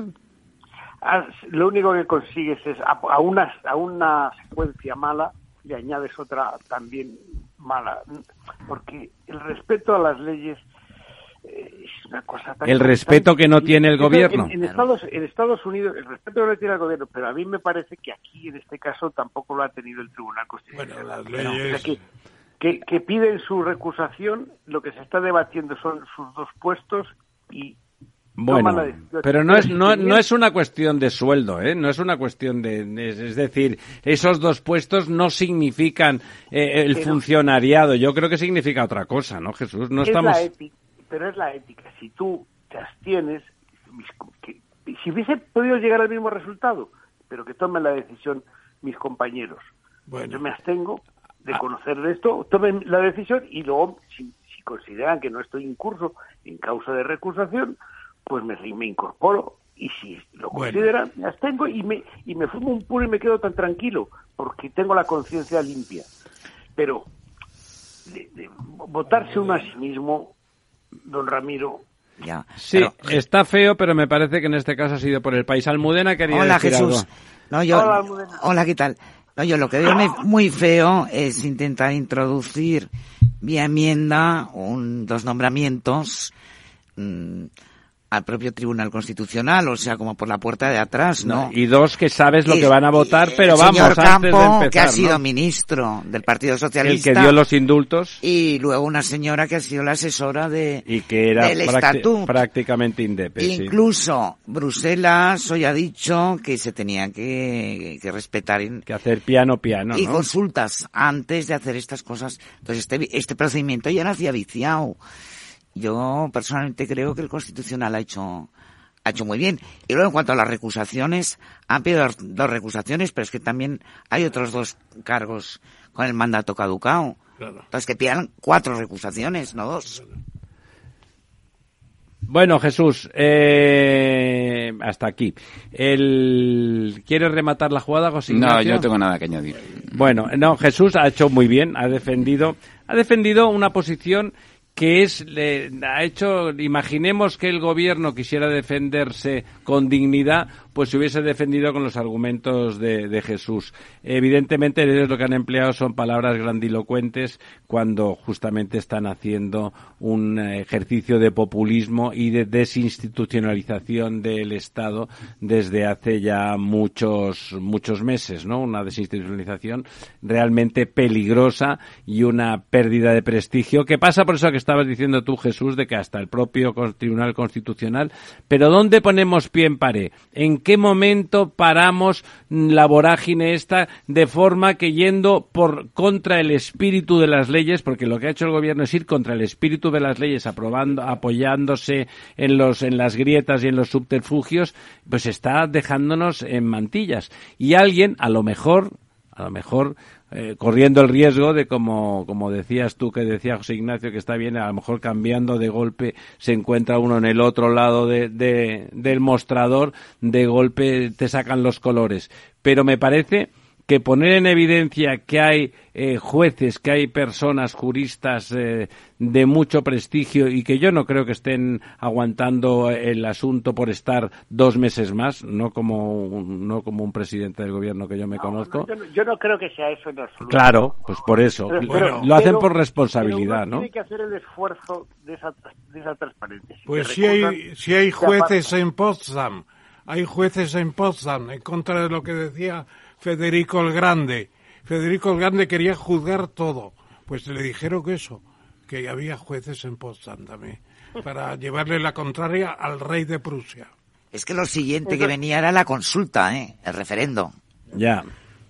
Lo único que consigues es a, a una a una secuencia mala le añades otra también mala, porque el respeto a las leyes eh, es una cosa tan... El respeto que no tiene el gobierno. En, en, Estados, en Estados Unidos, el respeto que no tiene el gobierno, pero a mí me parece que aquí, en este caso, tampoco lo ha tenido el Tribunal Constitucional. Bueno, las leyes... O sea, que, que, que piden su recusación, lo que se está debatiendo son sus dos puestos y... Bueno, pero no es no, no es una cuestión de sueldo, ¿eh? No es una cuestión de... Es, es decir, esos dos puestos no significan eh, el pero, funcionariado. Yo creo que significa otra cosa, ¿no, Jesús? No es estamos... la ética, pero es la ética. Si tú te abstienes, mis, que, si hubiese podido llegar al mismo resultado, pero que tomen la decisión mis compañeros. Bueno. Yo me abstengo de ah. conocer de esto, tomen la decisión y luego, si, si consideran que no estoy incurso en causa de recusación, pues me, me incorporo y si lo bueno. consideran, me abstengo y me, y me fumo un puro y me quedo tan tranquilo porque tengo la conciencia limpia. Pero de, de votarse uno a sí mismo, don Ramiro... Ya, sí, pero... está feo, pero me parece que en este caso ha sido por el país. Almudena quería Hola, decir Jesús. algo. No, yo... Hola, Almudena. Hola, ¿qué tal? No, yo lo que veo muy feo es intentar introducir vía enmienda un, dos nombramientos... Mmm, al propio Tribunal Constitucional, o sea, como por la puerta de atrás, ¿no? no y dos, que sabes lo es, que van a votar, pero el vamos, señor antes Campo, de empezar, que ha sido ¿no? ministro del Partido Socialista. El que dio los indultos. Y luego una señora que ha sido la asesora de y que era del prácti- estatuto. prácticamente independiente. Incluso sí. Bruselas hoy ha dicho que se tenía que, que respetar... En, que hacer piano, piano, Y ¿no? consultas antes de hacer estas cosas. Entonces este, este procedimiento ya nacía viciado. Yo personalmente creo que el Constitucional ha hecho... ha hecho muy bien. Y luego en cuanto a las recusaciones, han pedido dos recusaciones, pero es que también hay otros dos cargos con el mandato caducado. Claro. Entonces que pidan cuatro recusaciones, no dos. Bueno, Jesús, eh, hasta aquí. El... ¿Quieres rematar la jugada, José Ignacio? No, yo no tengo nada que añadir. Bueno, no, Jesús ha hecho muy bien, ha defendido, ha defendido una posición que es, le, ha hecho, imaginemos que el gobierno quisiera defenderse con dignidad, pues se hubiese defendido con los argumentos de, de Jesús. Evidentemente ellos lo que han empleado son palabras grandilocuentes cuando justamente están haciendo un ejercicio de populismo y de desinstitucionalización del Estado desde hace ya muchos, muchos meses, ¿no? Una desinstitucionalización realmente peligrosa y una pérdida de prestigio que pasa por eso que estabas diciendo tú, Jesús, de que hasta el propio Tribunal Constitucional, pero ¿dónde ponemos pie en pared? ¿En qué momento paramos la vorágine esta de forma que yendo por contra el espíritu de las leyes, porque lo que ha hecho el gobierno es ir contra el espíritu de las leyes, aprobando, apoyándose en los en las grietas y en los subterfugios, pues está dejándonos en mantillas. Y alguien, a lo mejor, a lo mejor eh, corriendo el riesgo de, como como decías tú, que decía José Ignacio, que está bien, a lo mejor cambiando de golpe se encuentra uno en el otro lado de, de del mostrador, de golpe te sacan los colores. Pero me parece que poner en evidencia que hay eh, jueces, que hay personas, juristas eh, de mucho prestigio y que yo no creo que estén aguantando el asunto por estar dos meses más, no como un, no como un presidente del gobierno que yo me no, conozco. No, yo, no, yo no creo que sea eso en absoluto. Claro, pues por eso. Pero, pero, lo hacen pero, por responsabilidad, pero uno ¿no? Tiene que hacer el esfuerzo de esa, de esa transparencia. Si pues si hay, si hay jueces en Potsdam, hay jueces en Potsdam en contra de lo que decía Federico el Grande. Federico el Grande quería juzgar todo. Pues le dijeron que eso, que había jueces en Potsdam también, para llevarle la contraria al rey de Prusia. Es que lo siguiente que venía era la consulta, ¿eh? El referendo. Ya.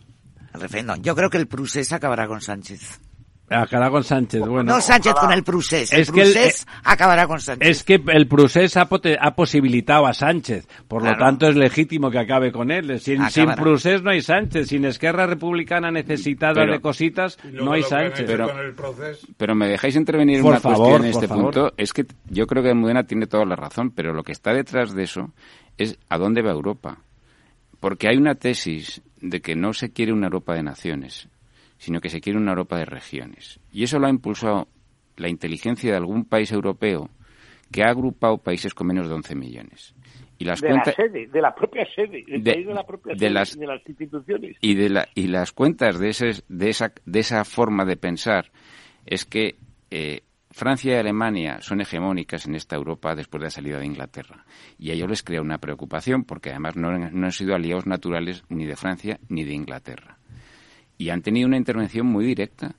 El referendo. Yo creo que el Prusés acabará con Sánchez. Acabará con Sánchez, bueno. No Sánchez con el Prusés, el es que Prusés el, acabará con Sánchez. Es que el Prusés ha, ha posibilitado a Sánchez, por claro. lo tanto es legítimo que acabe con él. Sin, sin Prusés no hay Sánchez, sin Esquerra Republicana necesitada pero, de cositas no hay Sánchez. Pero, pero me dejáis intervenir en por una favor, cuestión en este favor. punto. Es que yo creo que Almudena tiene toda la razón, pero lo que está detrás de eso es a dónde va Europa. Porque hay una tesis de que no se quiere una Europa de naciones, sino que se quiere una Europa de regiones. Y eso lo ha impulsado la inteligencia de algún país europeo que ha agrupado países con menos de once millones. Y las de cuentas, la sede, de la propia sede, el de, país de la propia de sede, las, de las instituciones. Y, de la, y las cuentas de, ese, de, esa, de esa forma de pensar es que eh, Francia y Alemania son hegemónicas en esta Europa después de la salida de Inglaterra. Y a ellos les crea una preocupación porque además no, no han sido aliados naturales ni de Francia ni de Inglaterra. Y han tenido una intervención muy directa.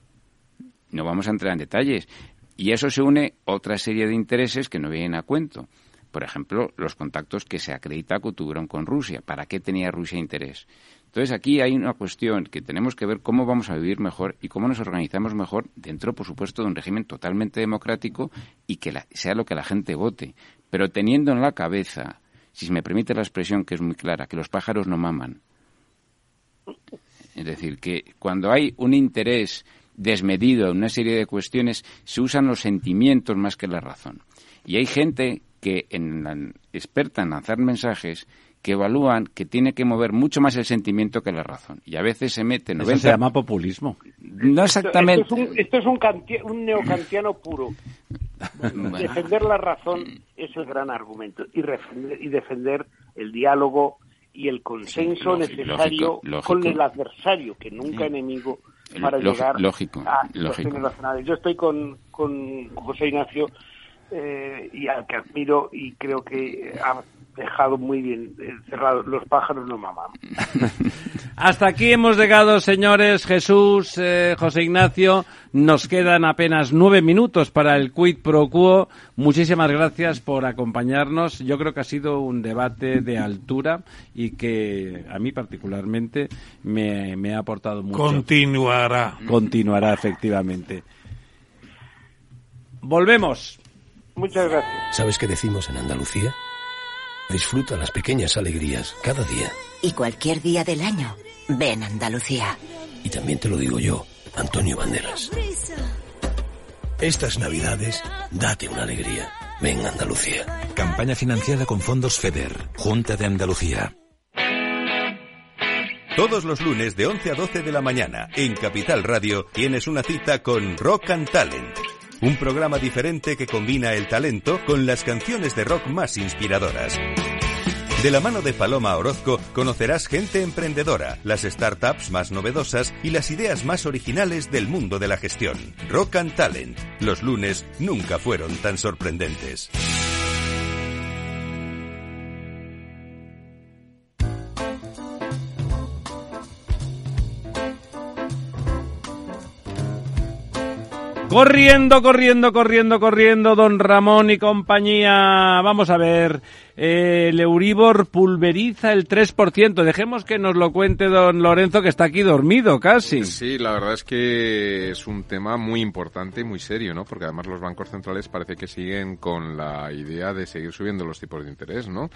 No vamos a entrar en detalles. Y eso se une a otra serie de intereses que no vienen a cuento. Por ejemplo, los contactos que se acredita que tuvieron con Rusia. ¿Para qué tenía Rusia interés? Entonces, aquí hay una cuestión que tenemos que ver cómo vamos a vivir mejor y cómo nos organizamos mejor dentro, por supuesto, de un régimen totalmente democrático y que la, sea lo que la gente vote. Pero teniendo en la cabeza, si se me permite la expresión que es muy clara, que los pájaros no maman. Es decir, que cuando hay un interés desmedido en una serie de cuestiones, se usan los sentimientos más que la razón. Y hay gente que en la, experta en lanzar mensajes que evalúan que tiene que mover mucho más el sentimiento que la razón. Y a veces se mete noventa... Eso se llama populismo. No exactamente. Esto, esto es un, esto es un, canti- un neocantiano puro. Bueno. Defender la razón es el gran argumento. Y, defender, y defender el diálogo y el consenso sí, lógico, necesario lógico, con el adversario, que nunca sí. enemigo, para Lógico, llegar lógico, a situaciones razonables. Yo estoy con, con José Ignacio eh, y al que admiro y creo que ha dejado muy bien cerrado. Los pájaros no maman. Hasta aquí hemos llegado, señores. Jesús, eh, José Ignacio, nos quedan apenas nueve minutos para el quid pro quo. Muchísimas gracias por acompañarnos. Yo creo que ha sido un debate de altura y que a mí particularmente me, me ha aportado mucho. Continuará. Continuará, efectivamente. Volvemos. Muchas gracias. ¿Sabes qué decimos en Andalucía? Disfruta las pequeñas alegrías cada día. Y cualquier día del año, ven Andalucía. Y también te lo digo yo, Antonio Banderas. Estas Navidades, date una alegría. Ven Andalucía. Campaña financiada con fondos FEDER, Junta de Andalucía. Todos los lunes de once a doce de la mañana, en Capital Radio, tienes una cita con Rock and Talent. Un programa diferente que combina el talento con las canciones de rock más inspiradoras. De la mano de Paloma Orozco conocerás gente emprendedora, las startups más novedosas y las ideas más originales del mundo de la gestión. Rock and Talent. Los lunes nunca fueron tan sorprendentes. Corriendo, corriendo, corriendo, corriendo, don Ramón y compañía. Vamos a ver, Eh, el Euribor pulveriza el tres por ciento. Dejemos que nos lo cuente don Lorenzo, que está aquí dormido casi. Sí, la verdad es que es un tema muy importante y muy serio, ¿no? Porque además los bancos centrales parece que siguen con la idea de seguir subiendo los tipos de interés, ¿no?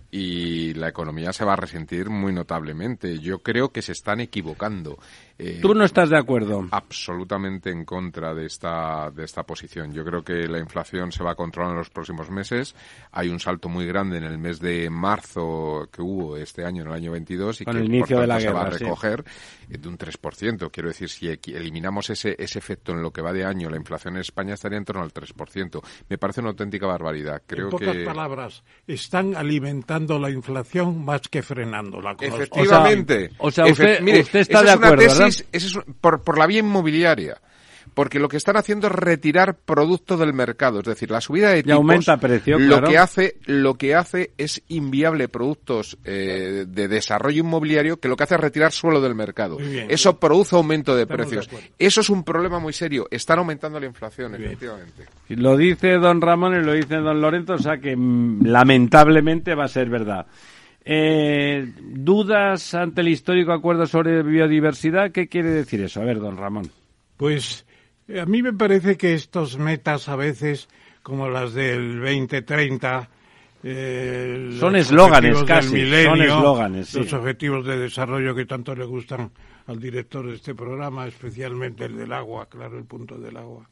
Y la economía se va a resentir muy notablemente. Yo creo que se están equivocando. Eh, ¿Tú no estás de acuerdo? Absolutamente en contra de esta de esta posición. Yo creo que la inflación se va a controlar en los próximos meses. Hay un salto muy grande en el mes de marzo que hubo este año, en el año veintidós, y con que el inicio por tanto de la se guerra, va a recoger sí. de un tres por ciento. Quiero decir, si eliminamos ese ese efecto en lo que va de año, la inflación en España estaría en torno al tres por ciento. Me parece una auténtica barbaridad. Creo en pocas que... palabras, están alimentando la inflación más que frenándola. Efectivamente. O sea, o sea usted, Efe- mire, usted está esa de es una acuerdo, tesis, ¿verdad? esa es un- por, por la vía inmobiliaria. Porque lo que están haciendo es retirar producto del mercado, es decir, la subida de tipos Y aumenta precio, lo claro. que hace lo que hace es inviable productos eh, de desarrollo inmobiliario, que lo que hace es retirar suelo del mercado. Muy bien. Eso produce aumento de Estamos precios. de acuerdo. Eso es un problema muy serio. Están aumentando la inflación, Bien. efectivamente. Lo dice don Ramón y lo dice don Lorenzo, o sea que mm, lamentablemente va a ser verdad. Eh, ¿Dudas ante el histórico acuerdo sobre biodiversidad? ¿Qué quiere decir eso? A ver, don Ramón. Pues a mí me parece que estos metas a veces, como las del veinte treinta, eh, Son los eslóganes objetivos casi, del milenio, son eslóganes, sí. los objetivos de desarrollo que tanto le gustan al director de este programa, especialmente el del agua, claro, el punto del agua.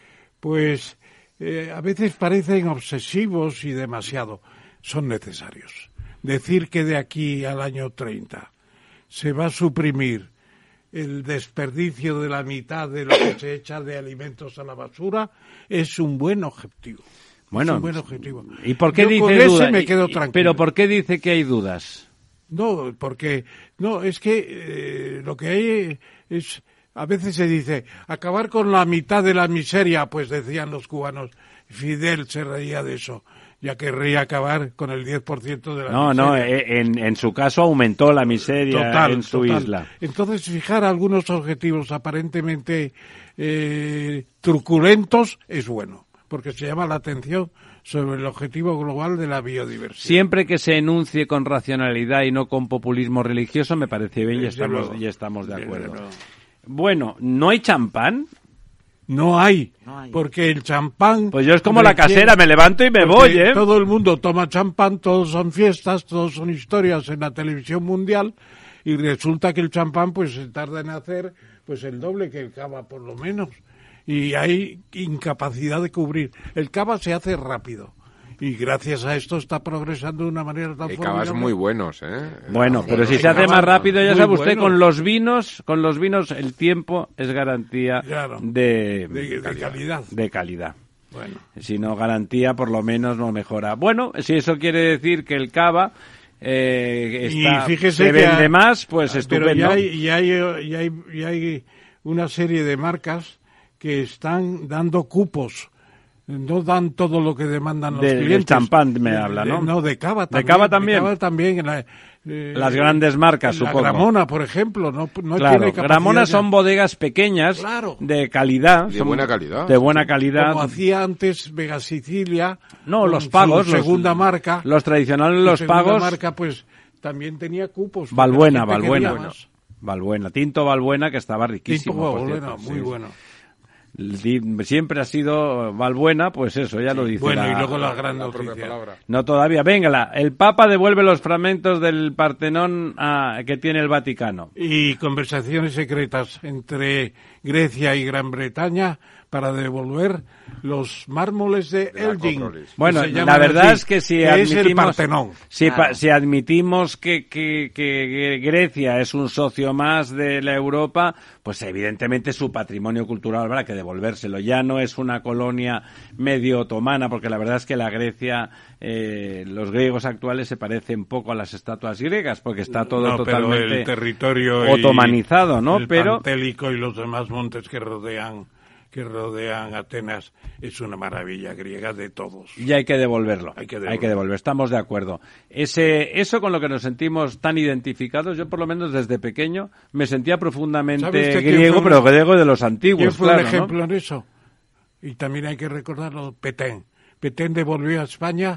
Pues eh, a veces parecen obsesivos y demasiado. Son necesarios. Decir que de aquí al año treinta se va a suprimir el desperdicio de la mitad de lo que se echa de alimentos a la basura es un buen objetivo. Bueno, es un buen objetivo. ¿Y por qué Yo dice con ese dudas? me quedo Y- tranquilo. Pero ¿por qué dice que hay dudas? No, porque no es que eh, lo que hay es a veces se dice acabar con la mitad de la miseria, pues decían los cubanos. Fidel se reía de eso. Ya querría acabar con el diez por ciento de la No, miseria. no, eh, en, en su caso aumentó la miseria Total, en su total. isla. Entonces, fijar algunos objetivos aparentemente eh, truculentos es bueno, porque se llama la atención sobre el objetivo global de la biodiversidad. Siempre que se enuncie con racionalidad y no con populismo religioso, me parece bien y Desde estamos, luego. y estamos de Desde acuerdo. luego. Bueno, ¿no hay champán? No hay, No hay. porque el champán... Pues yo es como la requiere- casera, me levanto y me porque voy, ¿eh? Todo el mundo toma champán, todos son fiestas, todos son historias en la televisión mundial, y resulta que el champán pues se tarda en hacer pues el doble que el cava por lo menos, y hay incapacidad de cubrir. El cava se hace rápido, y gracias a esto está progresando de una manera tan Hay formidable. cavas muy buenos, ¿eh? Bueno, Sí, pero si sí, se hace cavas más rápido, ya muy sabe usted, buenos. con los vinos, con los vinos el tiempo es garantía Claro. de, De- de calidad. de calidad. Bueno. Si no garantía, por lo menos no mejora. Bueno, si eso quiere decir que el cava eh, está, Y fíjese se que vende ha- más, pues pero estupendo. ya hay, y hay, y hay, y hay una serie de marcas que están dando cupos. No dan todo lo que demandan los Del- del clientes. champán me De- habla, de- ¿no? No, de cava ¿De también. cava también? De cava también. La, eh, Las grandes marcas, la supongo. Gramona, por ejemplo, no, no Claro, tiene capacidad. Gramona ya. son bodegas pequeñas, Claro. de calidad. De son- buena calidad. De buena calidad. Como hacía antes Vega Sicilia. No, con los su pagos. los- segunda marca. Los tradicionales, Su los segunda pagos. marca, pues, también tenía cupos. porque Valbuena, la gente quería Valbuena. más. Valbuena, tinto Valbuena, que estaba riquísimo. Tinto por Valbuena, cierto, muy sí. bueno. Di- Siempre ha sido Valbuena, pues eso, ya lo dice. Bueno, la- y luego la gran La propia noticia. palabra. No todavía. Véngala. El Papa devuelve los fragmentos del Partenón a- que tiene el Vaticano. Y conversaciones secretas entre Grecia y Gran Bretaña para devolver los mármoles de, De la Elgin. Acrópolis. que Bueno, se la llaman verdad así, es que si que es el admitimos, Partenón. si, Claro. pa- si admitimos que, que, que Grecia es un socio más de la Europa, pues evidentemente su patrimonio cultural habrá que devolvérselo. Ya no es una colonia medio otomana, porque la verdad es que la Grecia, eh, los griegos actuales se parecen poco a las estatuas griegas, porque está todo No, pero totalmente el territorio y otomanizado, ¿no? el Pero Pantélico y los demás montes que rodean que rodean Atenas es una maravilla griega de todos. y hay que devolverlo. Hay que Hay que devolverlo. devolver. Estamos de acuerdo. Ese, eso con lo que nos sentimos tan identificados, yo por lo menos desde pequeño me sentía ¿Sabe profundamente usted quién griego, fue pero un- griego de los ¿Quién antiguos, fue claro, un ¿no? ejemplo en eso? Y también hay que recordarlo, Petén. Petén devolvió a España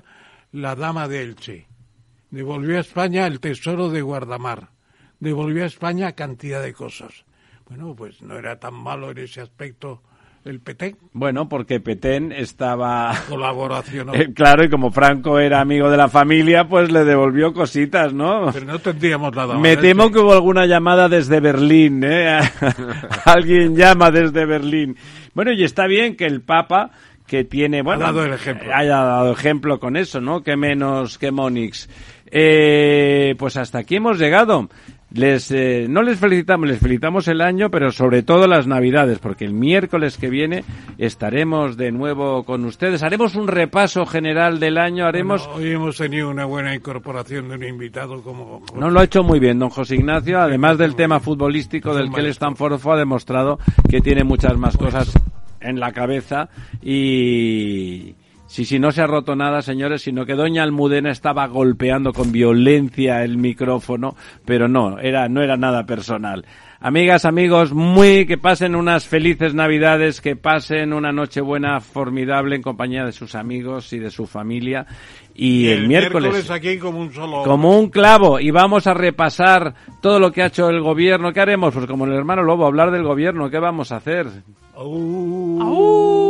la Dama de Elche. Devolvió a España el tesoro de Guardamar. Devolvió a España cantidad de cosas. Bueno, pues no era tan malo en ese aspecto el Petén. Bueno, porque Petén estaba... Colaboración. eh, claro, y como Franco era amigo de la familia, pues le devolvió cositas, ¿no? Pero no tendríamos nada. Me temo que hubo alguna llamada desde Berlín, ¿eh? Alguien llama desde Berlín. Bueno, y está bien que el Papa, que tiene... Bueno, ha dado el ejemplo. Haya dado ejemplo con eso, ¿no? Que menos que Monix. Eh, pues hasta aquí hemos llegado. Les eh, no les felicitamos, les felicitamos el año, pero sobre todo las Navidades, porque el miércoles que viene estaremos de nuevo con ustedes. Haremos un repaso general del año, haremos... Bueno, hoy hemos tenido una buena incorporación de un invitado como... No, lo ha hecho muy bien don José Ignacio, además del tema futbolístico del que él es tan forofo, ha demostrado que tiene muchas más cosas en la cabeza y... Sí, sí, no se ha roto nada, señores, sino que doña Almudena estaba golpeando con violencia el micrófono, pero no, era, no era nada personal. Amigas, amigos, muy que pasen unas felices Navidades, que pasen una Nochebuena formidable en compañía de sus amigos y de su familia. Y, y el, el miércoles, miércoles aquí como un solo como un clavo, y vamos a repasar todo lo que ha hecho el gobierno. ¿Qué haremos? Pues como el hermano Lobo, hablar del gobierno. ¿Qué vamos a hacer? Uh. ¡Au!